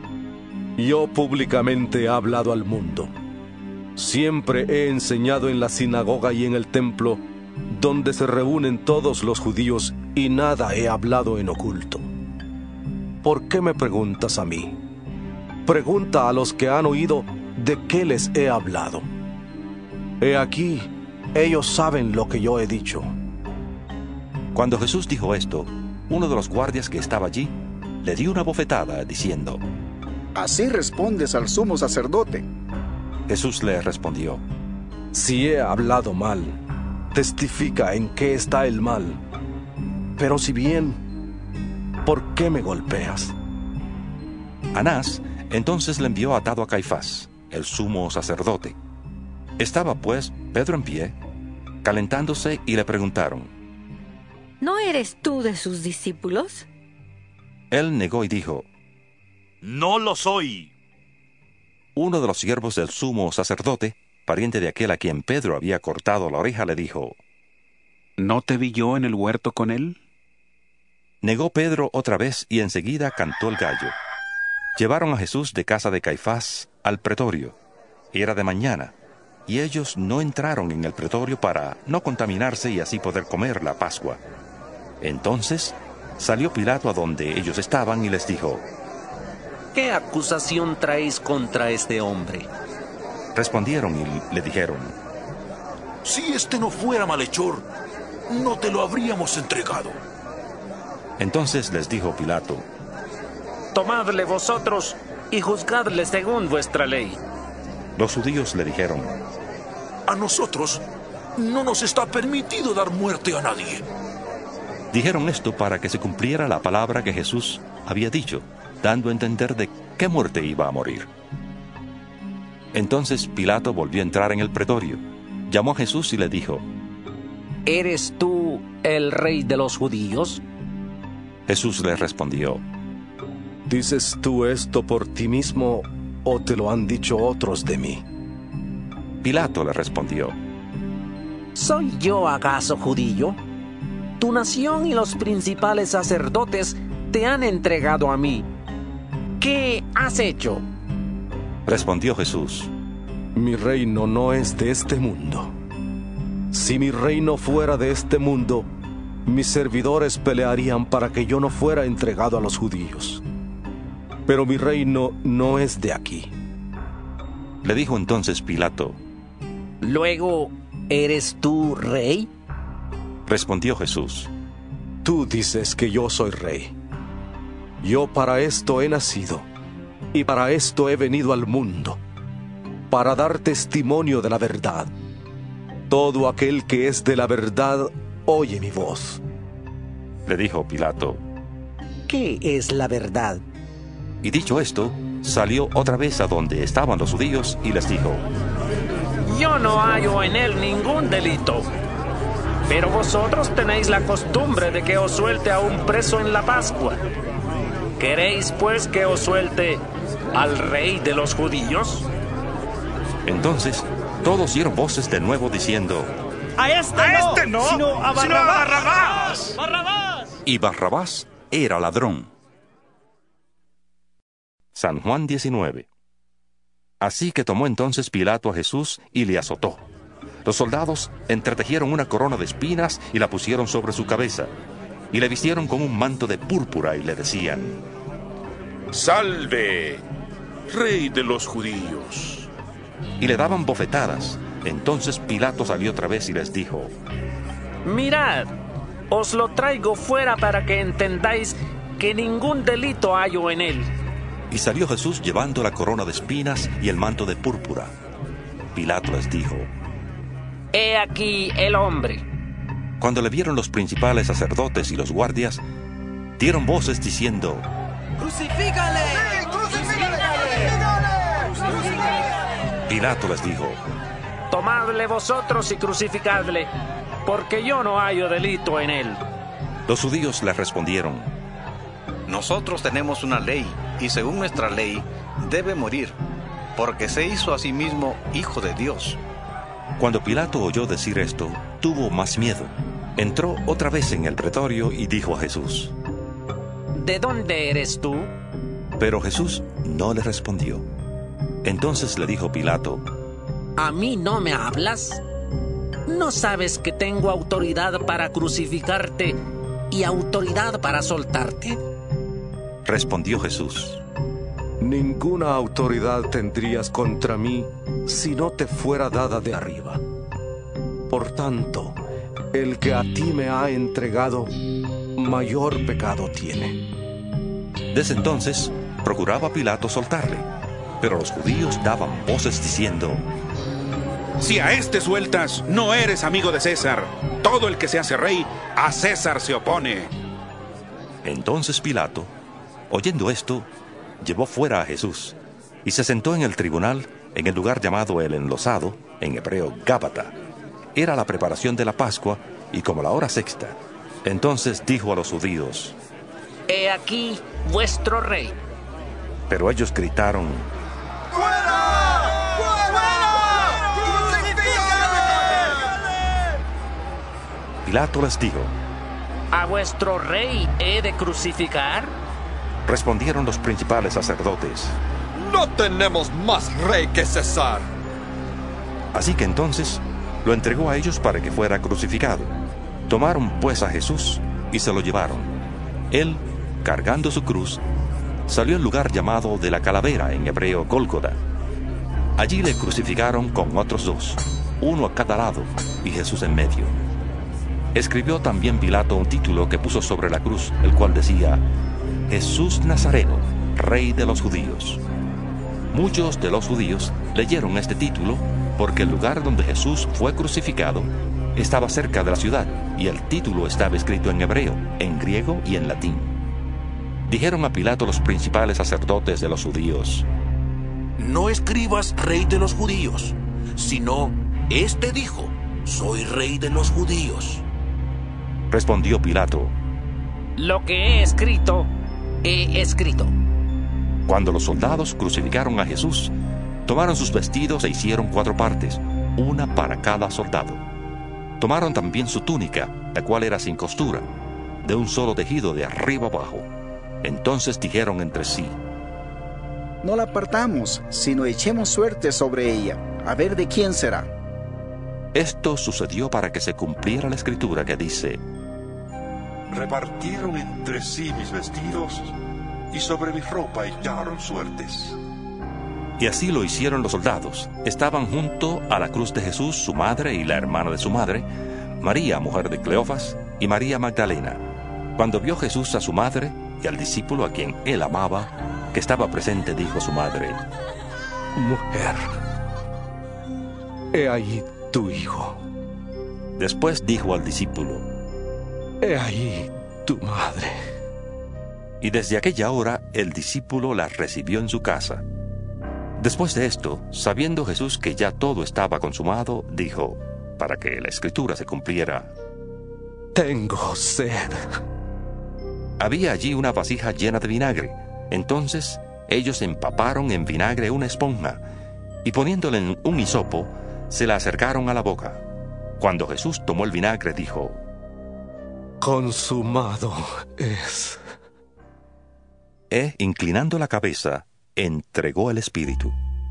Yo públicamente he hablado al mundo. Siempre he enseñado en la sinagoga y en el templo, donde se reúnen todos los judíos y nada he hablado en oculto. ¿Por qué me preguntas a mí? Pregunta a los que han oído de qué les he hablado. He aquí, ellos saben lo que yo he dicho. Cuando Jesús dijo esto, uno de los guardias que estaba allí le dio una bofetada, diciendo: Así respondes al sumo sacerdote. Jesús le respondió: Si he hablado mal, testifica en qué está el mal. Pero si bien, ¿por qué me golpeas? Anás entonces le envió atado a Caifás, el sumo sacerdote. Estaba pues Pedro en pie, calentándose, y le preguntaron: ¿No eres tú de sus discípulos? Él negó y dijo: No lo soy. Uno de los siervos del sumo sacerdote, pariente de aquel a quien Pedro había cortado la oreja, le dijo: ¿No te vi yo en el huerto con él? Negó Pedro otra vez y enseguida cantó el gallo. Llevaron a Jesús de casa de Caifás al pretorio. Era de mañana, y ellos no entraron en el pretorio para no contaminarse y así poder comer la Pascua. Entonces salió Pilato a donde ellos estaban y les dijo: ¿Qué acusación traéis contra este hombre? Respondieron y le dijeron: Si este no fuera malhechor, no te lo habríamos entregado. Entonces les dijo Pilato: Tomadle vosotros y juzgadle según vuestra ley. Los judíos le dijeron: A nosotros no nos está permitido dar muerte a nadie. Dijeron esto para que se cumpliera la palabra que Jesús había dicho, dando a entender de qué muerte iba a morir. Entonces Pilato volvió a entrar en el pretorio, llamó a Jesús y le dijo: ¿Eres tú el rey de los judíos? Jesús le respondió: ¿Dices tú esto por ti mismo o te lo han dicho otros de mí? Pilato le respondió: ¿Soy yo acaso judío? Tu nación y los principales sacerdotes te han entregado a mí. ¿Qué has hecho? Respondió Jesús: Mi reino no es de este mundo. Si mi reino fuera de este mundo, mis servidores pelearían para que yo no fuera entregado a los judíos. Pero mi reino no es de aquí. Le dijo entonces Pilato: Luego, ¿eres tú rey? Respondió Jesús: Tú dices que yo soy rey. Yo para esto he nacido, y para esto he venido al mundo, para dar testimonio de la verdad. Todo aquel que es de la verdad oye mi voz. Le dijo Pilato: ¿Qué es la verdad? Y dicho esto, salió otra vez a donde estaban los judíos y les dijo: Yo no hallo en él ningún delito. Pero vosotros tenéis la costumbre de que os suelte a un preso en la Pascua. ¿Queréis pues que os suelte al rey de los judíos? Entonces todos dieron voces de nuevo diciendo: ¡A este no! ¡Sino a Barrabás! ¡Barrabás! Y Barrabás era ladrón. San Juan 19. Así que tomó entonces Pilato a Jesús y le azotó. Los soldados entretejieron una corona de espinas y la pusieron sobre su cabeza, y le vistieron con un manto de púrpura y le decían: ¡Salve, rey de los judíos! Y le daban bofetadas. Entonces Pilato salió otra vez y les dijo: Mirad, os lo traigo fuera para que entendáis que ningún delito hallo en él. Y salió Jesús llevando la corona de espinas y el manto de púrpura. Pilato les dijo: He aquí el hombre. Cuando le vieron los principales sacerdotes y los guardias, dieron voces diciendo: ¡Crucifícale! ¡Sí, crucifícale! Pilato les dijo: Tomadle vosotros y crucificadle, porque yo no hallo delito en él. Los judíos le respondieron: Nosotros tenemos una ley, y según nuestra ley, debe morir, porque se hizo a sí mismo hijo de Dios. Cuando Pilato oyó decir esto, tuvo más miedo. Entró otra vez en el pretorio y dijo a Jesús: ¿De dónde eres tú? Pero Jesús no le respondió. Entonces le dijo Pilato: ¿A mí no me hablas? ¿No sabes que tengo autoridad para crucificarte y autoridad para soltarte? Respondió Jesús: Ninguna autoridad tendrías contra mí si no te fuera dada de arriba. Por tanto, el que a ti me ha entregado, mayor pecado tiene. Desde entonces, procuraba Pilato soltarle, pero los judíos daban voces diciendo: Si a este sueltas, no eres amigo de César. Todo el que se hace rey, a César se opone. Entonces Pilato, oyendo esto, llevó fuera a Jesús y se sentó en el tribunal en el lugar llamado el Enlosado, en hebreo Gábata. Era la preparación de la Pascua y como la hora sexta. Entonces dijo a los judíos: He aquí vuestro rey. Pero ellos gritaron: ¡Fuera! ¡Fuera! ¡Crucifícale! Pilato les dijo: ¿A vuestro rey he de crucificar? Respondieron los principales sacerdotes: No tenemos más rey que César. Así que entonces lo entregó a ellos para que fuera crucificado. Tomaron pues a Jesús y se lo llevaron. Él, cargando su cruz, salió al lugar llamado de la Calavera, en hebreo Gólgota. Allí le crucificaron con otros dos, uno a cada lado y Jesús en medio. Escribió también Pilato un título que puso sobre la cruz, el cual decía: Jesús Nazareno, Rey de los Judíos. Muchos de los judíos leyeron este título porque el lugar donde Jesús fue crucificado estaba cerca de la ciudad y el título estaba escrito en hebreo, en griego y en latín. Dijeron a Pilato los principales sacerdotes de los judíos: No escribas Rey de los Judíos, sino este dijo: Soy Rey de los Judíos. Respondió Pilato: Lo que he escrito, he escrito. Cuando los soldados crucificaron a Jesús, tomaron sus vestidos e hicieron 4 partes, una para cada soldado. Tomaron también su túnica, la cual era sin costura, de un solo tejido de arriba abajo. Entonces dijeron entre sí: No la partamos, sino echemos suerte sobre ella, a ver de quién será. Esto sucedió para que se cumpliera la escritura que dice: Repartieron entre sí mis vestidos y sobre mi ropa echaron suertes. Y así lo hicieron los soldados. Estaban junto a la cruz de Jesús su madre y la hermana de su madre, María, mujer de Cleofas, y María Magdalena. Cuando vio Jesús a su madre y al discípulo a quien él amaba, que estaba presente, dijo a su madre: Mujer, he ahí tu hijo. Después dijo al discípulo: He ahí tu madre. Y desde aquella hora el discípulo la recibió en su casa. Después de esto, sabiendo Jesús que ya todo estaba consumado, dijo, para que la escritura se cumpliera: Tengo sed. Había allí una vasija llena de vinagre. Entonces ellos empaparon en vinagre una esponja y poniéndole en un hisopo, se la acercaron a la boca. Cuando Jesús tomó el vinagre, dijo: Consumado es. Inclinando la cabeza, entregó el espíritu.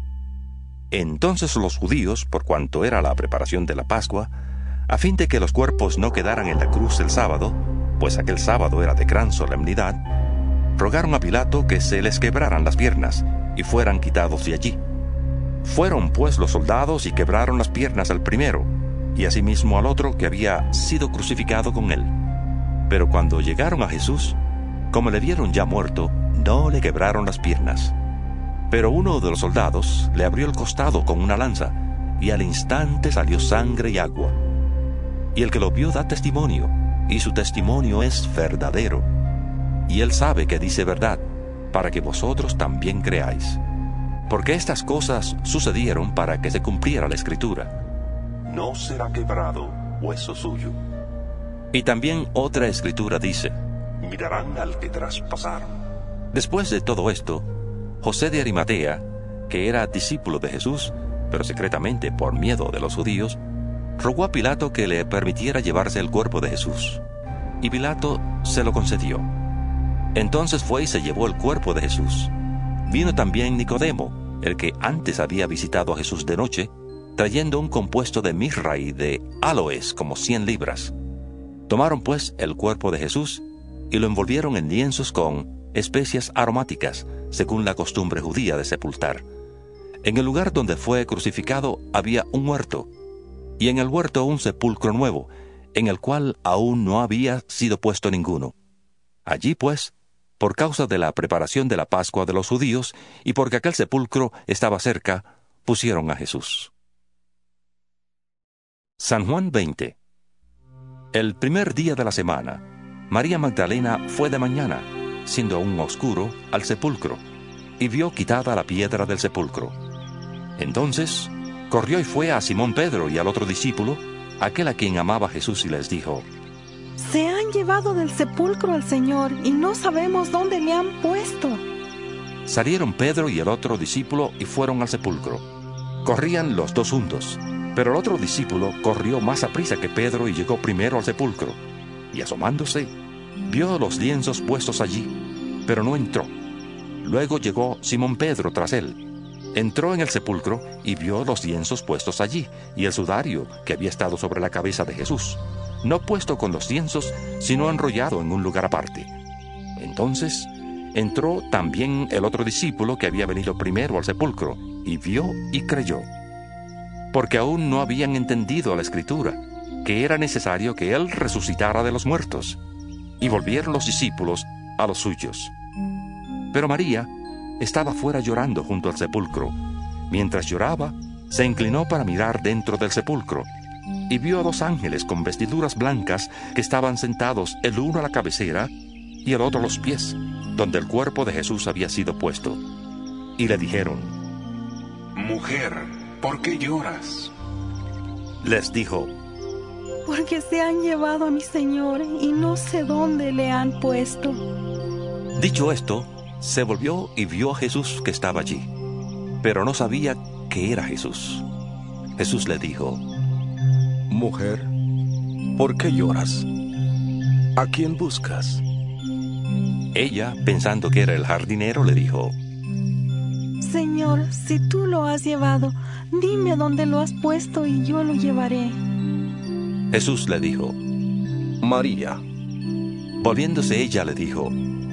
Entonces los judíos, por cuanto era la preparación de la Pascua, a fin de que los cuerpos no quedaran en la cruz el sábado, pues aquel sábado era de gran solemnidad, rogaron a Pilato que se les quebraran las piernas y fueran quitados de allí. Fueron pues los soldados y quebraron las piernas al primero, y asimismo al otro que había sido crucificado con él. Pero cuando llegaron a Jesús, como le vieron ya muerto, no le quebraron las piernas. Pero uno de los soldados le abrió el costado con una lanza, y al instante salió sangre y agua. Y el que lo vio da testimonio, y su testimonio es verdadero. Y él sabe que dice verdad, para que vosotros también creáis. Porque estas cosas sucedieron para que se cumpliera la Escritura. No será quebrado hueso suyo. Y también otra Escritura dice: Mirarán al que traspasaron. Después de todo esto, José de Arimatea, que era discípulo de Jesús, pero secretamente por miedo de los judíos, rogó a Pilato que le permitiera llevarse el cuerpo de Jesús. Y Pilato se lo concedió. Entonces fue y se llevó el cuerpo de Jesús. Vino también Nicodemo, el que antes había visitado a Jesús de noche, trayendo un compuesto de mirra y de áloes como 100 libras. Tomaron pues el cuerpo de Jesús y lo envolvieron en lienzos con especias aromáticas, según la costumbre judía de sepultar. En el lugar donde fue crucificado había un huerto, y en el huerto un sepulcro nuevo, en el cual aún no había sido puesto ninguno. Allí pues, por causa de la preparación de la Pascua de los judíos, y porque aquel sepulcro estaba cerca, pusieron a Jesús. San Juan 20. El primer día de la semana, María Magdalena fue de mañana, siendo aún oscuro, al sepulcro, y vio quitada la piedra del sepulcro. Entonces corrió y fue a Simón Pedro y al otro discípulo, aquel a quien amaba Jesús, y les dijo: Se han llevado del sepulcro al Señor y no sabemos dónde le han puesto. Salieron Pedro y el otro discípulo y fueron al sepulcro. Corrían los dos juntos, pero el otro discípulo corrió más aprisa que Pedro y llegó primero al sepulcro. Y asomándose, vio los lienzos puestos allí, pero no entró. Luego llegó Simón Pedro tras él. Entró en el sepulcro y vio los lienzos puestos allí, y el sudario que había estado sobre la cabeza de Jesús, no puesto con los lienzos, sino enrollado en un lugar aparte. Entonces entró también el otro discípulo que había venido primero al sepulcro, y vio y creyó. Porque aún no habían entendido la Escritura, que era necesario que Él resucitara de los muertos. Y volvieron los discípulos a los suyos. Pero María estaba fuera llorando junto al sepulcro. Mientras lloraba, se inclinó para mirar dentro del sepulcro, y vio a 2 ángeles con vestiduras blancas que estaban sentados, el uno a la cabecera y el otro a los pies, donde el cuerpo de Jesús había sido puesto. Y le dijeron: Mujer, ¿por qué lloras? Les dijo: Porque se han llevado a mi Señor y no sé dónde le han puesto. Dicho esto, se volvió y vio a Jesús que estaba allí, pero no sabía que era Jesús. Jesús le dijo: Mujer, ¿por qué lloras? ¿A quién buscas? Ella, pensando que era el jardinero, le dijo: Señor, si tú lo has llevado, dime dónde lo has puesto y yo lo llevaré. Jesús le dijo: María. Volviéndose ella le dijo: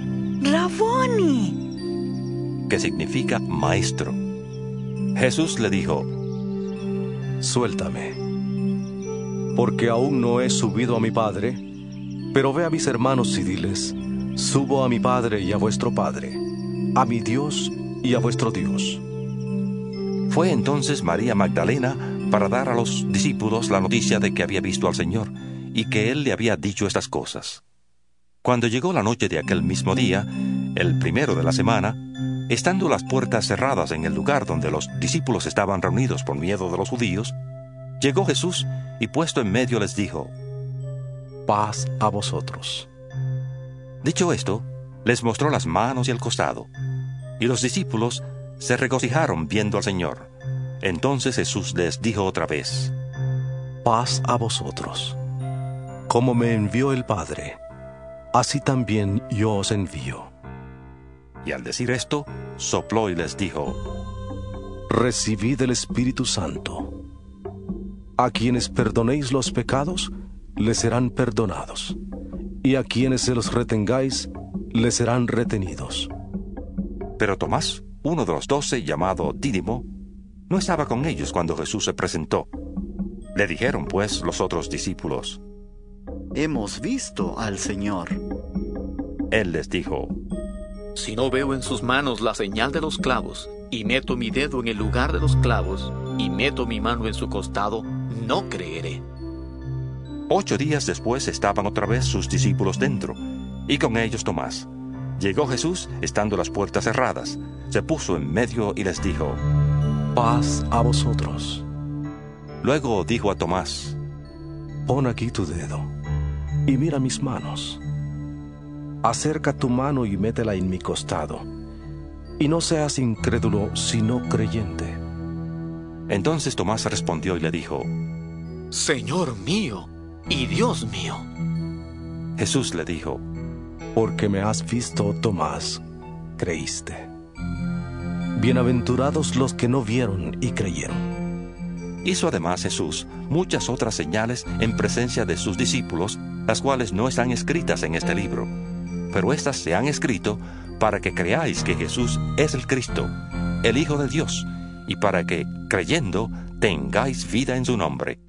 Raboni, que significa maestro. Jesús le dijo: Suéltame, porque aún no he subido a mi Padre, pero ve a mis hermanos y diles: Subo a mi Padre y a vuestro Padre, a mi Dios y a vuestro Dios. Fue entonces María Magdalena para dar a los discípulos la noticia de que había visto al Señor y que Él le había dicho estas cosas. Cuando llegó la noche de aquel mismo día, el primero de la semana, estando las puertas cerradas en el lugar donde los discípulos estaban reunidos por miedo de los judíos, llegó Jesús y puesto en medio les dijo: Paz a vosotros. Dicho esto, les mostró las manos y el costado, y los discípulos se regocijaron viendo al Señor. Entonces Jesús les dijo otra vez: Paz a vosotros. Como me envió el Padre, así también yo os envío. Y al decir esto, sopló y les dijo: Recibid el Espíritu Santo. A quienes perdonéis los pecados, les serán perdonados, y a quienes se los retengáis, les serán retenidos. Pero Tomás, uno de los 12, llamado Dídimo, no estaba con ellos cuando Jesús se presentó. Le dijeron pues los otros discípulos: Hemos visto al Señor. Él les dijo: Si no veo en sus manos la señal de los clavos, y meto mi dedo en el lugar de los clavos, y meto mi mano en su costado, no creeré. 8 días después estaban otra vez sus discípulos dentro, y con ellos Tomás. Llegó Jesús, estando las puertas cerradas, se puso en medio y les dijo: Paz a vosotros. Luego dijo a Tomás: Pon aquí tu dedo, y mira mis manos. Acerca tu mano y métela en mi costado, y no seas incrédulo, sino creyente. Entonces Tomás respondió y le dijo: Señor mío y Dios mío. Jesús le dijo: Porque me has visto, Tomás, creíste. Bienaventurados los que no vieron y creyeron. Hizo además Jesús muchas otras señales en presencia de sus discípulos, las cuales no están escritas en este libro. Pero éstas se han escrito para que creáis que Jesús es el Cristo, el Hijo de Dios, y para que, creyendo, tengáis vida en su nombre.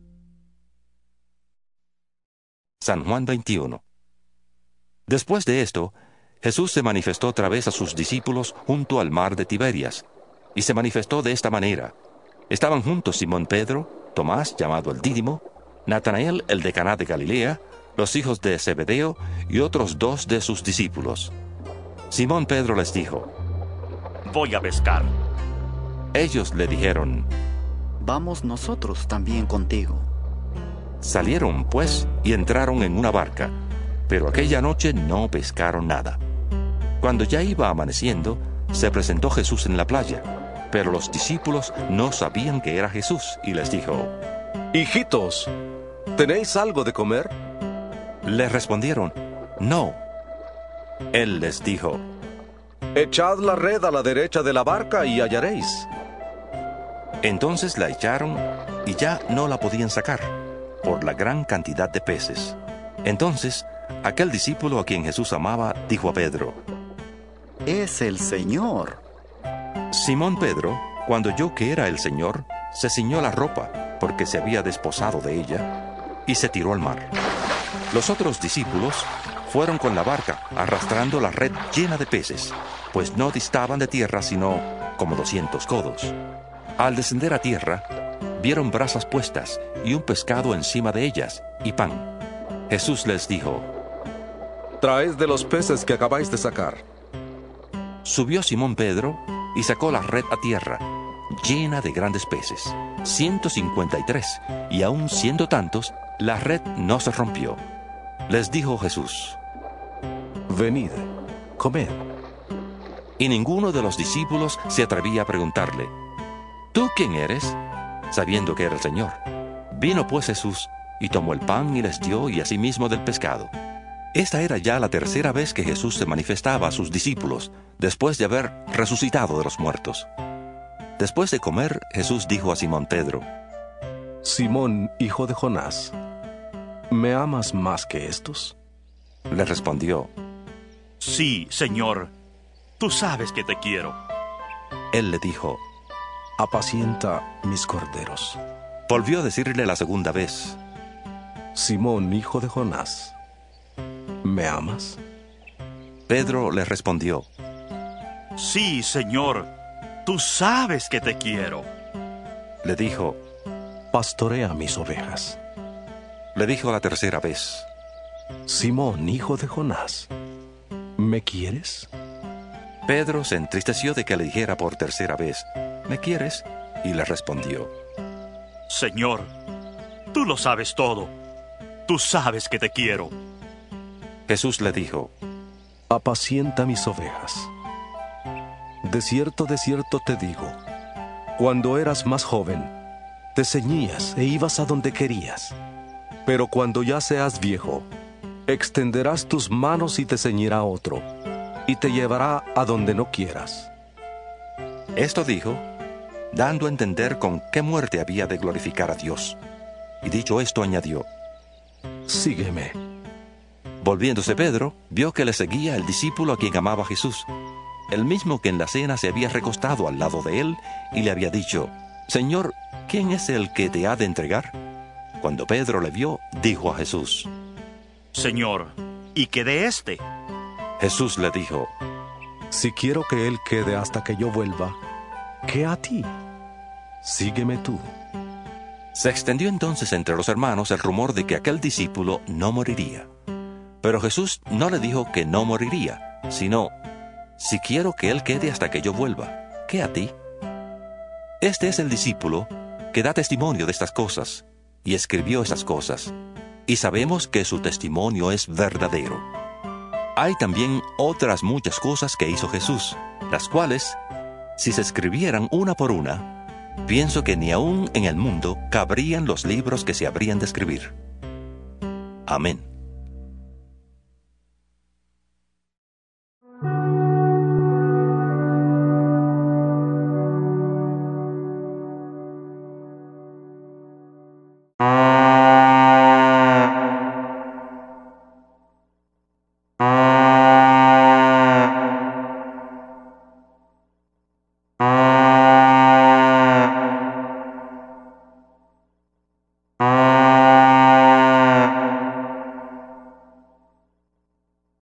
San Juan 21. Después de esto, Jesús se manifestó otra vez a sus discípulos junto al mar de Tiberias, y se manifestó de esta manera. Estaban juntos Simón Pedro, Tomás, llamado el Dídimo, Natanael, el de Caná de Galilea, los hijos de Zebedeo y otros 2 de sus discípulos. Simón Pedro les dijo: Voy a pescar. Ellos le dijeron: Vamos nosotros también contigo. Salieron, pues, y entraron en una barca, pero aquella noche no pescaron nada. Cuando ya iba amaneciendo, se presentó Jesús en la playa, pero los discípulos no sabían que era Jesús, y les dijo: Hijitos, ¿tenéis algo de comer? Les respondieron: No. Él les dijo: Echad la red a la derecha de la barca y hallaréis. Entonces la echaron y ya no la podían sacar, por la gran cantidad de peces. Entonces, aquel discípulo a quien Jesús amaba dijo a Pedro: Es el Señor. Simón Pedro, cuando oyó que era el Señor, se ciñó la ropa, porque se había desposado de ella, y se tiró al mar. Los otros discípulos fueron con la barca, arrastrando la red llena de peces, pues no distaban de tierra sino como 200 codos. Al descender a tierra, vieron brasas puestas y un pescado encima de ellas, y pan. Jesús les dijo: Traed de los peces que acabáis de sacar. Subió Simón Pedro y sacó la red a tierra, llena de grandes peces, 153, y aun siendo tantos, la red no se rompió. Les dijo Jesús: Venid, comed. Y ninguno de los discípulos se atrevía a preguntarle: ¿Tú quién eres?, sabiendo que era el Señor. Vino pues Jesús, y tomó el pan y les dio, y asimismo del pescado. Esta era ya la tercera vez que Jesús se manifestaba a sus discípulos, después de haber resucitado de los muertos. Después de comer, Jesús dijo a Simón Pedro: Simón, hijo de Jonás, ¿me amas más que estos? Le respondió: Sí, Señor, tú sabes que te quiero. Él le dijo: Apacienta mis corderos. Volvió a decirle la segunda vez: Simón, hijo de Jonás, ¿me amas? Pedro le respondió: Sí, Señor, tú sabes que te quiero. Le dijo: Pastorea mis ovejas. Le dijo la tercera vez: Simón, hijo de Jonás, ¿me quieres? Pedro se entristeció de que le dijera por tercera vez: ¿Me quieres? Y le respondió: Señor, tú lo sabes todo. Tú sabes que te quiero. Jesús le dijo: Apacienta mis ovejas. De cierto te digo, cuando eras más joven, te ceñías e ibas a donde querías. Pero cuando ya seas viejo, extenderás tus manos y te ceñirá otro, y te llevará a donde no quieras. Esto dijo, dando a entender con qué muerte había de glorificar a Dios. Y dicho esto, añadió: Sígueme. Volviéndose Pedro, vio que le seguía el discípulo a quien amaba Jesús, el mismo que en la cena se había recostado al lado de él y le había dicho: Señor, ¿quién es el que te ha de entregar? Cuando Pedro le vio, dijo a Jesús: Señor, ¿y qué de éste? Jesús le dijo: Si quiero que él quede hasta que yo vuelva, ¿qué a ti? Sígueme tú. Se extendió entonces entre los hermanos el rumor de que aquel discípulo no moriría. Pero Jesús no le dijo que no moriría, sino: Si quiero que él quede hasta que yo vuelva, ¿qué a ti? Este es el discípulo que da testimonio de estas cosas, y escribió esas cosas, y sabemos que su testimonio es verdadero. Hay también otras muchas cosas que hizo Jesús, las cuales, si se escribieran una por una, pienso que ni aún en el mundo cabrían los libros que se habrían de escribir. Amén.